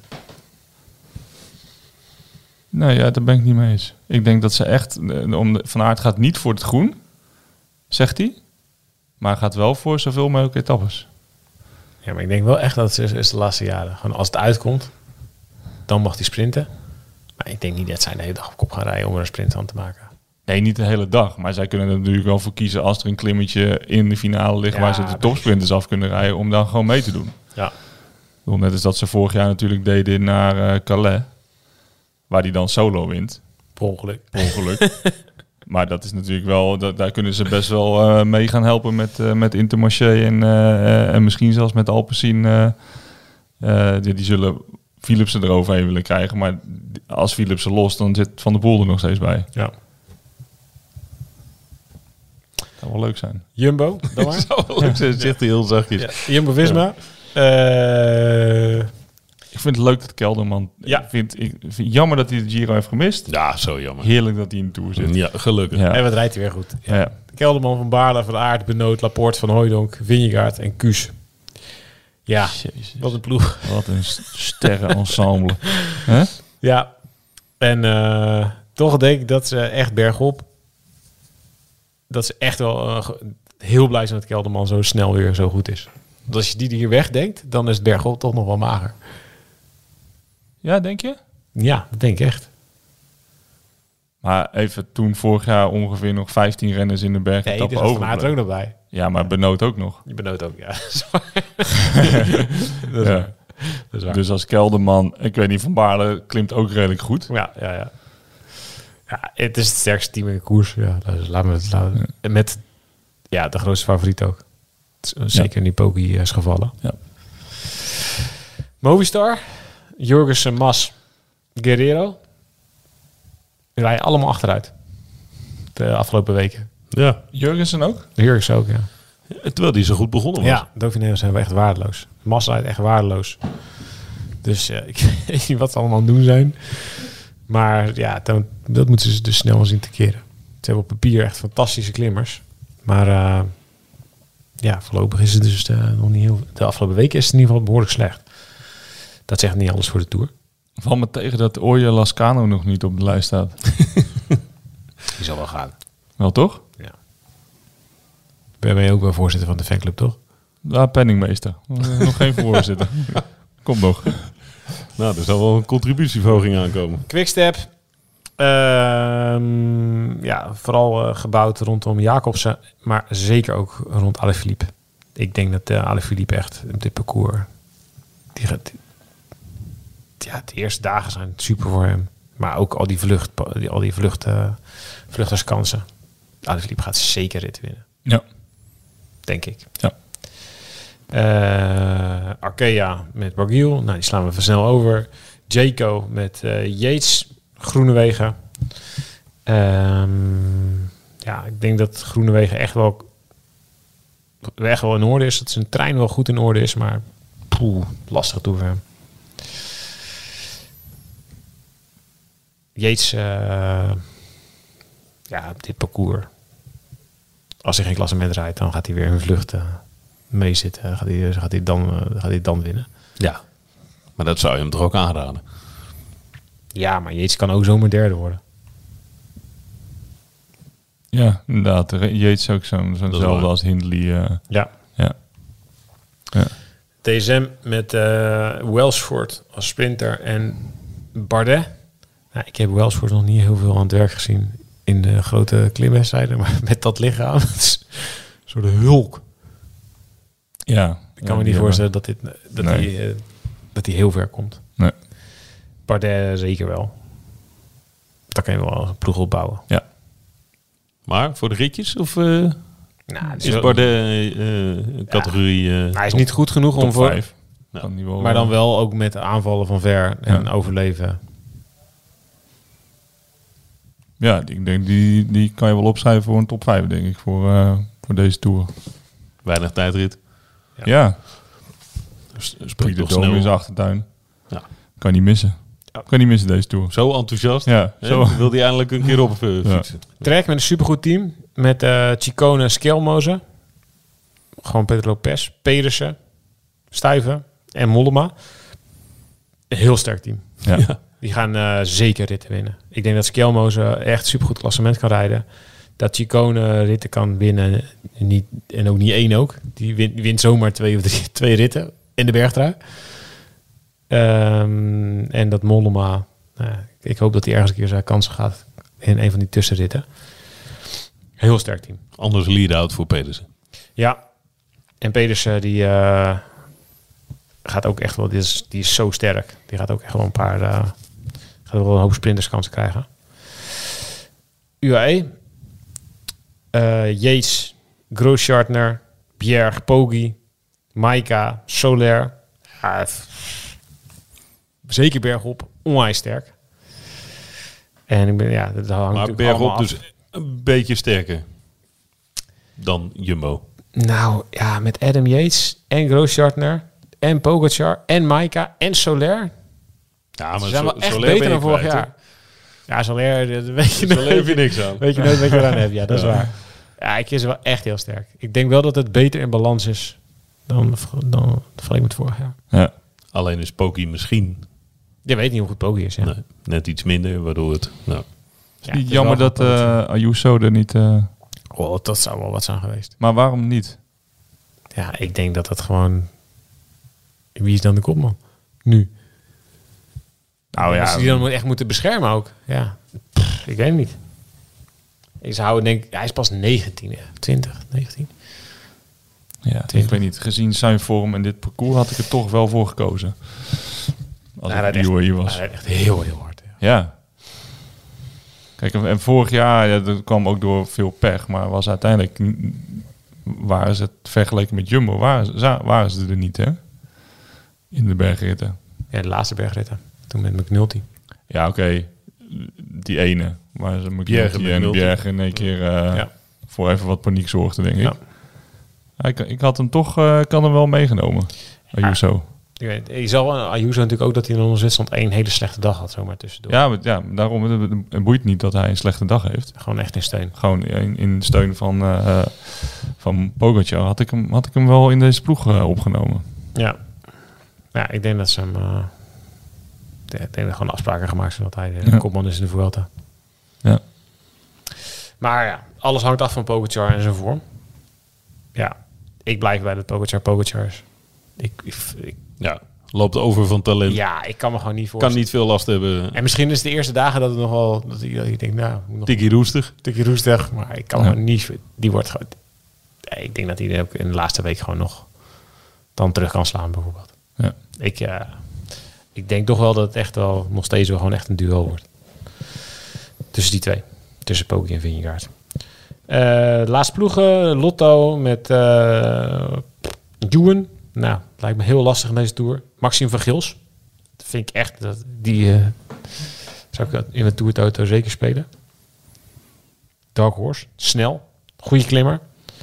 Nee, ja, daar ben ik niet mee eens. Ik denk dat ze echt, om de, Van Aert gaat niet voor het groen, zegt hij, maar gaat wel voor zoveel mogelijk etappes. Ja, maar ik denk wel echt dat het is de laatste jaren. Gewoon als het uitkomt, dan mag hij sprinten. Maar ik denk niet dat zij de hele dag op kop gaan rijden om er een sprint aan te maken. Nee, niet de hele dag. Maar zij kunnen er natuurlijk wel voor kiezen als er een klimmetje in de finale ligt ja, waar ze de topsprinters af kunnen rijden om dan gewoon mee te doen. Ja. Net als dat ze vorig jaar natuurlijk deden naar uh, Calais, waar die dan solo wint. Per ongeluk. Per ongeluk. Maar dat is natuurlijk wel, dat, daar kunnen ze best wel uh, mee gaan helpen met, uh, met Intermarché en, uh, en misschien zelfs met Alpecin. Uh, uh, die, die zullen Philipsen eroverheen willen krijgen. Maar als Philipsen lost, dan zit Van der Poel er nog steeds bij. Ja. Dat zou wel leuk zijn. Jumbo, dan maar. zou wel leuk zijn, zegt hij heel zachtjes. Ja. Jumbo-Visma. Ja. Uh, ik vind het leuk dat Kelderman... Ja. Ik vind, ik vind jammer dat hij de Giro heeft gemist. Ja, zo jammer. Heerlijk dat hij in de Tour zit. Ja, gelukkig. Ja. En wat rijdt hij weer goed. Ja. Ja. Kelderman, Van Baarle, Van Aert, Benoot, Laporte, Van Hooijdonk, Vingegaard en Kuus. Ja, Jezus. Wat een ploeg. Wat een sterrenensemble. Huh? Ja, en uh, toch denk ik dat ze echt bergop... dat ze echt wel uh, heel blij zijn dat Kelderman zo snel weer zo goed is. Want als je die hier wegdenkt, dan is het bergop toch nog wel mager. Ja, denk je? Ja, dat denk ik echt. Maar even toen vorig jaar ongeveer nog vijftien renners in de berg. Nee, dus Van Aert er ook nog bij. Ja, maar Benoot ook nog. Je Benoot ook, ja. dat is ja. waar. Dat is waar. Dus als Kelderman, ik weet niet, Van Baarle klimt ook redelijk goed. Ja, ja, ja. Ja, het is het sterkste team in de koers. Ja, dus laat me het laten. Ja. Met ja, de grootste favoriet ook. Zeker ja. Nipoki is gevallen. Ja. Movistar, Jorgensen, Mas. Guerrero. Die rijden allemaal achteruit. De afgelopen weken. Ja. Jurgensen ook? De Jurgens ook, ja. Terwijl die zo goed begonnen was. Ja, Dauphiné zijn we echt waardeloos. Massa rijdt echt waardeloos. Dus uh, ik weet niet wat ze allemaal aan het doen zijn. Maar ja, dan, dat moeten ze dus snel zien te keren. Ze hebben op papier echt fantastische klimmers. Maar uh, ja, voorlopig is het dus uh, nog niet heel... De afgelopen weken is het in ieder geval behoorlijk slecht. Dat zegt niet alles voor de Tour. Val me tegen dat Oje Lascano nog niet op de lijst staat. Die zal wel gaan. Wel toch? Ja. Ben je ook wel voorzitter van de fanclub, toch? Ja, penningmeester. Nog geen voorzitter. Komt nog. Nou, er zal wel een contributieverhoging aankomen. Quickstep. Um, ja, vooral uh, gebouwd rondom Jacobsen, maar zeker ook rond Alaphilippe. Ik denk dat uh, Alaphilippe echt op dit parcours... Die gaat, die, ja, de eerste dagen zijn super voor hem. Maar ook al die vlucht, die, al die vlucht, uh, vluchterskansen. Alaphilippe gaat zeker rit winnen. Ja. Denk ik. Ja. Uh, Arkea met Barguil. Nou, die slaan we even snel over. Jayco met uh, Yates. Groenewegen. Um, ja, ik denk dat Groenewegen echt wel, echt wel in orde is. Dat zijn trein wel goed in orde is, maar poeh, lastig toe voor hem. Yates, uh, ja, dit parcours. Als hij geen klassement rijdt, dan gaat hij weer in vlucht uh, meezitten. Gaat hij, gaat hij dan, uh, gaat hij dan winnen. Ja, maar dat zou je hem toch ook aanraden? Ja, maar Yates kan ook zomaar derde worden. Ja, inderdaad. Yates ook zo'n zo'nzelfde als Hindley. Uh, ja. Ja. Ja. T S M met uh, Welsford als sprinter en Bardet. Nou, ik heb Welsford nog niet heel veel aan het werk gezien in de grote klimwedstrijden, maar met dat lichaam, dat is een soort hulk. Ja. Ik kan ja, me niet voorstellen dat, dit, dat, nee. die, uh, dat die heel ver komt. Nee. Bardet zeker wel. Daar kan je wel een ploeg op bouwen. Ja. Maar voor de ritjes? Of uh, nou, is Bardet uh, categorie... Uh, nou, hij is niet goed genoeg om voor... vijf. Ja. Wel, maar dan wel ook met aanvallen van ver en ja. overleven. Ja, ik denk die, die kan je wel opschrijven voor een top vijf, denk ik, voor, uh, voor deze Tour. Weinig tijdrit. Ja. ja. Spreekt de toch dome snel. in zijn achtertuin. Ja. Kan niet missen. Ja. Kan niet missen deze Tour. Zo enthousiast. Ja, zo wil hij eindelijk een keer op uh, fietsen. Ja. Trek met een supergoed team. Met uh, Ciccone, Skelmoze. Gewoon Pedro Lopez. Pedersen. Stuyven. En Mollema. Een heel sterk team. Ja. Ja. Die gaan uh, zeker ritten winnen. Ik denk dat Skelmoze echt supergoed klassement kan rijden. Dat Ciccone ritten kan winnen. En, niet, en ook niet één ook. Die wint, die wint zomaar twee of drie twee ritten. In de bergtrui. Um, en dat Mollema... Nou, ik hoop dat hij ergens een keer zijn kansen gaat in een van die tussenritten. Heel sterk team. Anders lead-out voor Pedersen. Ja. En Pedersen die uh, gaat ook echt wel... Die is, die is zo sterk. Die gaat ook echt wel een paar... Uh, gaat wel een hoop sprinterskansen krijgen. U A E. Uh, Yates. Grosschartner. Bjerg. Poggi. Maika. Soler. Ja, zeker bergop. Onwijs sterk. En ik ben... Ja, dat hangt maar natuurlijk bergop af. dus een beetje sterker dan Jumbo. Nou, ja, met Adam Yates en Grosschartner en Pogacar en Maika en Soler. Ja, Ze zijn wel echt beter dan vorig jaar. Ja, Soler, dat weet je Daar nooit. heb je niks aan. Weet je nooit wat je eraan hebt. Ja, dat is waar. Ja, ik is wel echt heel sterk. Ik denk wel dat het beter in balans is dan, dan vergeleken met vorig jaar. Ja. Alleen is Poki misschien Je weet niet hoe goed Poggi is. Ja. nee, net iets minder, waardoor het... Nou, Ja, Niet het is jammer wel dat goed uh, Ayuso er niet... Uh... Oh, dat zou wel wat zijn geweest. Maar waarom niet? Ja, ik denk dat dat gewoon... Wie is dan de kopman? Nu. Nou Als ja, die dan echt moeten beschermen ook. Ja, Pff, ik weet het niet. Ik zou denk, hij is pas negentien, twintig, negentien. ja ik weet niet. Gezien zijn vorm en dit parcours had ik er toch wel voor gekozen. Als Hij het rijdt nieuwe echt, hier was. hij rijdt echt heel, heel hard. Ja. Ja. Kijk, en, en vorig jaar, ja, dat kwam ook door veel pech, maar was uiteindelijk, waren ze het vergeleken met Jumbo, waren ze, waren ze er niet, hè? In de bergritten. Ja, de laatste bergritten. Toen met McNulty. Ja, oké. Okay. Die ene. Maar ze moet Bjergen die met en nul. Bjergen in één keer uh, ja. voor even wat paniek zorgde, denk ik. Ja. Ja, ik. Ik had hem toch, uh, ik had hem wel meegenomen. Ayuso. Ja, je, weet, je zal Ayuso natuurlijk ook dat hij in onder Zwitserland één hele slechte dag had, zomaar tussendoor. Ja, maar, ja daarom het, het boeit niet dat hij een slechte dag heeft. Gewoon echt in steun. Gewoon in, in steun van, uh, van Pogacar had ik, hem, had ik hem wel in deze ploeg uh, opgenomen. Ja. Ja, ik denk dat ze hem... Uh, ik denk dat er gewoon afspraken gemaakt zijn dat hij de ja. kopman is in de Vuelta. Ja. Maar ja, alles hangt af van Pogacar en zijn vorm. Ja, ik blijf bij de Pogacar Pogacar is. Ik, ik, ik, ja, loopt over van talent. Ja, ik kan me gewoon niet voorstellen. Kan niet veel last hebben. En misschien is het de eerste dagen dat het nog wel... Dat ik, dat ik denk, nou... Nog tikkie roestig. Tikkie roestig, maar ik kan ja. me niet... Die wordt gewoon... Ik denk dat hij ook in de laatste week gewoon nog... dan terug kan slaan, bijvoorbeeld. Ja. Ik, uh, ik denk toch wel dat het echt wel... nog steeds wel gewoon echt een duel wordt. Tussen die twee. Tussen Poggi en Vingegaard. Uh, laatste ploegen. Lotto met... Uh, Juwen. Nou, lijkt me heel lastig in deze Tour. Maxime van Gils. Dat vind ik echt... Dat, die uh, zou ik in de Tour Toto zeker spelen. Dark Horse. Snel. Goede klimmer.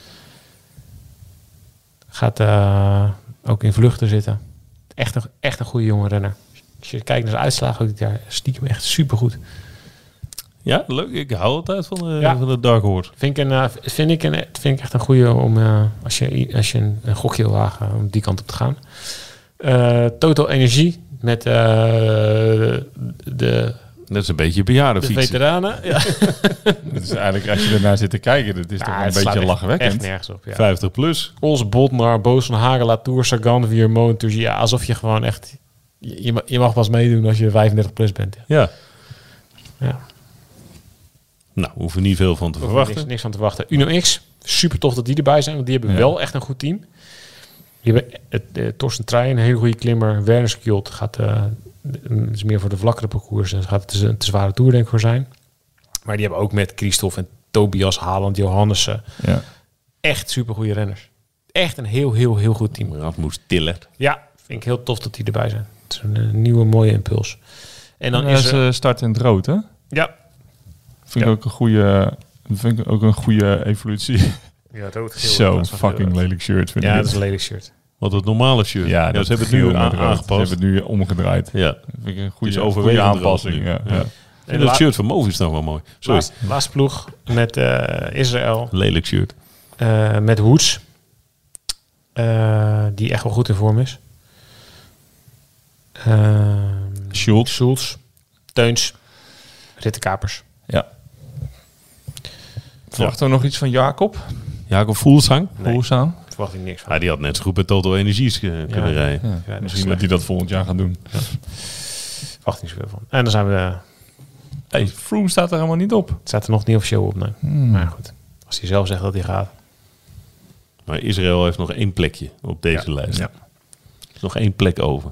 Gaat uh, ook in vluchten zitten. Echt een, echt een goede jonge renner. Als je kijkt naar zijn uitslagen ook dit jaar, stiekem echt supergoed. Ja, leuk. Ik hou altijd van de, ja. van de Dark Horse. Vind ik, een, uh, vind, ik een, vind ik echt een goede om, uh, als je, als je een, een gokje wil wagen, om die kant op te gaan. Uh, Total Energie met uh, de... Dat is een beetje bejaardenfietsen. De veteranen. Ja. Dat is eigenlijk, als je ernaar zit te kijken, dat is ja, toch een beetje lachwekkend. Echt nergens op, ja. vijftig plus. Os, Botnar, Boos van Hagen, Latour, Sagan, Viermo, Turgie. Ja, alsof je gewoon echt... Je, je mag pas meedoen als je vijfendertig plus bent. Ja. Ja. ja. Nou, we hoeven niet veel van te verwachten. Niks, niks van te verwachten. Uno X, super tof dat die erbij zijn, want die hebben ja. wel echt een goed team. Die hebben het, uh, Torsten Treij, een hele goede klimmer. Werner Skjold gaat... Uh, het is meer voor de vlakkere parcours. En gaat het een te zware toer denk ik voor zijn. Maar die hebben ook met Christophe en Tobias, Haaland, Johannessen. Ja. Echt super goede renners. Echt een heel, heel, heel goed team. Rasmus Tillert. Ja, vind ik heel tof dat die erbij zijn. Het is een, een nieuwe mooie impuls. En dan ja, is ze start in het rood, hè? Ja. Vind ja. ik ook een goede, vind ik ook een goede evolutie. Ja, rood. Zo fucking lelijk shirt. Vind ja, ik dat is een lelijk shirt. Wat het normale shirt. Ja, ja dat ze hebben het nu aan, aangepast. Ze hebben het nu omgedraaid. Ja. Dat vind ik een goede, dus goede aanpassing. Ja. Ja. Ja. En dat shirt van Movi is nog wel mooi. Sorry. Laatste, laatste ploeg met uh, Israël. Lelijk shirt. Uh, met Woods. Uh, die echt wel goed in vorm is. Uh, Schultz. Schultz. Teuns. Rittenkapers. Ja. Verwachten we nog iets van Jacob? Jacob Voelsang. Nee. Voelsang. Verwacht ik niks van. Ah, die had net zo goed bij Total Energies uh, kunnen ja. rijden. Ja. Ja, misschien dat hij dat volgend jaar gaat doen. Ja. Verwacht niet zoveel van. En dan zijn we... Uh, hey, Froome staat er helemaal niet op. Het staat er nog niet officieel op, nee. Hmm. Maar goed. Als hij zelf zegt dat hij gaat. Maar Israël heeft nog één plekje op deze ja. lijst. Ja. Er is nog één plek over.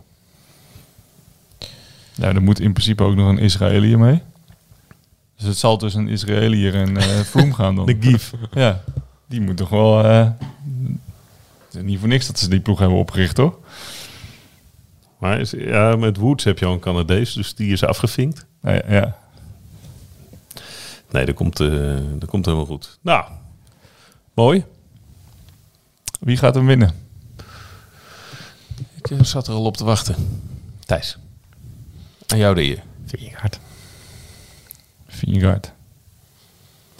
Ja, er moet in principe ook nog een Israëliër mee. Dus het zal tussen een Israëliër en uh, Froome gaan dan. De Gief. Ja, die moet toch wel... Uh, het is niet voor niks dat ze die ploeg hebben opgericht, toch? Maar is, ja, met Woods heb je al een Canadees, dus die is afgevinkt. Ja, ja. Nee, dat komt, uh, dat komt helemaal goed. Nou, mooi. Wie gaat hem winnen? Ik uh, zat er al op te wachten. Thijs. Aan jou de eer. Vingegaard. Vingegaard. Ja.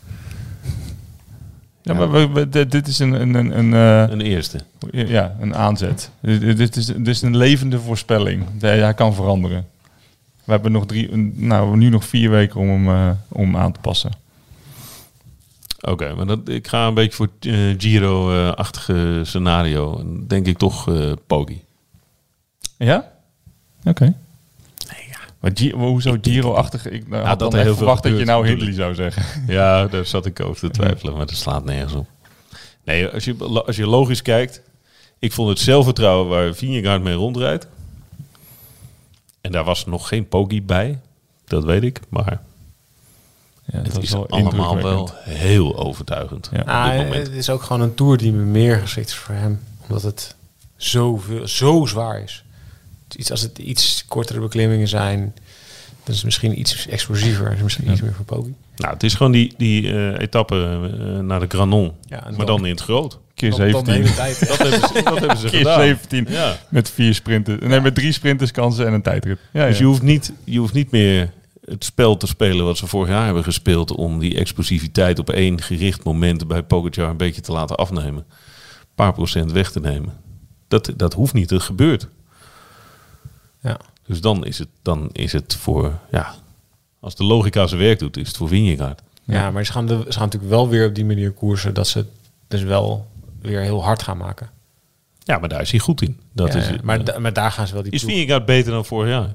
Ja, maar we, we, dit is een... Een, een, een, uh, een eerste. Ja, een aanzet. Dit is, dit is een levende voorspelling. Hij kan veranderen. We hebben nog drie... Nou, nu nog vier weken om hem uh, om aan te passen. Oké, okay, maar dat, ik ga een beetje voor uh, Giro-achtige scenario. Denk ik toch uh, Poggi. Ja? Oké. Okay. Nee, ja. Maar G- hoezo Giro-achtig? Ik nou, ja, had dat dan heel echt verwacht veel dat je nou gebeurt, Hindley zou zeggen. Ja, daar zat ik over te twijfelen, maar dat slaat nergens op. Nee, als je, als je logisch kijkt... Ik vond het zelfvertrouwen waar Vingegaard mee rondrijdt. En daar was nog geen Poggi bij. Dat weet ik, maar... Ja, het is wel allemaal wel heel overtuigend. Ja. Ah, het is ook gewoon een Tour die meer geschikt is voor hem. Omdat het zo, veel, zo zwaar is. Iets, als het iets kortere beklimmingen zijn... Dat is misschien iets explosiever. Is misschien Ja. iets meer voor Poggi. Nou, het is gewoon die, die uh, etappe uh, naar de Granon. Ja, en maar dan in het groot. Keer dan- dan de zeventien. hele tijd. Dat hebben ze, dat hebben ze Keer gedaan. zeventien. Ja. Met vier sprinters. Nee, met drie sprinterskansen en een tijdrit. Ja, Dus ja. je hoeft, niet, je hoeft niet meer het spel te spelen wat ze vorig jaar hebben gespeeld... om die explosiviteit op één gericht moment bij Pogacar een beetje te laten afnemen. Een paar procent weg te nemen. Dat, dat hoeft niet, dat gebeurt. Ja. Dus dan is het, dan is het voor... Ja, als de logica zijn werk doet, is het voor Vingegaard. Ja, maar ze gaan, de, ze gaan natuurlijk wel weer op die manier koersen... dat ze dus wel weer heel hard gaan maken. Ja, maar daar is hij goed in. Dat Ja, is, ja, het. maar, da- maar daar gaan ze wel die is ploeg- Vingegaard beter dan vorig jaar?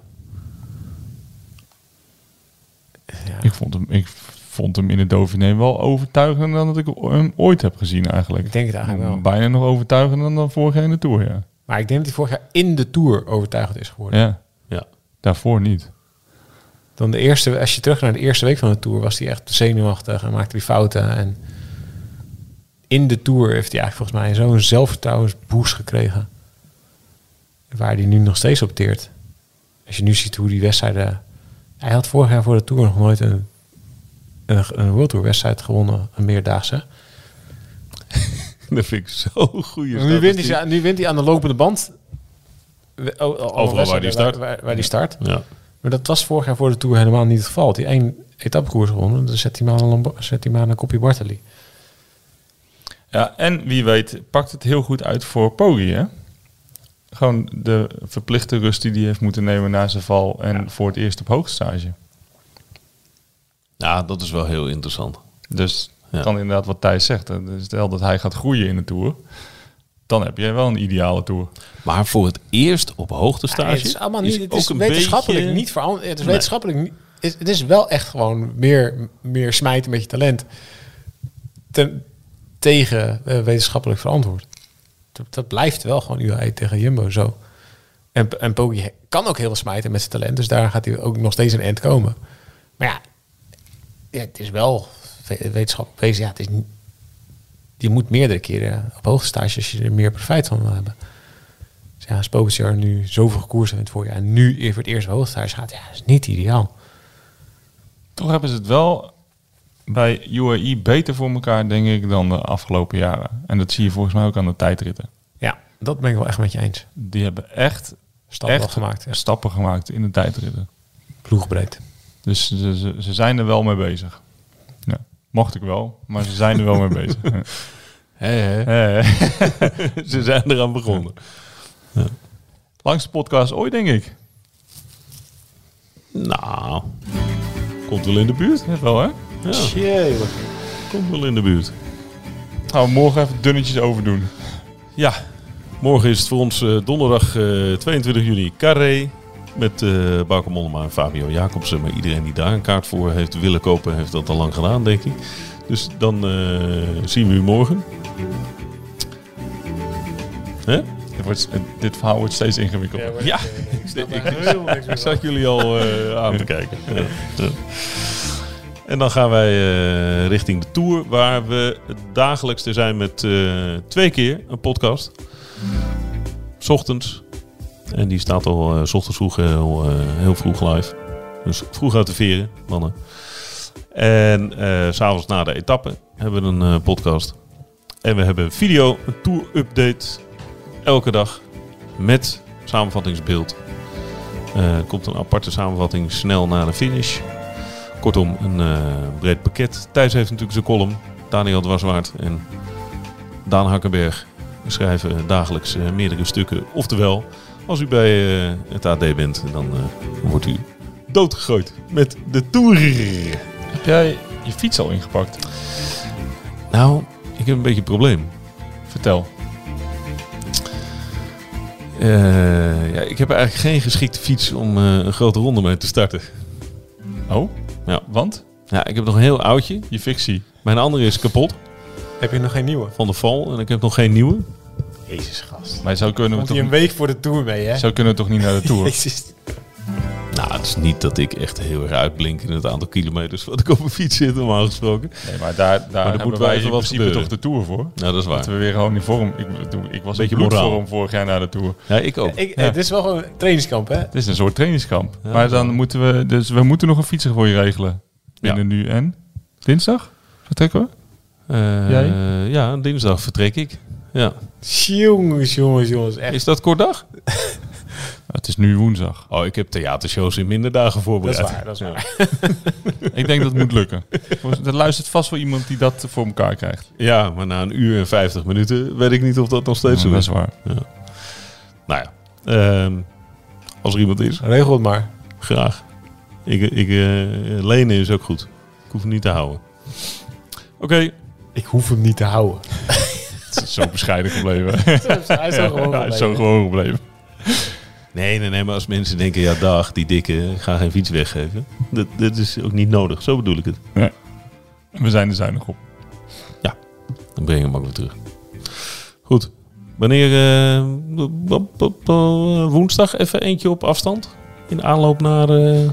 Ja. Ik, vond hem, ik vond hem in het Dauphiné wel overtuigender dan dat ik hem ooit heb gezien eigenlijk. Ik denk het eigenlijk wel. Bijna nog overtuigender dan, dan vorig jaar in de Tour, ja. Maar ik denk dat hij vorig jaar in de Tour overtuigend is geworden. Ja, Ja. daarvoor niet. Dan de eerste, als je terug naar de eerste week van de Tour... was hij echt zenuwachtig en maakte hij fouten. En in de Tour heeft hij eigenlijk volgens mij zo'n zelfvertrouwensboost gekregen. Waar hij nu nog steeds op teert. Als je nu ziet hoe die wedstrijden... Hij had vorig jaar voor de Tour nog nooit een, een, een World Tour wedstrijd gewonnen. Een meerdaagse. Dat vind ik zo'n goede Nu wint, hij, nu wint hij aan de lopende band. We- o- o- alle Overal waar die start. Waar, waar die start. Ja. Maar dat was vorig jaar voor de Tour helemaal niet het geval. Had hij één etappekoers gewonnen. Dan zet hij maar een, Lambo- zet hij maar een kopje Bartali. Ja, en wie weet pakt het heel goed uit voor Poggi, hè? Gewoon de verplichte rust die hij heeft moeten nemen na zijn val... en Ja. voor het eerst op hoogstage. Ja, dat is wel heel interessant. Dus Ja. kan inderdaad wat Thijs zegt. Hè. Dus stel dat hij gaat groeien in de Tour... dan heb je wel een ideale Tour. Maar voor het eerst op hoogtestage... Ja, het is allemaal niet. Het is ook een wetenschappelijk beetje- niet veranderd. Het is Nee. wetenschappelijk niet. Het, het is wel echt gewoon meer, meer smijten met je talent. Ten, tegen eh, wetenschappelijk verantwoord. Dat, dat blijft wel gewoon U A E tegen Jumbo zo. En, en Poggi kan ook heel veel smijten met zijn talent. Dus daar gaat hij ook nog steeds een eind komen. Maar ja, ja het is wel we- wetenschappelijk wezen. Ja, het is niet, je moet meerdere keren op hoogstage als je er meer profijt van wil hebben. Dus ja, als Pogacar nu zoveel gekoerst heeft in het voorjaar en nu voor het eerst op hoogstage gaat, ja, dat is niet ideaal. Toch hebben ze het wel bij U A E beter voor elkaar, denk ik, dan de afgelopen jaren. En dat zie je volgens mij ook aan de tijdritten. Ja, dat ben ik wel echt met je eens. Die hebben echt, Stappen echt wel gemaakt. Ja. stappen gemaakt in de tijdritten. Ploegbreed. Dus ze, ze, ze zijn er wel mee bezig. Ja, mocht ik wel, maar ze zijn er wel mee bezig. Ja. Hè, hè. Eh, Ze zijn eraan begonnen. Langste podcast ooit, denk ik. Nou, komt wel in de buurt. Ja, wel, hè? Ja, komt wel in de buurt. Gaan we morgen even dunnetjes overdoen. Ja, morgen is het voor ons eh, donderdag eh, tweeëntwintig juni Carré. Met uh, Bauke Mollema en Fabio Jacobsen. Maar iedereen die daar een kaart voor heeft willen kopen, heeft dat al lang gedaan, denk ik. Dus dan uh, zien we u morgen. Hè? Dit, wordt, dit verhaal wordt steeds ingewikkelder. Ja, ik, ik, ik zat jullie al uh, aan te kijken. Ja. Ja. En dan gaan wij uh, richting de Tour, waar we dagelijks er zijn met uh, twee keer een podcast. 's Ochtends. En die staat al uh, 's ochtends vroeg heel, uh, heel vroeg live. Dus vroeg uit de veren, mannen. En uh, 's avonds na de etappe hebben we een uh, podcast. En we hebben video, een tour-update. Elke dag met samenvattingsbeeld. Uh, er komt een aparte samenvatting snel na de finish. Kortom, een uh, breed pakket. Thijs heeft natuurlijk zijn column. Daniel Dwarswaard en Daan Hakkenberg schrijven dagelijks uh, meerdere stukken. Oftewel, als u bij uh, het A D bent, dan uh, wordt u doodgegooid met de Tour. Heb jij je fiets al ingepakt? Nou, ik heb een beetje een probleem. Vertel. Uh, ja, ik heb eigenlijk geen geschikte fiets om uh, een grote ronde mee te starten. Oh? Ja. Want? Ja, ik heb nog een heel oudje. Je fictie. Mijn andere is kapot. Heb je nog geen nieuwe? Van de val. En ik heb nog geen nieuwe. Jezus, gast. Maar zo kunnen we Komt toch, hij een week voor de Tour mee, hè? zo kunnen we toch niet naar de Tour? Jezus. Nou, het is niet dat ik echt heel erg uitblink in het aantal kilometers wat ik op een fiets zit, normaal gesproken. Nee, maar daar, daar hebben moet wij wel in even wat principe gebeuren. toch de Tour voor. Nou, dat is waar. Dat we weer gewoon in vorm... Ik, ik was Beetje in moraal. vorm vorig jaar naar de Tour. Ja, ik ook. Ik, Ja. Het is wel gewoon een trainingskamp, hè? Het is een soort trainingskamp. Ja, maar dat dan wel. moeten we... Dus we moeten nog een fietser voor je regelen. Binnen nu en... Dinsdag? Vertrekken we? Uh, Jij? Ja, dinsdag vertrek ik. Ja. Jongens, jongens, jongens. Echt. Is dat kort dag? Het is nu woensdag. Oh, ik heb theatershows in minder dagen Dat is voorbereid. waar, dat is waar. Ik denk dat het moet lukken. Er luistert vast wel iemand die dat voor elkaar krijgt. Ja, maar na een uur en vijftig minuten weet ik niet of dat nog steeds Ja, zo dat is. is waar. Nou ja, ehm, als er iemand is, Regel het maar. graag. Ik, ik, uh, lenen is ook goed. Ik hoef het niet te houden. Oké. Okay. Ik hoef hem niet te houden. Het is zo bescheiden gebleven. Hij is zo gewoon Ja, hij is zo gebleven. gewoon gebleven. Nee, nee, nee, maar als mensen denken, ja dag, die dikke, ik ga geen fiets weggeven. Dat, dat is ook niet nodig, zo bedoel ik het. Nee. We zijn er zuinig op. Dan breng je hem ook weer terug. Goed. Wanneer, uh, op, op, uh, woensdag even eentje op afstand? In aanloop naar uh,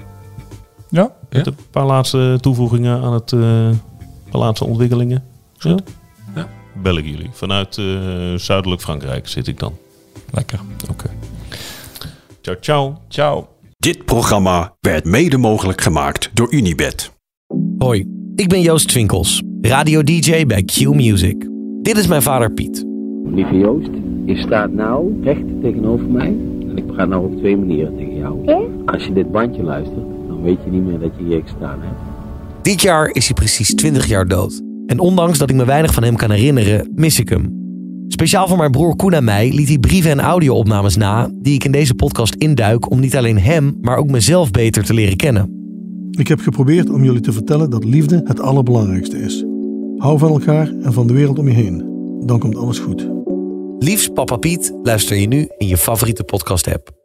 Ja? met een paar laatste toevoegingen aan het, uh, paar laatste ontwikkelingen. Zo? Ja. Bel ik jullie. Vanuit uh, zuidelijk Frankrijk zit ik dan. Lekker. Oké. Okay. Ciao, ciao. Ciao. Dit programma werd mede mogelijk gemaakt door Unibet. Hoi, ik ben Joost Twinkels, radio-D J bij Q Music. Dit is mijn vader Piet. Lieve Joost, je staat nou recht tegenover mij en ik praat nou op twee manieren tegen jou. Ja? Als je dit bandje luistert, dan weet je niet meer dat je hier gestaan hebt. Dit jaar is hij precies twintig jaar dood. En ondanks dat ik me weinig van hem kan herinneren, mis ik hem. Speciaal voor mijn broer Koen en mij liet hij brieven en audio-opnames na... die ik in deze podcast induik om niet alleen hem, maar ook mezelf beter te leren kennen. Ik heb geprobeerd om jullie te vertellen dat liefde het allerbelangrijkste is. Hou van elkaar en van de wereld om je heen. Dan komt alles goed. Liefst Papa Piet luister je nu in je favoriete podcast-app.